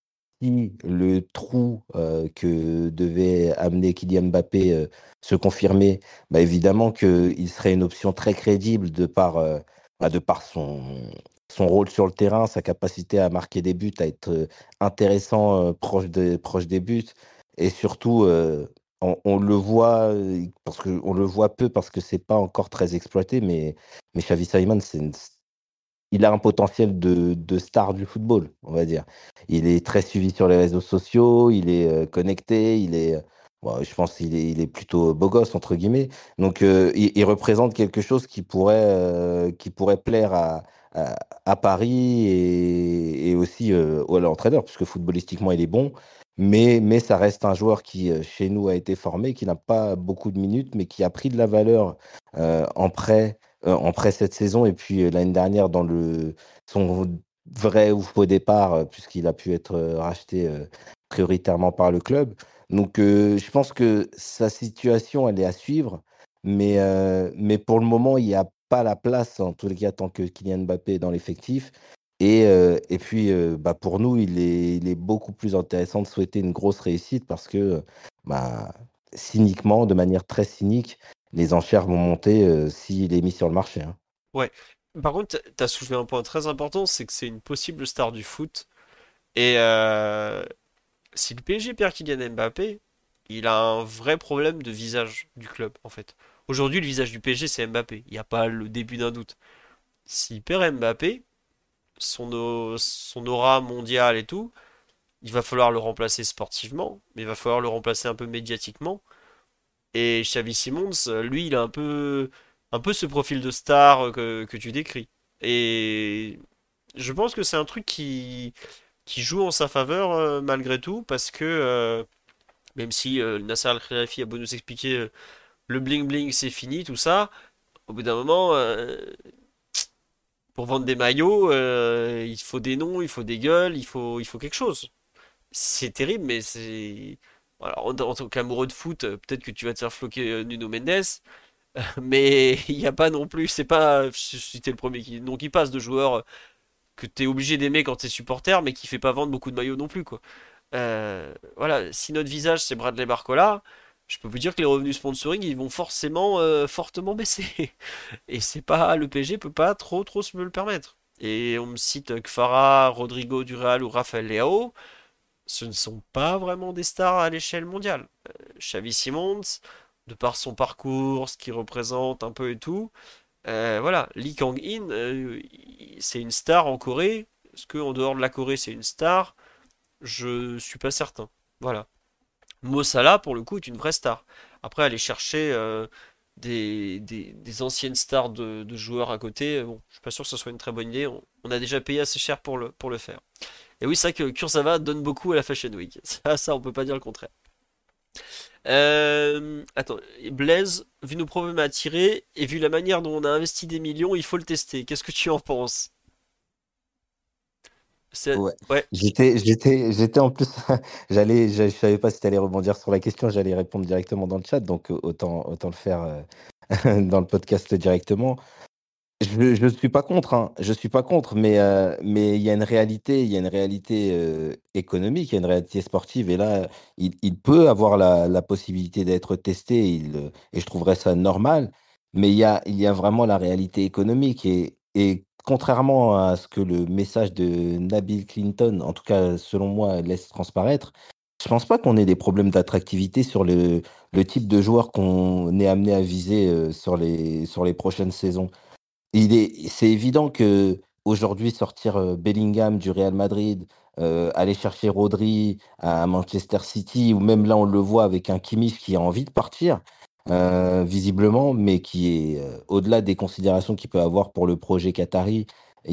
si le trou euh, que devait amener Kylian Mbappé euh, se confirmait, bah évidemment qu'il serait une option très crédible de par, euh, bah, de par son, son rôle sur le terrain, sa capacité à marquer des buts, à être euh, intéressant euh, proche, de, proche des buts. Et surtout, euh, on, on le voit, euh, parce que, on le voit peu parce que c'est pas encore très exploité, mais, mais Xavi Simons, c'est une il a un potentiel de, de star du football, on va dire. Il est très suivi sur les réseaux sociaux, il est euh, connecté, il est, euh, bon, je pense qu'il est, il est plutôt beau gosse, entre guillemets. Donc, euh, il, il représente quelque chose qui pourrait, euh, qui pourrait plaire à, à, à Paris et, et aussi euh, à l'entraîneur, puisque footballistiquement, il est bon. Mais, mais ça reste un joueur qui, euh, chez nous, a été formé, qui n'a pas beaucoup de minutes, mais qui a pris de la valeur euh, en prêt euh, en prêt cette saison et puis euh, l'année dernière dans le son vrai ou faux départ euh, puisqu'il a pu être euh, racheté euh, prioritairement par le club. Donc euh, je pense que sa situation elle est à suivre, mais euh, mais pour le moment il n'y a pas la place en tous les cas tant que Kylian Mbappé est dans l'effectif. Et, euh, et puis euh, bah, pour nous il est, il est beaucoup plus intéressant de souhaiter une grosse réussite parce que bah, cyniquement, de manière très cynique, les enchères vont monter euh, s'il est mis sur le marché, hein. Ouais. Par contre, t'as t'as soulevé un point très important, c'est que c'est une possible star du foot. Et euh, si le P S G perd Kylian Mbappé, il a un vrai problème de visage du club, en fait. Aujourd'hui, le visage du P S G, c'est Mbappé. Il n'y a pas le début d'un doute. S'il perd Mbappé, son, au- son aura mondiale et tout, il va falloir le remplacer sportivement, mais il va falloir le remplacer un peu médiatiquement. Et Xavi Simons, euh, lui, il a un peu, un peu ce profil de star euh, que, que tu décris. Et je pense que c'est un truc qui, qui joue en sa faveur euh, malgré tout, parce que euh, même si euh, Nasser Al-Khelaifi a beau nous expliquer euh, le bling bling c'est fini, tout ça, au bout d'un moment, euh, pour vendre des maillots, euh, il faut des noms, il faut des gueules, il faut, il faut quelque chose. C'est terrible, mais c'est. Alors, en, en tant qu'amoureux de foot, euh, peut-être que tu vas te faire floquer euh, Nuno Mendes, mais il n'y a pas non plus. C'est pas. Si t'es le premier qui, nom qui passe de joueur euh, que t'es obligé d'aimer quand t'es supporter, mais qui fait pas vendre beaucoup de maillots non plus, quoi. Euh, voilà, si notre visage c'est Bradley Barcola, je peux vous dire que les revenus sponsoring ils vont forcément euh, fortement baisser. Et c'est pas. Le P S G peut pas trop trop se me le permettre. Et on me cite Kfara, Rodrigo du Real ou Rafael Leao ce ne sont pas vraiment des stars à l'échelle mondiale. Euh, Xavi Simons, de par son parcours, ce qu'il représente un peu et tout, euh, voilà, Lee Kang-in, euh, c'est une star en Corée. Est-ce qu'en dehors de la Corée, c'est une star? Je suis pas certain. Voilà. Mo Salah, pour le coup, est une vraie star. Après, aller chercher euh, des, des- des anciennes stars de, de joueurs à côté, bon, je suis pas sûr que ce soit une très bonne idée. On, on a déjà payé assez cher pour le, pour le faire. Et oui, c'est vrai que Kurzawa donne beaucoup à la Fashion Week. Ça, ça, on peut pas dire le contraire. Euh, attends, Blaise, vu nos problèmes à tirer et vu la manière dont on a investi des millions, il faut le tester. Qu'est-ce que tu en penses? C'est... Ouais. Ouais, J'étais, j'étais, j'étais en plus, j'allais, je, je savais pas si tu allais rebondir sur la question, j'allais répondre directement dans le chat, donc euh, autant, autant le faire euh, dans le podcast directement. Je je suis pas contre, hein, je suis pas contre, mais heu, mais il y a une réalité il y a une réalité, heu, économique, il y a une réalité sportive et là, il il peut avoir la la possibilité d'être testé, il, heu et je trouverais ça normal, mais il y a il y a vraiment la réalité économique et et contrairement à ce que le message de Nabil Clinton, en tout cas selon moi, laisse transparaître, je pense pas qu'on ait des problèmes d'attractivité sur le le type de joueur qu'on est amené à viser, heu, sur les sur les prochaines saisons. Il est c'est évident qu'aujourd'hui sortir, heu, Bellingham du Real Madrid, heu, aller chercher Rodri à Manchester City ou même là on le voit avec un Kimmich qui a envie de partir, heu, visiblement, mais qui est, heu, au-delà des considérations qu'il peut avoir pour le projet qatari,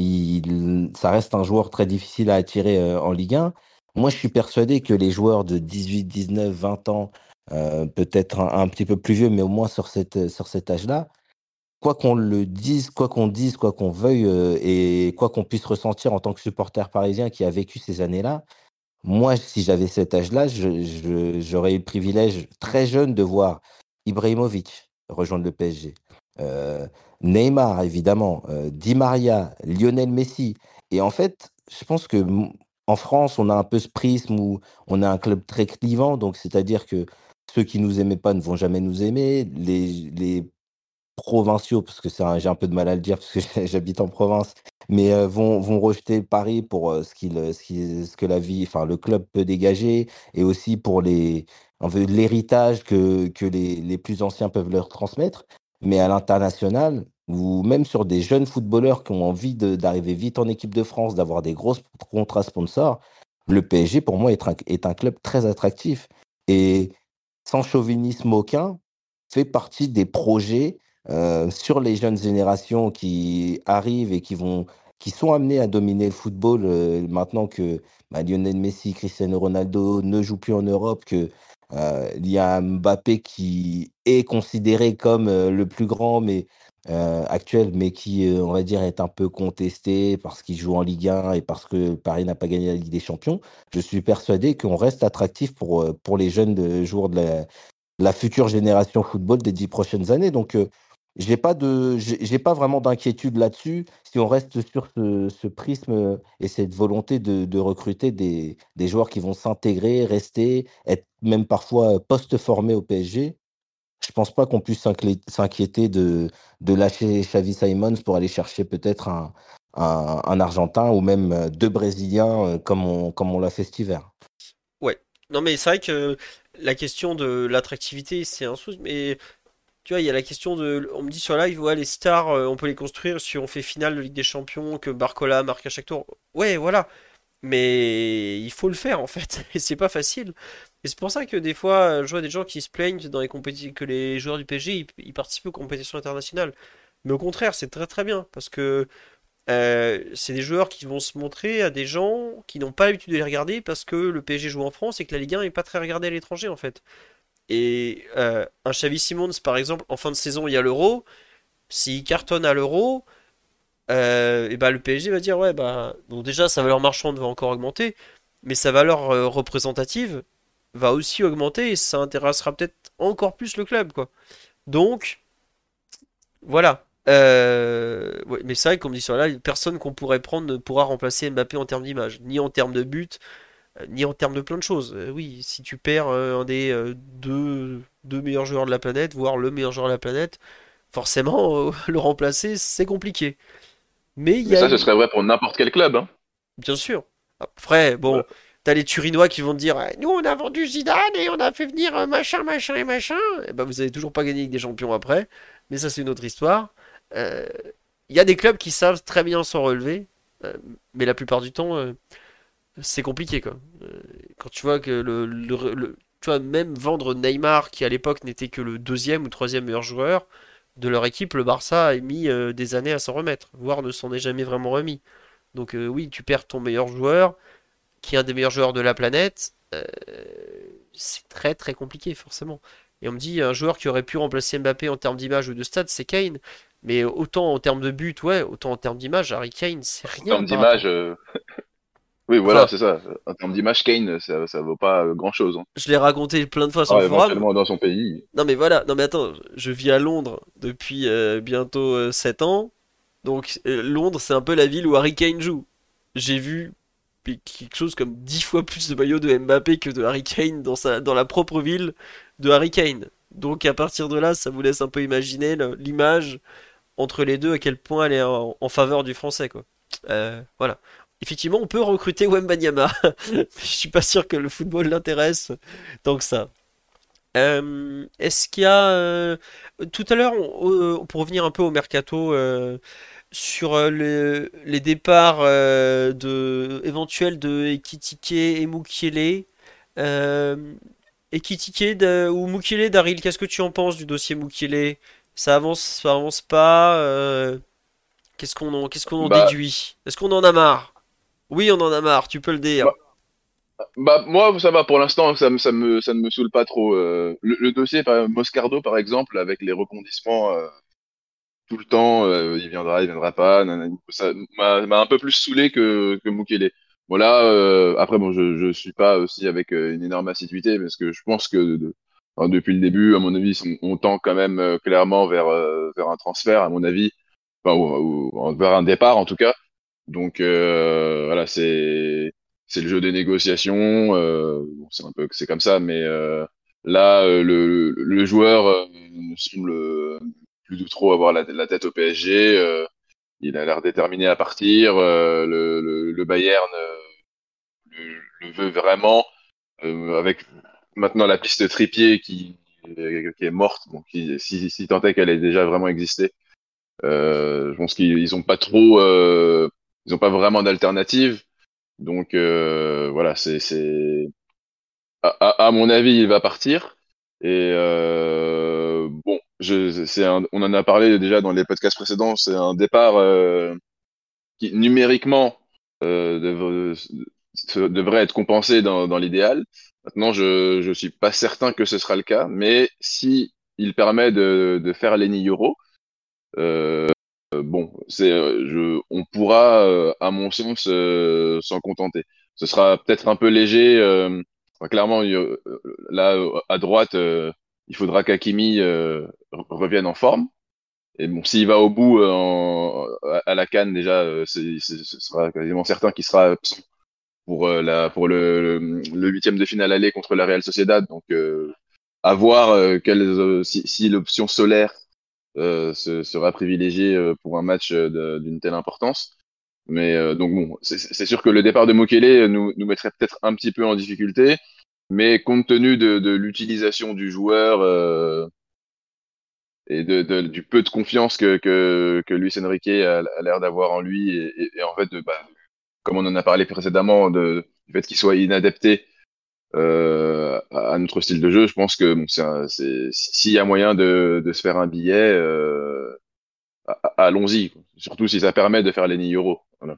il ça reste un joueur très difficile à attirer, heu, en Ligue un. Moi, je suis persuadé que les joueurs de dix-huit, dix-neuf, vingt ans, heu, peut-être un un petit peu plus vieux, mais au moins sur cet, sur cet âge-là, quoi qu'on le dise, quoi qu'on dise, quoi qu'on veuille, heu et quoi qu'on puisse ressentir en tant que supporter parisien qui a vécu ces années-là, moi, si j'avais cet âge-là, je je j'aurais eu le privilège très jeune de voir Ibrahimovic rejoindre le P S G, heu, Neymar évidemment, heu, Di Maria, Lionel Messi et en fait, je pense que, mmh, en France, on a un peu ce prisme où on a un club très clivant, donc c'est-à-dire que ceux qui nous aimaient pas ne vont jamais nous aimer, les les provinciaux, parce que c'est un j'ai un peu de mal à le dire parce que j'habite en province, mais heu, vont vont rejeter Paris pour, heu, ce qu'il, heu, ce qui ce que la vie enfin le club peut dégager et aussi pour les un peu l'héritage que que les les plus anciens peuvent leur transmettre. Mais à l'international ou même sur des jeunes footballeurs qui ont envie de d'arriver vite en équipe de France, d'avoir des grosses contrats sponsors, le P S G pour moi est un est un club très attractif et sans chauvinisme aucun, fait partie des projets, heu, sur les jeunes générations qui arrivent et qui vont qui sont amenés à dominer le football, heu, maintenant que, bah, Lionel Messi, Cristiano Ronaldo ne jouent plus en Europe, que, heu, il y a Mbappé qui est considéré comme, heu, le plus grand mais, heu, actuel, mais qui, heu, on va dire est un peu contesté parce qu'il joue en Ligue un et parce que Paris n'a pas gagné la Ligue des Champions. Je suis persuadé qu'on reste attractif pour, heu, pour les jeunes de joueurs de la la future génération football des dix prochaines années. Donc, heu, j'ai pas de j'ai j'ai pas vraiment d'inquiétude là-dessus. Si on reste sur ce ce prisme, heu, et cette volonté de de recruter des des joueurs qui vont s'intégrer, rester, être même parfois, heu, post-formés au P S G, je pense pas qu'on puisse s'inclé s'inquiéter de de lâcher Xavi Simons pour aller chercher peut-être un un un Argentin ou même, heu, deux Brésiliens, heu, comme on comme on l'a fait cet hiver. ouais. Non, mais c'est vrai que la question de l'attractivité, c'est un souci, mais tu vois, il y a la question de. On me dit sur live, ouais, les stars, euh, on peut les construire si on fait finale de Ligue des Champions, que Barcola marque à chaque tour. Ouais, voilà. Mais il faut le faire en fait, et c'est pas facile. Et c'est pour ça que des fois, je vois des gens qui se plaignent dans les compétitions que les joueurs du P S G ils, ils participent aux compétitions internationales. Mais au contraire, c'est très très bien parce que euh, c'est des joueurs qui vont se montrer à des gens qui n'ont pas l'habitude de les regarder parce que le P S G joue en France et que la Ligue un n'est pas très regardée à l'étranger en fait. Et euh, un Xavi Simons par exemple, en fin de saison, il y a l'Euro. S'il cartonne à l'Euro, euh, et bah, le P S G va dire ouais bah bon déjà sa valeur marchande va encore augmenter, mais sa valeur euh, représentative va aussi augmenter et ça intéressera peut-être encore plus le club quoi. Donc voilà. Euh, ouais, mais c'est vrai qu'on me dit sur là, personne qu'on pourrait prendre ne pourra remplacer Mbappé en termes d'image, ni en termes de but, euh, ni en termes de plein de choses. Euh, oui, si tu perds euh, un des euh, deux, deux meilleurs joueurs de la planète, voire le meilleur joueur de la planète, forcément euh, le remplacer c'est compliqué. Mais il y Mais a ça, ce une, serait vrai pour n'importe quel club, hein. bien sûr. Après, bon, Voilà. t'as les Turinois qui vont te dire eh, nous, on a vendu Zidane et on a fait venir euh, machin, machin et machin. Et ben, vous avez toujours pas gagné avec des champions après. Mais ça, c'est une autre histoire. Euh, Il y a des clubs qui savent très bien s'en relever. euh, mais la plupart du temps, euh, c'est compliqué, quoi. Euh, quand tu vois que le, le- le- tu vois, même vendre Neymar, qui à l'époque n'était que le deuxième ou troisième meilleur joueur de leur équipe, le Barça a mis euh, des années à s'en remettre, voire ne s'en est jamais vraiment remis. Donc euh, oui, tu perds ton meilleur joueur. qui est un des meilleurs joueurs de la planète, euh, c'est très très compliqué forcément. Et on me dit un joueur qui aurait pu remplacer Mbappé en termes d'image ou de stats, c'est Kane. Mais autant en termes de but, ouais, autant en termes d'image, Harry Kane, c'est En rien termes par d'image, rapport. euh, oui, voilà, Enfin, c'est ça. En termes d'image, Kane, ça, ça vaut pas grand-chose. Hein. je l'ai raconté plein de fois sur le Ah, forum. éventuellement dans son pays. Non mais voilà, non mais attends, je vis à Londres depuis euh, bientôt euh, sept ans. Donc euh, Londres, c'est un peu la ville où Harry Kane joue. J'ai vu puis quelque chose comme dix fois plus de maillots de Mbappé que de Harry Kane dans sa, dans la propre ville de Harry Kane. Donc à partir de là, ça vous laisse un peu imaginer le- l'image entre les deux, à quel point elle est en, en faveur du français, quoi. Euh, voilà. Effectivement, on peut recruter Wembanyama, mais je suis pas sûr que le football l'intéresse tant que ça. Euh, est-ce qu'il y a euh, tout à l'heure, on- on- pour revenir un peu au mercato, euh, sur euh, le- les départs euh, de éventuels de Ekitike et Mukiele, euh, Ekitike de- ou Mukiele, Daryl, qu'est-ce que tu en penses du dossier Mukiele? Ça avance, ça avance pas? euh, Qu'est-ce qu'on en, qu'est-ce qu'on en Bah, déduit? Est-ce qu'on en a marre? Oui, on en a marre, tu peux le dire. bah, bah, moi, ça va pour l'instant, ça, me- ça me, ça ne me saoule pas trop. euh. Le, le dossier, par Moscardo, par exemple, avec les rebondissements euh, tout le temps, euh, il viendra, il viendra pas, nanani, ça m'a m'a un peu plus saoulé que, que Mukele. Bon là, euh, après, bon, je, je suis pas aussi avec euh, une énorme assiduité, parce que je pense que de- enfin, depuis le début, à mon avis, on, on tend quand même euh, clairement vers, euh, vers un transfert, à mon avis, enfin, ou, ou- vers un départ en tout cas. Donc euh, voilà, c'est c'est le jeu des négociations. Euh, bon, c'est un peu c'est comme ça, mais euh, là euh, le, le joueur euh, semble euh, plus de trop avoir la, la tête au P S G. Euh, il a l'air déterminé à partir. Euh, le, le, le Bayern euh, le, le veut vraiment. Euh, avec maintenant la piste Trippier qui qui est morte. Bon, qui, si, si tant est qu'elle ait déjà vraiment existé. Euh, je pense qu'ils ils ont pas trop, euh, ils ont pas vraiment d'alternative. Donc euh, voilà, c'est, c'est, à, à, à mon avis, il va partir. Et euh, bon, je, c'est un, on en a parlé déjà dans les podcasts précédents. C'est un départ euh, qui numériquement euh, dev- se- devrait être compensé dans, dans l'idéal. Maintenant, je je suis pas certain que ce sera le cas, mais si il permet de, de faire l'Eni Euro, euh, bon, c'est, euh, je, on pourra, euh, à mon sens, euh, s'en contenter. Ce sera peut-être un peu léger. Euh, enfin, clairement, il y a- euh, là, euh, à droite, euh, il faudra qu'Hakimi euh, re- revienne en forme. Et bon, s'il va au bout euh, en- à, à la CAN, déjà, euh, c'est, c'est- ce sera quasiment certain qu'il sera absent pour euh, la pour le, le, le huitième de finale aller contre la Real Sociedad. Donc, euh, à voir euh, quelle, euh, si, si l'option solaire euh, se- sera privilégié euh, pour un match euh, de- d'une telle importance. Mais euh, donc bon, c'est c'est sûr que le départ de Mokele nous, nous mettrait peut-être un petit peu en difficulté, mais compte tenu de, de l'utilisation du joueur euh, et de, de- du peu de confiance que, que, que Luis Enrique a, a l'air d'avoir en lui, et, et- et en fait, de, bah, comme on en a parlé précédemment, de, du fait qu'il soit inadapté euh, à, à notre style de jeu, je pense que bon, c'est un- c'est- s'il y a moyen de, de se faire un billet, euh, a- a- allons-y, quoi. Surtout si ça permet de faire les nid euros. Voilà.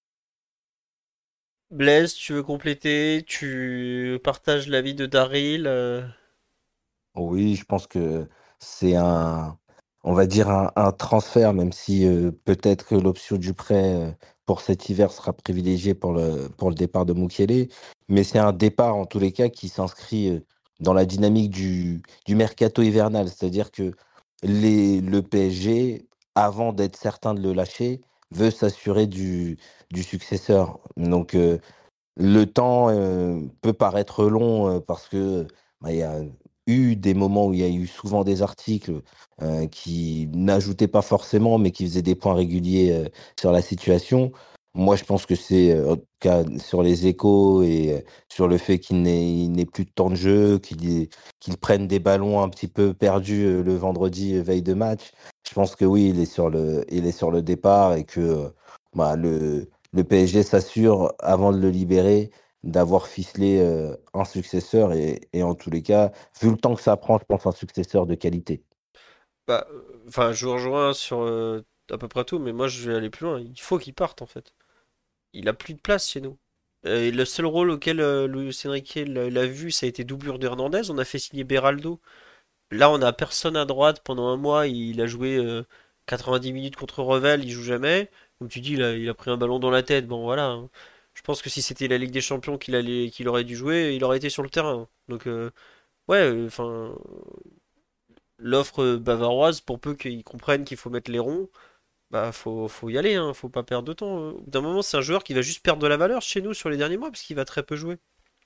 Blaise, tu veux compléter? Tu partages l'avis de Daryl? euh, Oui, je pense que c'est un, on va dire un, un transfert, même si euh, peut-être que l'option du prêt euh, pour cet hiver sera privilégiée pour le, pour le départ de Mukiele. Mais c'est un départ en tous les cas qui s'inscrit euh, dans la dynamique du, du mercato hivernal. C'est-à-dire que les, le P S G, avant d'être certain de le lâcher, veut s'assurer du, du successeur. Donc, euh, le temps, heu, peut paraître long, heu, parce que, bah, il y a eu des moments où il y a eu souvent des articles, heu, qui n'ajoutaient pas forcément, mais qui faisaient des points réguliers, heu, sur la situation. Moi, je pense que c'est, heu, en tout cas sur les échos et heu, sur le fait qu'il n'ait il n'ait plus de temps de jeu, qu'il ait qu'il prenne des ballons un petit peu perdus, heu, le vendredi, heu, veille de match. Je pense que oui, il est sur le il est sur le départ et que, heu, bah, le le P S G s'assure, avant de le libérer, d'avoir ficelé, heu, un successeur et et en tous les cas, vu le temps que ça prend, je pense un successeur de qualité. Bah, euh, enfin, je vous rejoins sur euh, à peu près tout, mais moi je vais aller plus loin. Il faut qu'il parte en fait. Il a plus de place chez nous. Euh, et le seul rôle auquel euh, Luis Enrique l'a l'a vu, ça a été doublure d'Hernandez. On a fait signer Beraldo. Là, on a personne à droite pendant un mois. Il a joué euh, quatre-vingt-dix minutes contre Revel, il joue jamais. Comme tu dis, il a, il a pris un ballon dans la tête. Bon, voilà, hein. Je pense que si c'était la Ligue des Champions qu'il allait, qu'il aurait dû jouer, il aurait été sur le terrain. Donc, euh, ouais, euh, enfin, l'offre euh, bavaroise, pour peu qu'ils comprennent qu'il faut mettre les ronds, bah, faut, faut y aller, hein. Faut pas perdre de temps. euh. Au bout d'un moment, c'est un joueur qui va juste perdre de la valeur chez nous sur les derniers mois, parce qu'il va très peu jouer.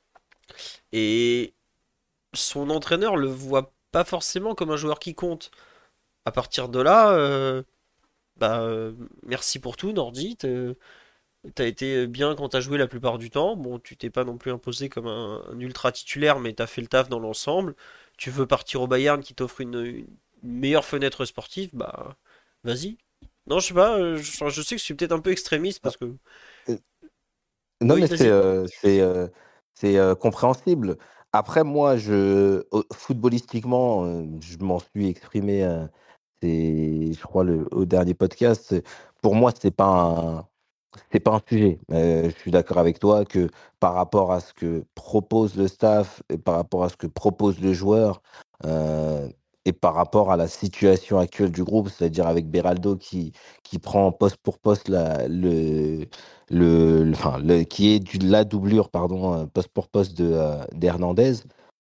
Et son entraîneur le voit pas forcément comme un joueur qui compte. À partir de là, euh, bah, euh, merci pour tout, Nordi. T'as t'as été bien quand t'as joué la plupart du temps. Bon, tu t'es pas non plus imposé comme un, un ultra titulaire, mais t'as fait le taf dans l'ensemble. Tu veux partir au Bayern qui t'offre une, une meilleure fenêtre sportive, bah, vas-y. Non, je sais pas, euh, je, enfin, je sais que je suis peut-être un peu extrémiste parce que. Euh, Non, Oui, mais c'est vas-y. euh, c'est euh, c'est euh, compréhensible. Après, moi, je au- footballistiquement, euh, je m'en suis exprimé. euh, c'est, je crois, le, au dernier podcast. Pour moi, c'est pas un, c'est pas un sujet. Euh, je suis d'accord avec toi que par rapport à ce que propose le staff et par rapport à ce que propose le joueur euh, et par rapport à la situation actuelle du groupe, c'est-à-dire avec Beraldo qui, qui prend poste pour poste la, le, le, le- enfin, le- qui est du, la doublure pardon, euh, poste pour poste de, euh, d'Hernandez,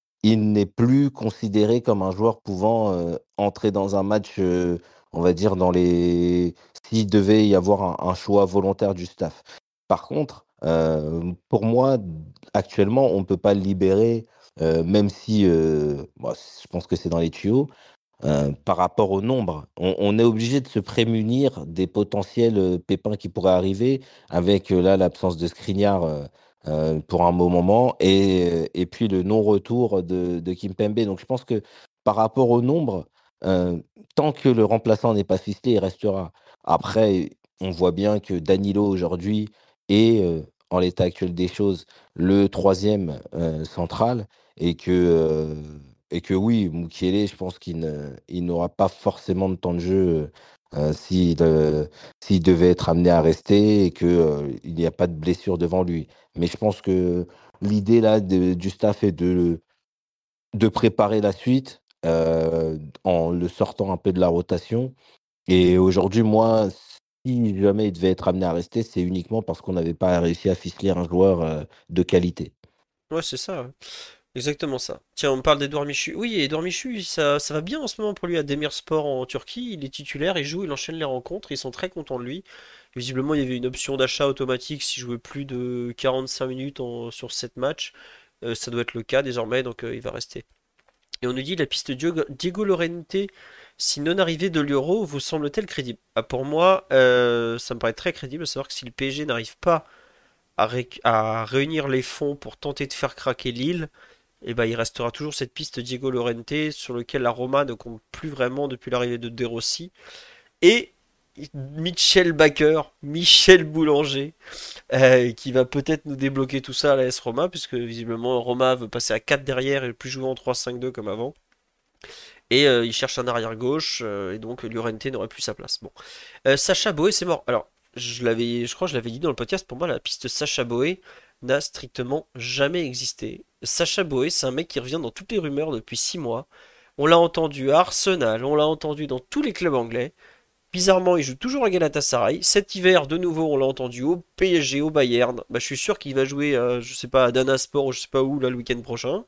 il n'est plus considéré comme un joueur pouvant euh, entrer dans un match, euh, on va dire, dans les... s'il devait y avoir un, un choix volontaire du staff. Par contre, euh, pour moi, actuellement, on ne peut pas le libérer, euh, même si euh, bon, je pense que c'est dans les tuyaux, euh, par rapport au nombre. On, on est obligé de se prémunir des potentiels euh, pépins qui pourraient arriver avec euh, là l'absence de Skriniar euh, euh, pour un bon moment et, euh, et puis le non-retour de, de Kimpembe. Donc je pense que par rapport au nombre, euh, tant que le remplaçant n'est pas ficelé, il restera. Après, on voit bien que Danilo aujourd'hui est, euh, en l'état actuel des choses, le troisième euh, central et que euh, et que oui, Mukiele, je pense qu'il ne, il n'aura pas forcément de temps de jeu euh, s'il euh, s'il devait être amené à rester et qu'il il n'y a pas de blessure devant lui. Mais je pense que l'idée là de- du staff est de, de préparer la suite euh, en le sortant un peu de la rotation. Et aujourd'hui, moi, si jamais il devait être amené à rester, c'est uniquement parce qu'on n'avait pas réussi à ficeler un joueur euh, de qualité. Ouais, c'est ça, ouais. Exactement ça. Tiens, on me parle d'Edouard Michu. Oui, Edouard Michu, ça, ça va bien en ce moment pour lui à Demirspor en Turquie. Il est titulaire, il joue, il enchaîne les rencontres. Ils sont très contents de lui. Visiblement, il y avait une option d'achat automatique s'il jouait plus de quarante-cinq minutes en- sur sept matchs. Euh, ça doit être le cas désormais, donc euh, il va rester. Et on nous dit la piste Diego, Diego Llorente, si non arrivée de l'Euro, vous semble-t-elle crédible? Ah, pour moi, euh, ça me paraît très crédible de savoir que si le P S G n'arrive pas à, ré- à réunir les fonds pour tenter de faire craquer Lille, et ben, il restera toujours cette piste Diego Llorente sur lequel la Roma ne compte plus vraiment depuis l'arrivée de De Rossi. Et Michel Baker, Michel Boulanger, euh, qui va peut-être nous débloquer tout ça à la S Roma, puisque visiblement Roma veut passer à quatre derrière et plus jouer en trois cinq deux comme avant. Et euh, il cherche un arrière gauche, euh, et donc Llorente n'aurait plus sa place. Bon. Euh, Sacha Boé, c'est mort. Alors, je l'avais, je crois que je l'avais dit dans le podcast, pour moi, la piste Sacha Boé n'a strictement jamais existé. Sacha Boé, c'est un mec qui revient dans toutes les rumeurs depuis six mois. On l'a entendu à Arsenal, on l'a entendu dans tous les clubs anglais. Bizarrement, il joue toujours à Galatasaray. Cet hiver, de nouveau, on l'a entendu au P S G, au Bayern. Bah, je suis sûr qu'il va jouer, euh, je sais pas, à Danasport ou je sais pas où, là, le week-end prochain.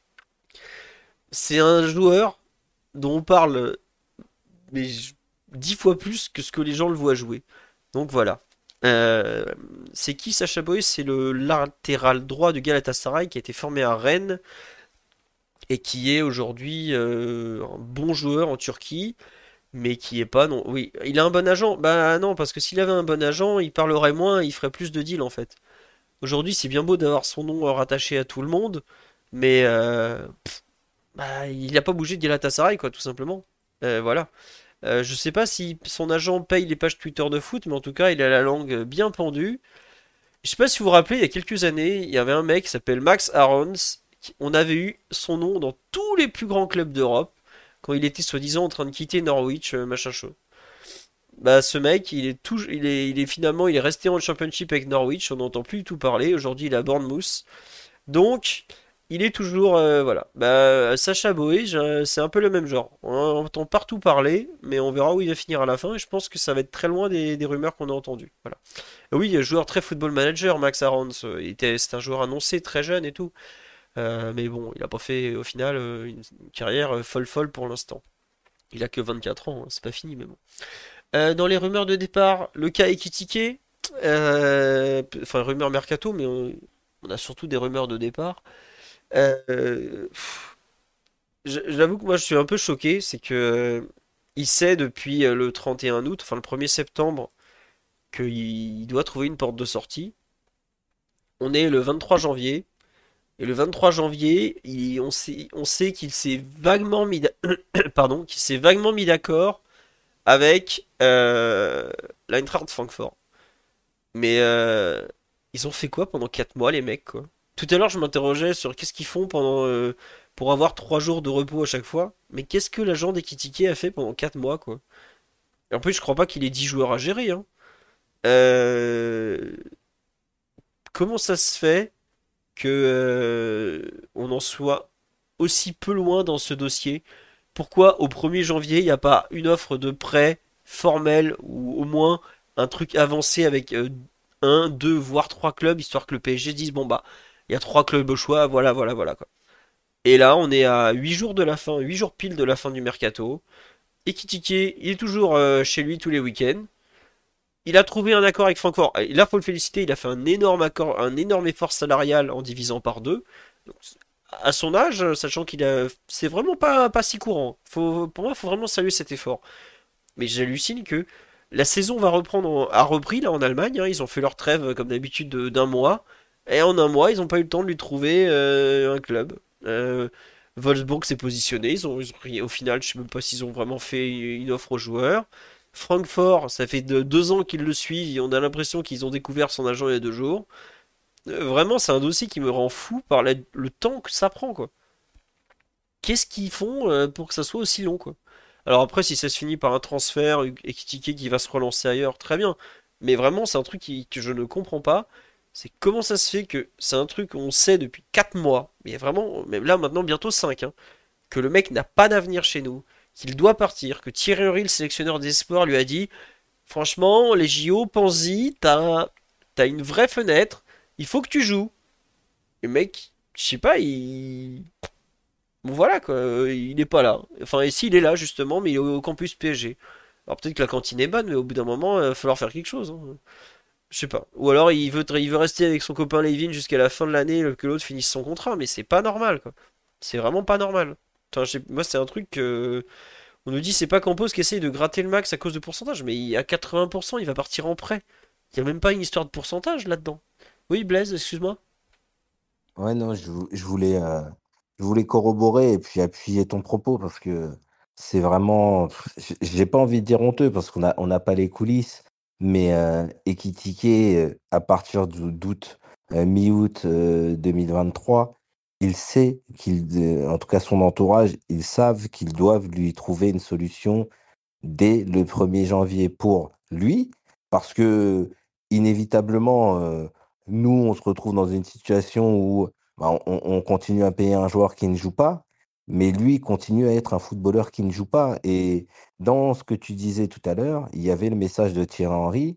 C'est un joueur dont on parle mais dix fois plus que ce que les gens le voient jouer. Donc voilà. Euh, c'est qui Sacha Boey? C'est le latéral droit du Galatasaray qui a été formé à Rennes et qui est aujourd'hui euh, un bon joueur en Turquie, mais qui est pas non. Oui, il a un bon agent. Bah non, parce que s'il avait un bon agent, il parlerait moins, il ferait plus de deals en fait. Aujourd'hui, c'est bien beau d'avoir son nom rattaché à tout le monde, mais euh, bah, il n'a pas bougé de Galatasaray quoi, tout simplement. Euh, voilà. Euh, je sais pas si son agent paye les pages Twitter de foot, mais en tout cas, il a la langue bien pendue. Je sais pas si vous vous rappelez, il y a quelques années, il y avait un mec qui s'appelle Max Aarons. qui- On avait eu son nom dans tous les plus grands clubs d'Europe quand il était soi-disant en train de quitter Norwich, euh, machin chaud. Bah, ce mec, il est tout, il est, il est finalement, il est resté en Championship avec Norwich, on n'entend plus du tout parler. Aujourd'hui, il est à Bournemouth. Donc, il est toujours, euh, voilà. Bah, Sacha Boey, j'ai- c'est un peu le même genre. On entend partout parler, mais on verra où il va finir à la fin. Et je pense que ça va être très loin des, des rumeurs qu'on a entendues. Voilà. Oui, joueur très football manager, Max Aarons. euh, Il était, c'est un joueur annoncé très jeune et tout. Euh, mais bon, il a pas fait au final euh, une, une carrière euh, folle folle pour l'instant. Il a que vingt-quatre ans, hein, c'est pas fini, mais bon. Euh, dans les rumeurs de départ, le cas Ekitike. Euh, enfin, rumeurs mercato, mais on, on a surtout des rumeurs de départ. Euh, pff, j- J'avoue que moi je suis un peu choqué, c'est que euh, il sait depuis euh, le trente et un août, enfin le premier septembre, qu'il il doit trouver une porte de sortie. On est le vingt-trois janvier, et le vingt-trois janvier, il- on sait, on sait qu'il s'est vaguement mis, d'a- pardon, qu'il s'est vaguement mis d'accord avec euh, l'Eintracht Francfort. Mais euh, ils ont fait quoi pendant quatre mois, les mecs, quoi? Tout à l'heure, je m'interrogeais sur qu'est-ce qu'ils font pendant euh, pour avoir trois jours de repos à chaque fois. Mais qu'est-ce que l'agent d'Ekitike a fait pendant quatre mois, quoi? Et en plus, je crois pas qu'il ait dix joueurs à gérer, hein. Euh, Comment ça se fait que euh, on en soit aussi peu loin dans ce dossier? Pourquoi au premier janvier, il n'y a pas une offre de prêt formelle ou au moins un truc avancé avec euh, un, deux, voire trois clubs, histoire que le P S G dise bon bah, il y a trois clubs au choix, voilà, voilà, voilà quoi. Et là, on est à huit jours de la fin, huit jours pile de la fin du mercato. Ekitike, il est toujours euh, chez lui tous les week-ends. Il a trouvé un accord avec Francfort. Et là, faut le féliciter, il a fait un énorme accord, un énorme effort salarial en divisant par deux. Donc, à son âge, sachant qu'il a, c'est vraiment pas, pas si courant. Faut, pour moi, il faut vraiment saluer cet effort. Mais j'hallucine que la saison va reprendre, en- a repris là en Allemagne, hein. Ils ont fait leur trêve comme d'habitude de- d'un mois. Et en un mois, ils n'ont pas eu le temps de lui trouver euh, un club. Euh, Wolfsburg s'est positionné. Ils ont, ils ont pris- au final, je sais même pas s'ils ont vraiment fait une offre aux joueurs. Francfort, ça fait de- deux ans qu'ils le suivent. Et on a l'impression qu'ils ont découvert son agent il y a deux jours. Euh, vraiment, c'est un dossier qui me rend fou par la- le temps que ça prend, quoi. Qu'est-ce qu'ils font euh, pour que ça soit aussi long, quoi? Alors après, si ça se finit par un transfert et Ekitike qui va se relancer ailleurs, très bien. Mais vraiment, c'est un truc qui- que je ne comprends pas. C'est comment ça se fait que c'est un truc qu'on sait depuis quatre mois, mais vraiment, même là maintenant bientôt cinq, que le mec n'a pas d'avenir chez nous, qu'il doit partir, que Thierry Henry, le sélectionneur des espoirs, lui a dit, franchement, les J O, pense-y, t'as, t'as une vraie fenêtre, il faut que tu joues. Le mec, je sais pas, il... Bon voilà quoi, euh, il est pas là. Enfin, et s'il est là justement, mais il est au campus P S G. Alors peut-être que la cantine est bonne, mais au bout d'un moment, il va falloir faire quelque chose, hein. Je sais pas. Ou alors il veut, il veut rester avec son copain Levin jusqu'à la fin de l'année, que l'autre finisse son contrat, mais c'est pas normal quoi. C'est vraiment pas normal. Enfin, je sais- moi c'est un truc que... On nous dit c'est pas Campos qui essaye de gratter le max à cause de pourcentage, mais il- à quatre-vingts pour cent il va partir en prêt. Il y a même pas une histoire de pourcentage là-dedans. Oui Blaise, excuse-moi. Ouais, non, je, vou- je voulais, euh, je voulais corroborer et puis appuyer ton propos parce que c'est vraiment, pff, j- j'ai pas envie de dire honteux parce qu'on a, on n'a pas les coulisses, mais euh, Ekitike, euh, à partir du- d'août, euh, mi-août euh, deux mille vingt-trois, il sait qu'il, euh, en tout cas son entourage, ils savent qu'ils doivent lui trouver une solution dès le premier janvier pour lui, parce que inévitablement, euh, nous, on se retrouve dans une situation où bah, on, on continue à payer un joueur qui ne joue pas, mais lui continue à être un footballeur qui ne joue pas. Et dans ce que tu disais tout à l'heure, il y avait le message de Thierry Henry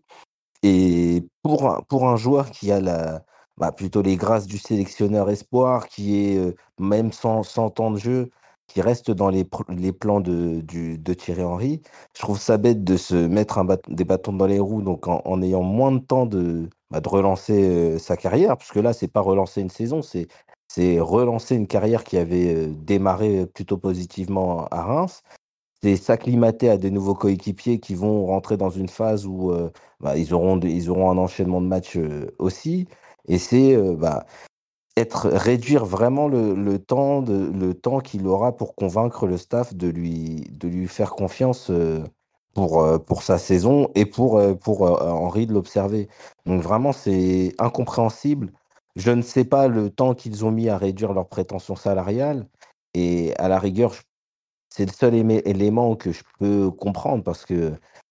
et pour un pour un joueur qui a la bah, plutôt les grâces du sélectionneur espoir, qui est, heu, même sans sans temps de jeu, qui reste dans les pr les plans de du de Thierry Henry, je trouve ça bête de se mettre un bât des bâtons dans les roues, donc en en ayant moins de temps de, bah, de relancer, heu, sa carrière. Puisque là, c'est pas relancer une saison, c'est c'est relancer une carrière qui avait, heu, démarré, plutôt positivement à Reims. C'est s'acclimater à des nouveaux coéquipiers qui vont rentrer dans une phase où, heu, bah, ils auront des ils auront un enchaînement de matchs, heu, aussi et c'est, heu, bah, être réduire vraiment le le temps de le temps qu'il aura pour convaincre le staff de lui de lui faire confiance, heu, pour, heu, pour sa saison et pour, heu, pour, heu, Henry de l'observer. Donc vraiment, c'est incompréhensible. Je ne sais pas le temps qu'ils ont mis à réduire leurs prétentions salariales et à la rigueur, c'est le seul émé élément que je peux comprendre parce que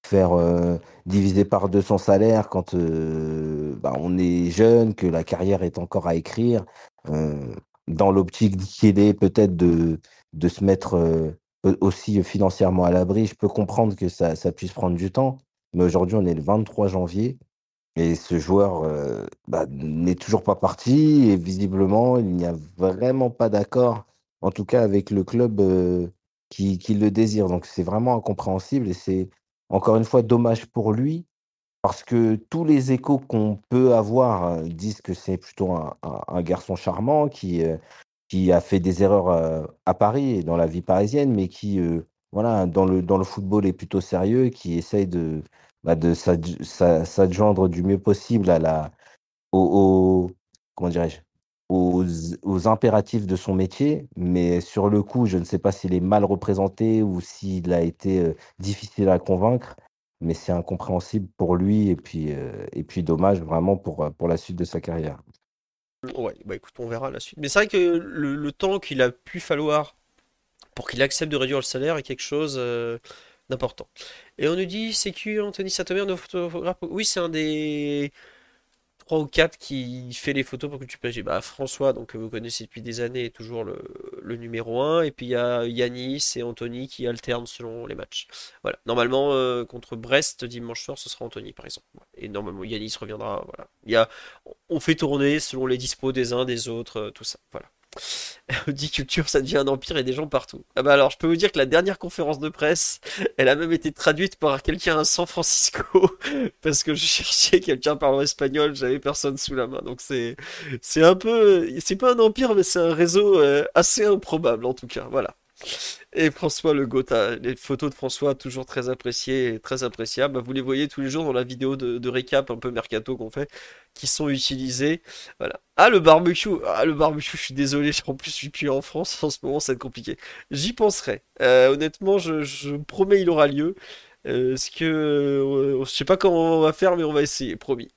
faire euh, diviser par deux son salaire quand euh, bah, on est jeune, que la carrière est encore à écrire, euh, dans l'optique qu'il est peut-être de, de se mettre euh, euh, aussi financièrement à l'abri. Je peux comprendre que ça, ça puisse prendre du temps, mais aujourd'hui, on est le vingt-trois janvier et ce joueur euh, bah, n'est toujours pas parti et visiblement, il n'y a vraiment pas d'accord, en tout cas avec le club euh, qui, qui le désire. Donc c'est vraiment incompréhensible et c'est encore une fois dommage pour lui parce que tous les échos qu'on peut avoir euh, disent que c'est plutôt un, un- un garçon charmant qui, euh, qui a fait des erreurs euh, à Paris et dans la vie parisienne, mais qui, euh, voilà, dans le, dans le football est plutôt sérieux, qui essaye de, bah, de s'adj- s'a- s'adjoindre du mieux possible à la, aux, aux- comment dirais-je, aux, aux impératifs de son métier. Mais sur le coup, je ne sais pas s'il est mal représenté ou s'il a été euh, difficile à convaincre. Mais c'est incompréhensible pour lui et puis, euh, et puis dommage vraiment pour, euh, pour la suite de sa carrière. Ouais, bah écoute, on verra la suite. Mais c'est vrai que le, le temps qu'il a pu falloir pour qu'il accepte de réduire le salaire est quelque chose euh, d'important. Et on nous dit, c'est que Anthony Saint-Omer, nos photographes. Oui, c'est un des trois ou quatre qui fait les photos pour que tu P S G. Bah, François, donc que vous connaissez depuis des années, est toujours le, le numéro un. Et puis il y a Yanis et Anthony qui alternent selon les matchs. Voilà. Normalement, euh, contre Brest, dimanche soir, ce sera Anthony, par exemple. Et normalement, Yanis reviendra. Voilà. Il y a, on fait tourner selon les dispos des uns, des autres, euh, tout ça. Voilà. Audi Culture, ça devient un empire et des gens partout. Ah bah alors, je peux vous dire que la dernière conférence de presse, elle a même été traduite par quelqu'un à San Francisco, parce que je cherchais quelqu'un parlant espagnol, j'avais personne sous la main. Donc c'est, c'est un peu, c'est pas un empire, mais c'est un réseau euh, assez improbable en tout cas. Voilà. Et François Le Gotha, les photos de François toujours très appréciées et très appréciables. Bah, vous les voyez tous les jours dans la vidéo de, de récap un peu mercato qu'on fait, qui sont utilisées. Voilà. Ah le barbecue, ah le barbecue, je suis désolé, en plus je suis plus en France en ce moment, ça va être compliqué. J'y penserai. Euh, honnêtement, je, je promets, il aura lieu. Euh, ce que, euh, je sais pas comment on va faire, mais on va essayer, promis.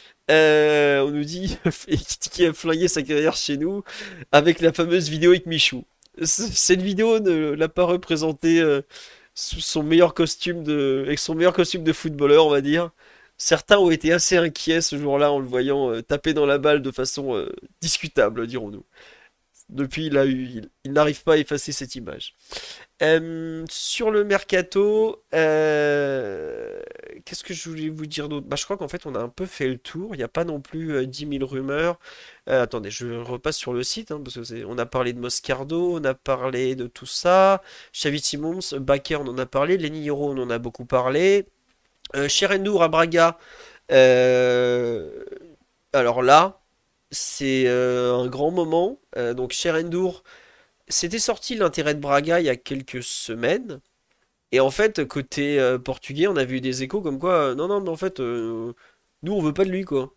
Euh, on nous dit qui a flingué sa carrière chez nous avec la fameuse vidéo avec Michou. C- Cette vidéo ne l'a pas représenté euh, sous son meilleur costume de, avec son meilleur costume de footballeur, on va dire. Certains ont été assez inquiets ce jour-là en le voyant euh, taper dans la balle de façon euh, discutable, dirons-nous. Depuis, il a eu, il, il n'arrive pas à effacer cette image. Euh, sur le mercato, euh, qu'est-ce que je voulais vous dire d'autre? Bah, je crois qu'en fait, on a un peu fait le tour. Il n'y a pas non plus euh, dix mille rumeurs. Euh, attendez, je repasse sur le site, hein, parce que c'est- on a parlé de Moscardo, on a parlé de tout ça. Xavi Simons, Bakker, on en a parlé. Lenny Yoro, on en a beaucoup parlé. Euh, Cherendour à Braga. euh, alors là, c'est euh, un grand moment. Euh, donc Cherendour, c'était sorti l'intérêt de Braga il y a quelques semaines. Et en fait, côté euh, portugais, on a vu des échos comme quoi, euh, non, non, mais en fait, euh, nous, on veut pas de lui, quoi.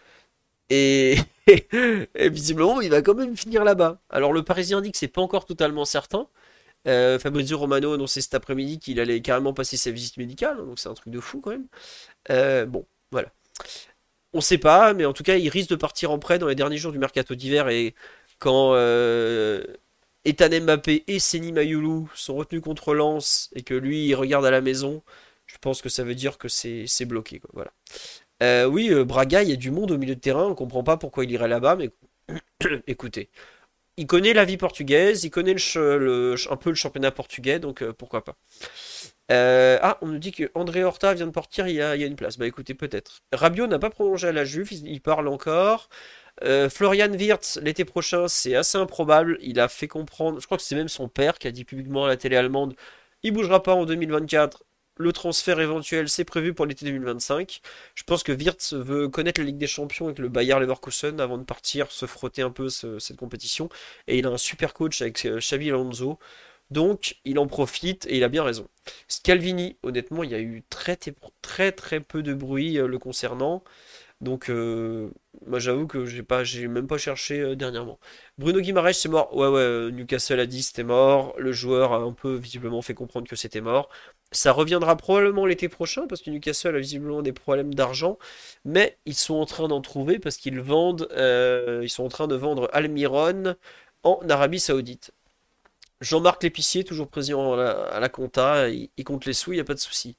Et, et visiblement, il va quand même finir là-bas. Alors, le Parisien dit que c'est pas encore totalement certain. Euh, Fabrizio Romano a annoncé cet après-midi qu'il allait carrément passer sa visite médicale, donc c'est un truc de fou quand même. Euh, bon, voilà. On sait pas, mais en tout cas, il risque de partir en prêt dans les derniers jours du mercato d'hiver et quand euh, Ethan Mbappé et Seny Mayulu sont retenus contre Lens et que lui il regarde à la maison, je pense que ça veut dire que c'est c'est bloqué, quoi. Voilà. Euh, oui, euh, Braga, il y a du monde au milieu de terrain, on comprend pas pourquoi il irait là-bas, mais écoutez, il connaît la vie portugaise, il connaît le, ch- le ch- un peu le championnat portugais, donc euh, pourquoi pas. Euh, ah, on nous dit que André Horta vient de partir, il y a, il y a une place. Bah écoutez, peut-être. Rabiot n'a pas prolongé à la Juve, il, il parle encore. Euh, Florian Wirtz, l'été prochain, c'est assez improbable. Il a fait comprendre, je crois que c'est même son père qui a dit publiquement à la télé allemande, il bougera pas en deux mille vingt-quatre. Le transfert éventuel, c'est prévu pour l'été deux mille vingt-cinq. Je pense que Wirtz veut connaître la Ligue des Champions avec le Bayer Leverkusen avant de partir se frotter un peu ce- cette compétition. Et il a un super coach avec euh, Xabi Alonso. Donc, il en profite et il a bien raison. Scalvini, honnêtement, il y a eu très très très, très peu de bruit euh, le concernant. Donc, euh, moi j'avoue que j'ai pas, j'ai même pas cherché euh, dernièrement. Bruno Guimaraes, c'est mort. Ouais, ouais, euh, Newcastle a dit c'était mort. Le joueur a un peu visiblement fait comprendre que c'était mort. Ça reviendra probablement l'été prochain parce que Newcastle a visiblement des problèmes d'argent. Mais ils sont en train d'en trouver parce qu'ils vendent, euh, ils sont en train de vendre Almiron en Arabie Saoudite. Jean-Marc Lépicier, toujours présent à la, à la compta, il, il compte les sous, il n'y a pas de souci.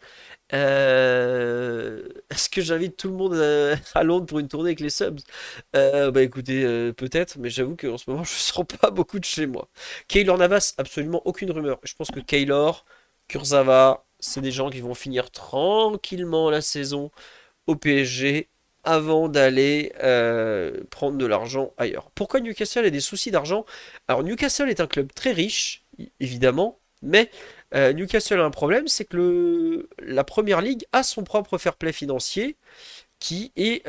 Euh, Est-ce que j'invite tout le monde à, à Londres pour une tournée avec les subs? Euh, Bah écoutez, euh, peut-être, mais j'avoue qu'en ce moment, je ne sors pas beaucoup de chez moi. Kaylor Navas, absolument aucune rumeur. Je pense que Kaylor, Kurzawa, c'est des gens qui vont finir tranquillement la saison au P S G avant d'aller euh, prendre de l'argent ailleurs. Pourquoi Newcastle a des soucis d'argent? Alors Newcastle est un club très riche, évidemment, mais euh, Newcastle a un problème, c'est que le, la Première Ligue a son propre fair play financier qui est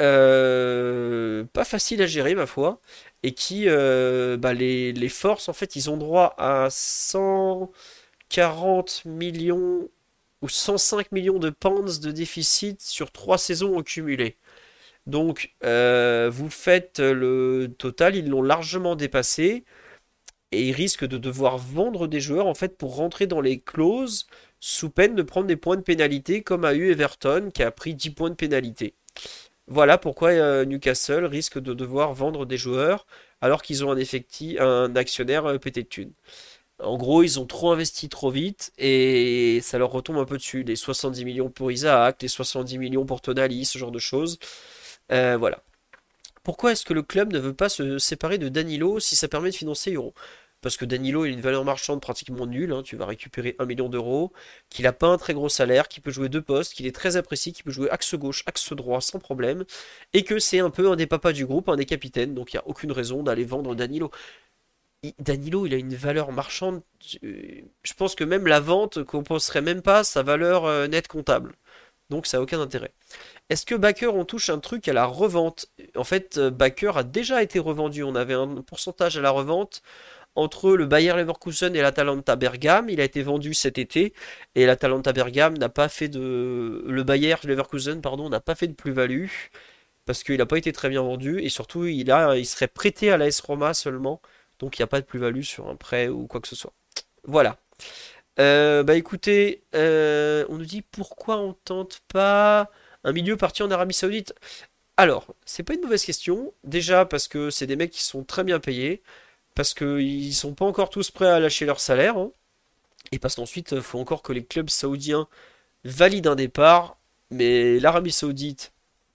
euh, pas facile à gérer, ma foi, et qui euh, bah, les, les forces, en fait, ils ont droit à cent quarante millions ou cent cinq millions de pounds de déficit sur trois saisons au cumulé. Donc, euh, vous faites le total, ils l'ont largement dépassé et ils risquent de devoir vendre des joueurs en fait pour rentrer dans les clauses sous peine de prendre des points de pénalité comme a eu Everton qui a pris dix points de pénalité. Voilà pourquoi euh, Newcastle risque de devoir vendre des joueurs alors qu'ils ont un effectif, un actionnaire euh, pété de thunes. En gros, ils ont trop investi trop vite et ça leur retombe un peu dessus. Les soixante-dix millions pour Isaac, les soixante-dix millions pour Tonali, ce genre de choses. Euh, voilà. Pourquoi est-ce que le club ne veut pas se séparer de Danilo si ça permet de financer Euro? Parce que Danilo il a une valeur marchande pratiquement nulle, hein, tu vas récupérer un million d'euros, qu'il n'a pas un très gros salaire, qu'il peut jouer deux postes, qu'il est très apprécié, qu'il peut jouer axe gauche, axe droit sans problème, et que c'est un peu un des papas du groupe, un des capitaines, donc il n'y a aucune raison d'aller vendre Danilo. Il- Danilo, il a une valeur marchande, euh, je pense que même la vente compenserait même pas sa valeur euh, nette comptable, donc ça n'a aucun intérêt. Est-ce que Backer, on touche un truc à la revente? En fait, euh, Backer a déjà été revendu. On avait un pourcentage à la revente entre le Bayer Leverkusen et l'Atalanta Bergame. Il a été vendu cet été et l'Atalanta Bergame n'a pas fait de. Le Bayer Leverkusen, pardon, n'a pas fait de plus-value parce qu'il n'a pas été très bien vendu et surtout il a, il serait prêté à l'A S Roma seulement. Donc il n'y a pas de plus-value sur un prêt ou quoi que ce soit. Voilà. Euh, bah écoutez, euh, on nous dit pourquoi on tente pas un milieu parti en Arabie Saoudite. Alors, c'est pas une mauvaise question. Déjà parce que c'est des mecs qui sont très bien payés, parce qu'ils sont pas encore tous prêts à lâcher leur salaire, hein, et parce qu'ensuite, il faut encore que les clubs saoudiens valident un départ. Mais l'Arabie Saoudite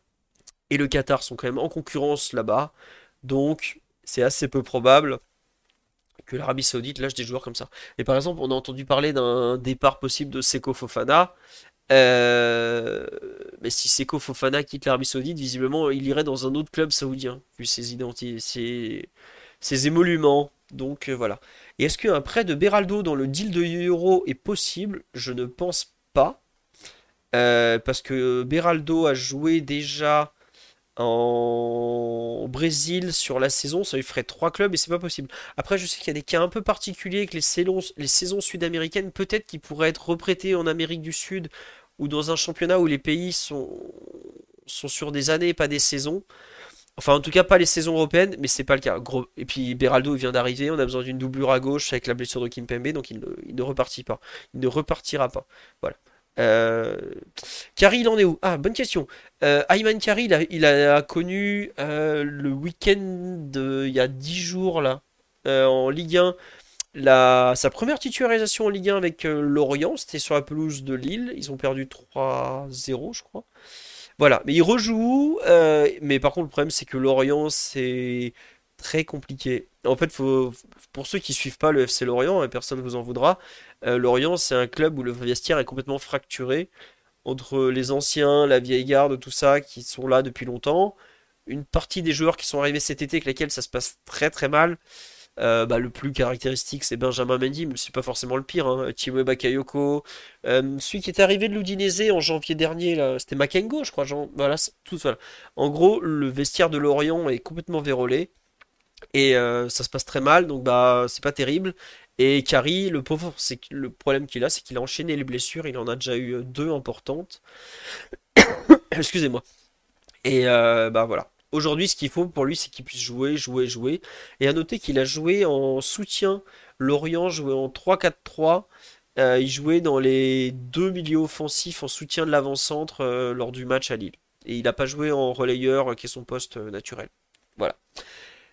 et le Qatar sont quand même en concurrence là-bas, donc c'est assez peu probable que l'Arabie Saoudite lâche des joueurs comme ça. Et par exemple, on a entendu parler d'un départ possible de Seko Fofana. Euh, mais si Seko Fofana quitte l'Arabie Saoudite, visiblement, il irait dans un autre club saoudien, vu ses identités, ses, ses émoluments. Donc euh, voilà. Et est-ce qu'un prêt de Beraldo dans le deal de Euro est possible? Je ne pense pas. Euh, parce que Beraldo a joué déjà en... au Brésil sur la saison, ça lui ferait trois clubs et c'est pas possible. Après, je sais qu'il y a des cas un peu particuliers avec les saisons, les saisons sud-américaines, peut-être qu'ils pourraient être reprêtés en Amérique du Sud ou dans un championnat où les pays sont, sont sur des années, pas des saisons. Enfin, en tout cas, pas les saisons européennes, mais c'est pas le cas. Gros. Et puis, Beraldo vient d'arriver, on a besoin d'une doublure à gauche avec la blessure de Kimpembe, donc il ne, il ne repartit pas. Il ne repartira pas. Voilà. Euh... Carrie, il en est où? Ah, bonne question. Euh, Ayman Carrie, il a, il a connu euh, le week-end de, il y a dix jours là, euh, en Ligue un, la, sa première titularisation en Ligue un avec euh, Lorient, c'était sur la pelouse de Lille. Ils ont perdu trois zéro, je crois. Voilà, mais il rejoue. Euh, mais par contre, le problème, c'est que Lorient, c'est très compliqué. En fait, faut, pour ceux qui suivent pas le F C Lorient, et personne ne vous en voudra, euh, Lorient, c'est un club où le vestiaire est complètement fracturé entre les anciens, la vieille garde, tout ça, qui sont là depuis longtemps. Une partie des joueurs qui sont arrivés cet été, avec lesquels ça se passe très très mal. Euh, bah, le plus caractéristique, c'est Benjamin Mendy, mais c'est pas forcément le pire. Hein. Timothy Bakayoko. Euh, celui qui est arrivé de l'Udinese en janvier dernier, là, c'était Makengo, je crois. Jean... Voilà, tout, voilà. En gros, le vestiaire de Lorient est complètement vérolé. Et euh, ça se passe très mal, donc bah c'est pas terrible. Et Kari, le pauvre, c'est que le problème qu'il a, c'est qu'il a enchaîné les blessures. Il en a déjà eu euh, deux importantes. Excusez-moi. Et euh, bah voilà. Aujourd'hui, ce qu'il faut pour lui, c'est qu'il puisse jouer, jouer, jouer. Et à noter qu'il a joué en soutien. Lorient jouait en trois quatre trois. Euh, il jouait dans les deux milieux offensifs en soutien de l'avant-centre euh, lors du match à Lille. Et il n'a pas joué en relayeur, euh, qui est son poste euh, naturel. Voilà.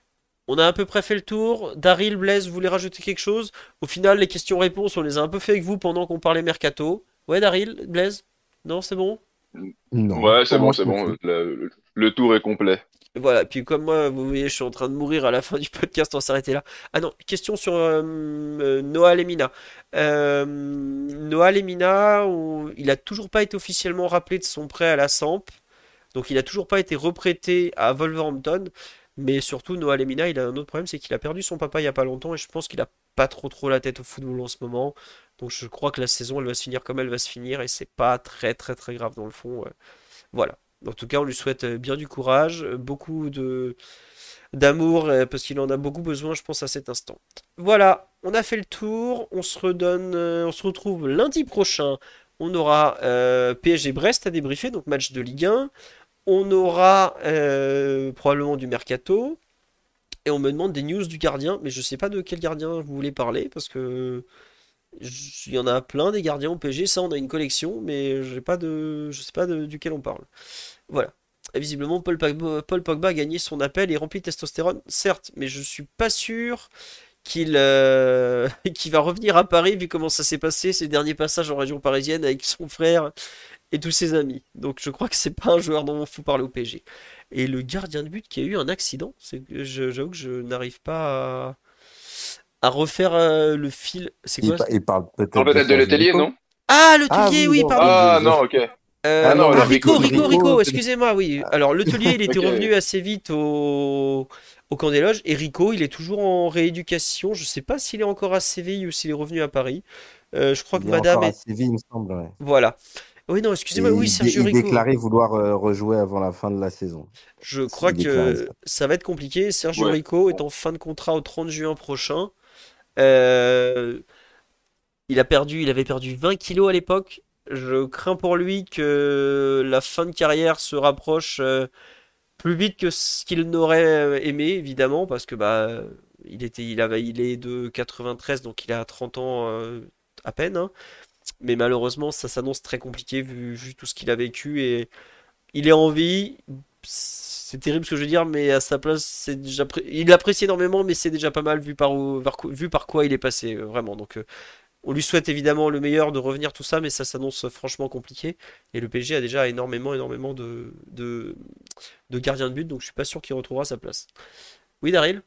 On a à peu près fait le tour. Daryl, Blaise, vous voulez rajouter quelque chose? Au final, les questions-réponses, on les a un peu fait avec vous pendant qu'on parlait mercato. Ouais, Daryl, Blaise? Non, c'est bon? Non, Ouais, c'est pour bon, moi, c'est c'est bon. ok. Le, le- le tour est complet. Voilà, puis comme moi, vous voyez, je suis en train de mourir à la fin du podcast, on va s'arrêter là. Ah non, question sur euh, euh, Noah Lemina. Euh, Noah Lemina, on- il a toujours pas été officiellement rappelé de son prêt à la Samp, donc il a toujours pas été reprêté à Wolverhampton. Mais surtout, Noah Lemina, il a un autre problème, c'est qu'il a perdu son papa il y a pas longtemps et je pense qu'il a pas trop trop la tête au football en ce moment. Donc je crois que la saison, elle va se finir comme elle va se finir et c'est pas très très très grave dans le fond. euh. Voilà. En tout cas, on lui souhaite euh, bien du courage, euh, beaucoup de d'amour, euh, parce qu'il en a beaucoup besoin, je pense, à cet instant. Voilà, on a fait le tour. On se redonne, euh, on se retrouve lundi prochain. On aura euh, P S G Brest à débriefer, donc match de Ligue un. On aura euh, probablement du mercato. Et on me demande des news du gardien, mais je sais pas de quel gardien vous voulez parler, parce que j- il y en a plein des gardiens au P S G. Ça, on a une collection, mais j'ai pas de, je sais pas de- duquel on parle. Voilà. Et visiblement, Paul Pogba, Paul Pogba a gagné son appel et est rempli de testostérone, certes, mais je suis pas sûr qu'il euh, qu'il va revenir à Paris vu comment ça s'est passé ses derniers passages en région parisienne avec son frère et tous ses amis. Donc je crois que c'est pas un joueur dont il faut parler au P S G. Et le gardien de but qui a eu un accident, c'est que je- j'avoue que je n'arrive pas à, à refaire euh, le fil. C'est Il, quoi? pa- il parle On peut-être peut de être de Sergio l'étellier, Rico. non? Ah, le Ah taulier, oui, oui, non, pardon. je- Ah je- non, ok. Euh, Ah ah non, non, ah, alors non, Rico, Rico, du Rico, coup. Rico, Rico, c'est- excusez-moi, oui. ah, Alors, le taulier, il était Ok. revenu assez vite au, au camp des loges. Et Rico, il est toujours en rééducation. Je sais pas s'il est encore à Séville ou s'il est revenu à Paris. Euh, je crois que il est madame encore à est. Séville, il me semble. Ouais. Voilà. Oui, non, excusez-moi, Et oui, il, dé- Sergio il Rico. déclarait vouloir euh, rejouer avant la fin de la saison. Je crois Il déclarait que ça. ça va être compliqué. Sergio Ouais. Rico est en fin de contrat au trente juin prochain. Euh, il a perdu, il avait perdu vingt kilos à l'époque. Je crains pour lui que la fin de carrière se rapproche euh, plus vite que ce qu'il n'aurait euh, aimé, évidemment, parce que bah il était, il avait, il est de quatre-vingt-treize, donc il a trente ans euh, à peine, hein. Mais malheureusement, ça s'annonce très compliqué vu, vu tout ce qu'il a vécu et il est en vie. C'est terrible ce que je veux dire, mais à sa place, c'est déjà, pré- il apprécie énormément, mais c'est déjà pas mal vu par, où- par quoi- vu par quoi il est passé, euh, vraiment. Donc, euh, on lui souhaite évidemment le meilleur de revenir tout ça, mais ça s'annonce franchement compliqué. Et le P S G a déjà énormément, énormément de, de, de gardiens de but, donc je suis pas sûr qu'il retrouvera sa place. Oui, Daryl?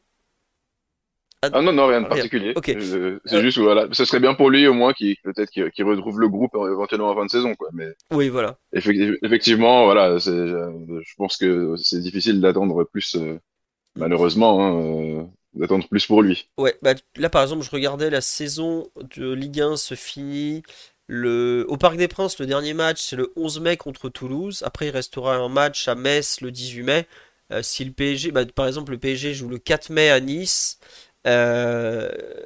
Ah, Ah non, non, rien de rien. particulier. Ok. Euh, c'est Euh, juste, voilà, ce serait bien pour lui au moins qu'il peut-être qu'il qu'il retrouve le groupe euh, éventuellement en fin de saison, quoi. Mais oui, voilà. effecti- effectivement, voilà, c'est, euh, je pense que c'est difficile d'attendre plus, euh, malheureusement, hein, euh, d'attendre plus pour lui. Ouais, bah, là par exemple, je regardais la saison de Ligue un se finit le... au Parc des Princes. Le dernier match, c'est le onze mai contre Toulouse. Après, il restera un match à Metz le dix-huit mai. Euh, si le P S G, bah, par exemple, le P S G joue le quatre mai à Nice. Euh,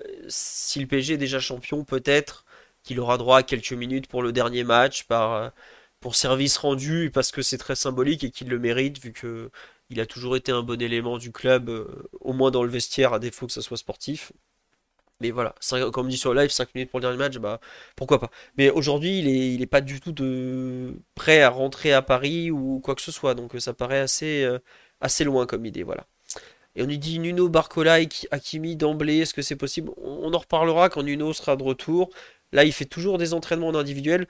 si le P S G est déjà champion, peut-être qu'il aura droit à quelques minutes pour le dernier match par, euh, pour service rendu parce que c'est très symbolique et qu'il le mérite vu que il a toujours été un bon élément du club, euh, au moins dans le vestiaire, à défaut que ça soit sportif. Mais voilà, cinq- comme on dit sur le live, cinq minutes pour le dernier match, bah pourquoi pas. Mais aujourd'hui, il est, il est pas du tout de prêt à rentrer à Paris ou quoi que ce soit, donc euh, ça paraît assez, euh, assez loin comme idée, voilà. Et on nous dit Nuno Barcola et Ki- Hakimi d'emblée, est-ce que c'est possible? On on en reparlera quand Nuno sera de retour. Là, il fait toujours des entraînements en individuel.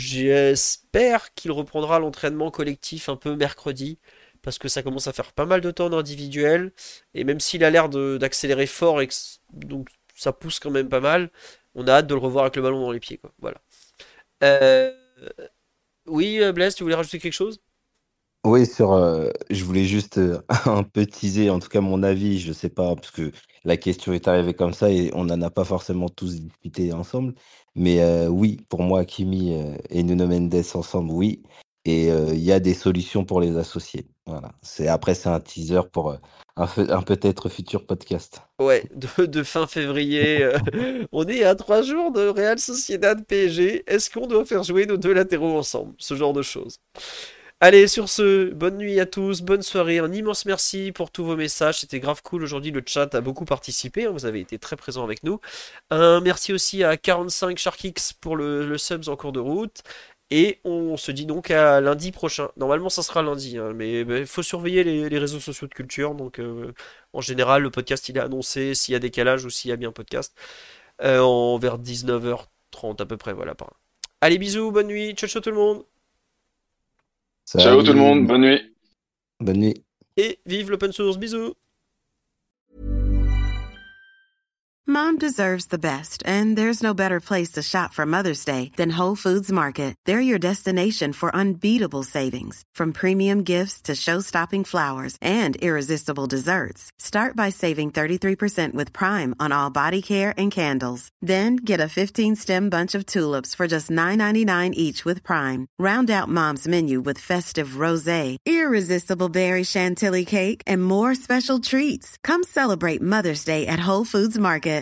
J'espère qu'il reprendra l'entraînement collectif un peu mercredi, parce que ça commence à faire pas mal de temps en individuel. Et même s'il a l'air de- d'accélérer fort et que c- donc ça pousse quand même pas mal, on a hâte de le revoir avec le ballon dans les pieds, quoi. Voilà. Euh, oui, euh, Blaise, tu voulais rajouter quelque chose? Oui, sur, euh, je voulais juste euh, un peu teaser, en tout cas mon avis, je sais pas, parce que la question est arrivée comme ça et on n'en a pas forcément tous discuté ensemble. Mais euh, oui, pour moi, Kimi euh, et Nuno Mendes ensemble, oui. Et euh, il y a des solutions pour les associer. Voilà. C'est, après, c'est un teaser pour euh, un, fe- un peut-être futur podcast. Ouais, de, de fin février. euh, on est à trois jours de Real Sociedad P S G. Est-ce qu'on doit faire jouer nos deux latéraux ensemble? Ce genre de choses. Allez, sur ce, bonne nuit à tous, bonne soirée, un immense merci pour tous vos messages, c'était grave cool aujourd'hui, le chat a beaucoup participé, hein, vous avez été très présents avec nous. Un merci aussi à quarante-cinq SharkX pour le, le subs en cours de route, Et on se dit donc à lundi prochain. Normalement, ça sera lundi, hein, mais il faut surveiller les, les réseaux sociaux de Culture. Donc, euh, en général, le podcast il est annoncé s'il y a décalage ou s'il y a bien podcast euh, en vers dix-neuf heures trente à peu près. Voilà. Par... Allez, bisous, bonne nuit, ciao ciao tout le monde. Salut. Ciao tout le monde, bonne nuit. Bonne nuit. Et vive l'open source, bisous. Mom deserves the best, and there's no better place to shop for Mother's Day than Whole Foods Market. They're your destination for unbeatable savings, from premium gifts to show-stopping flowers and irresistible desserts. Start by saving thirty-three percent with Prime on all body care and candles. Then get a fifteen-stem bunch of tulips for just nine ninety-nine each with Prime. Round out Mom's menu with festive rosé, irresistible berry chantilly cake, and more special treats. Come celebrate Mother's Day at Whole Foods Market.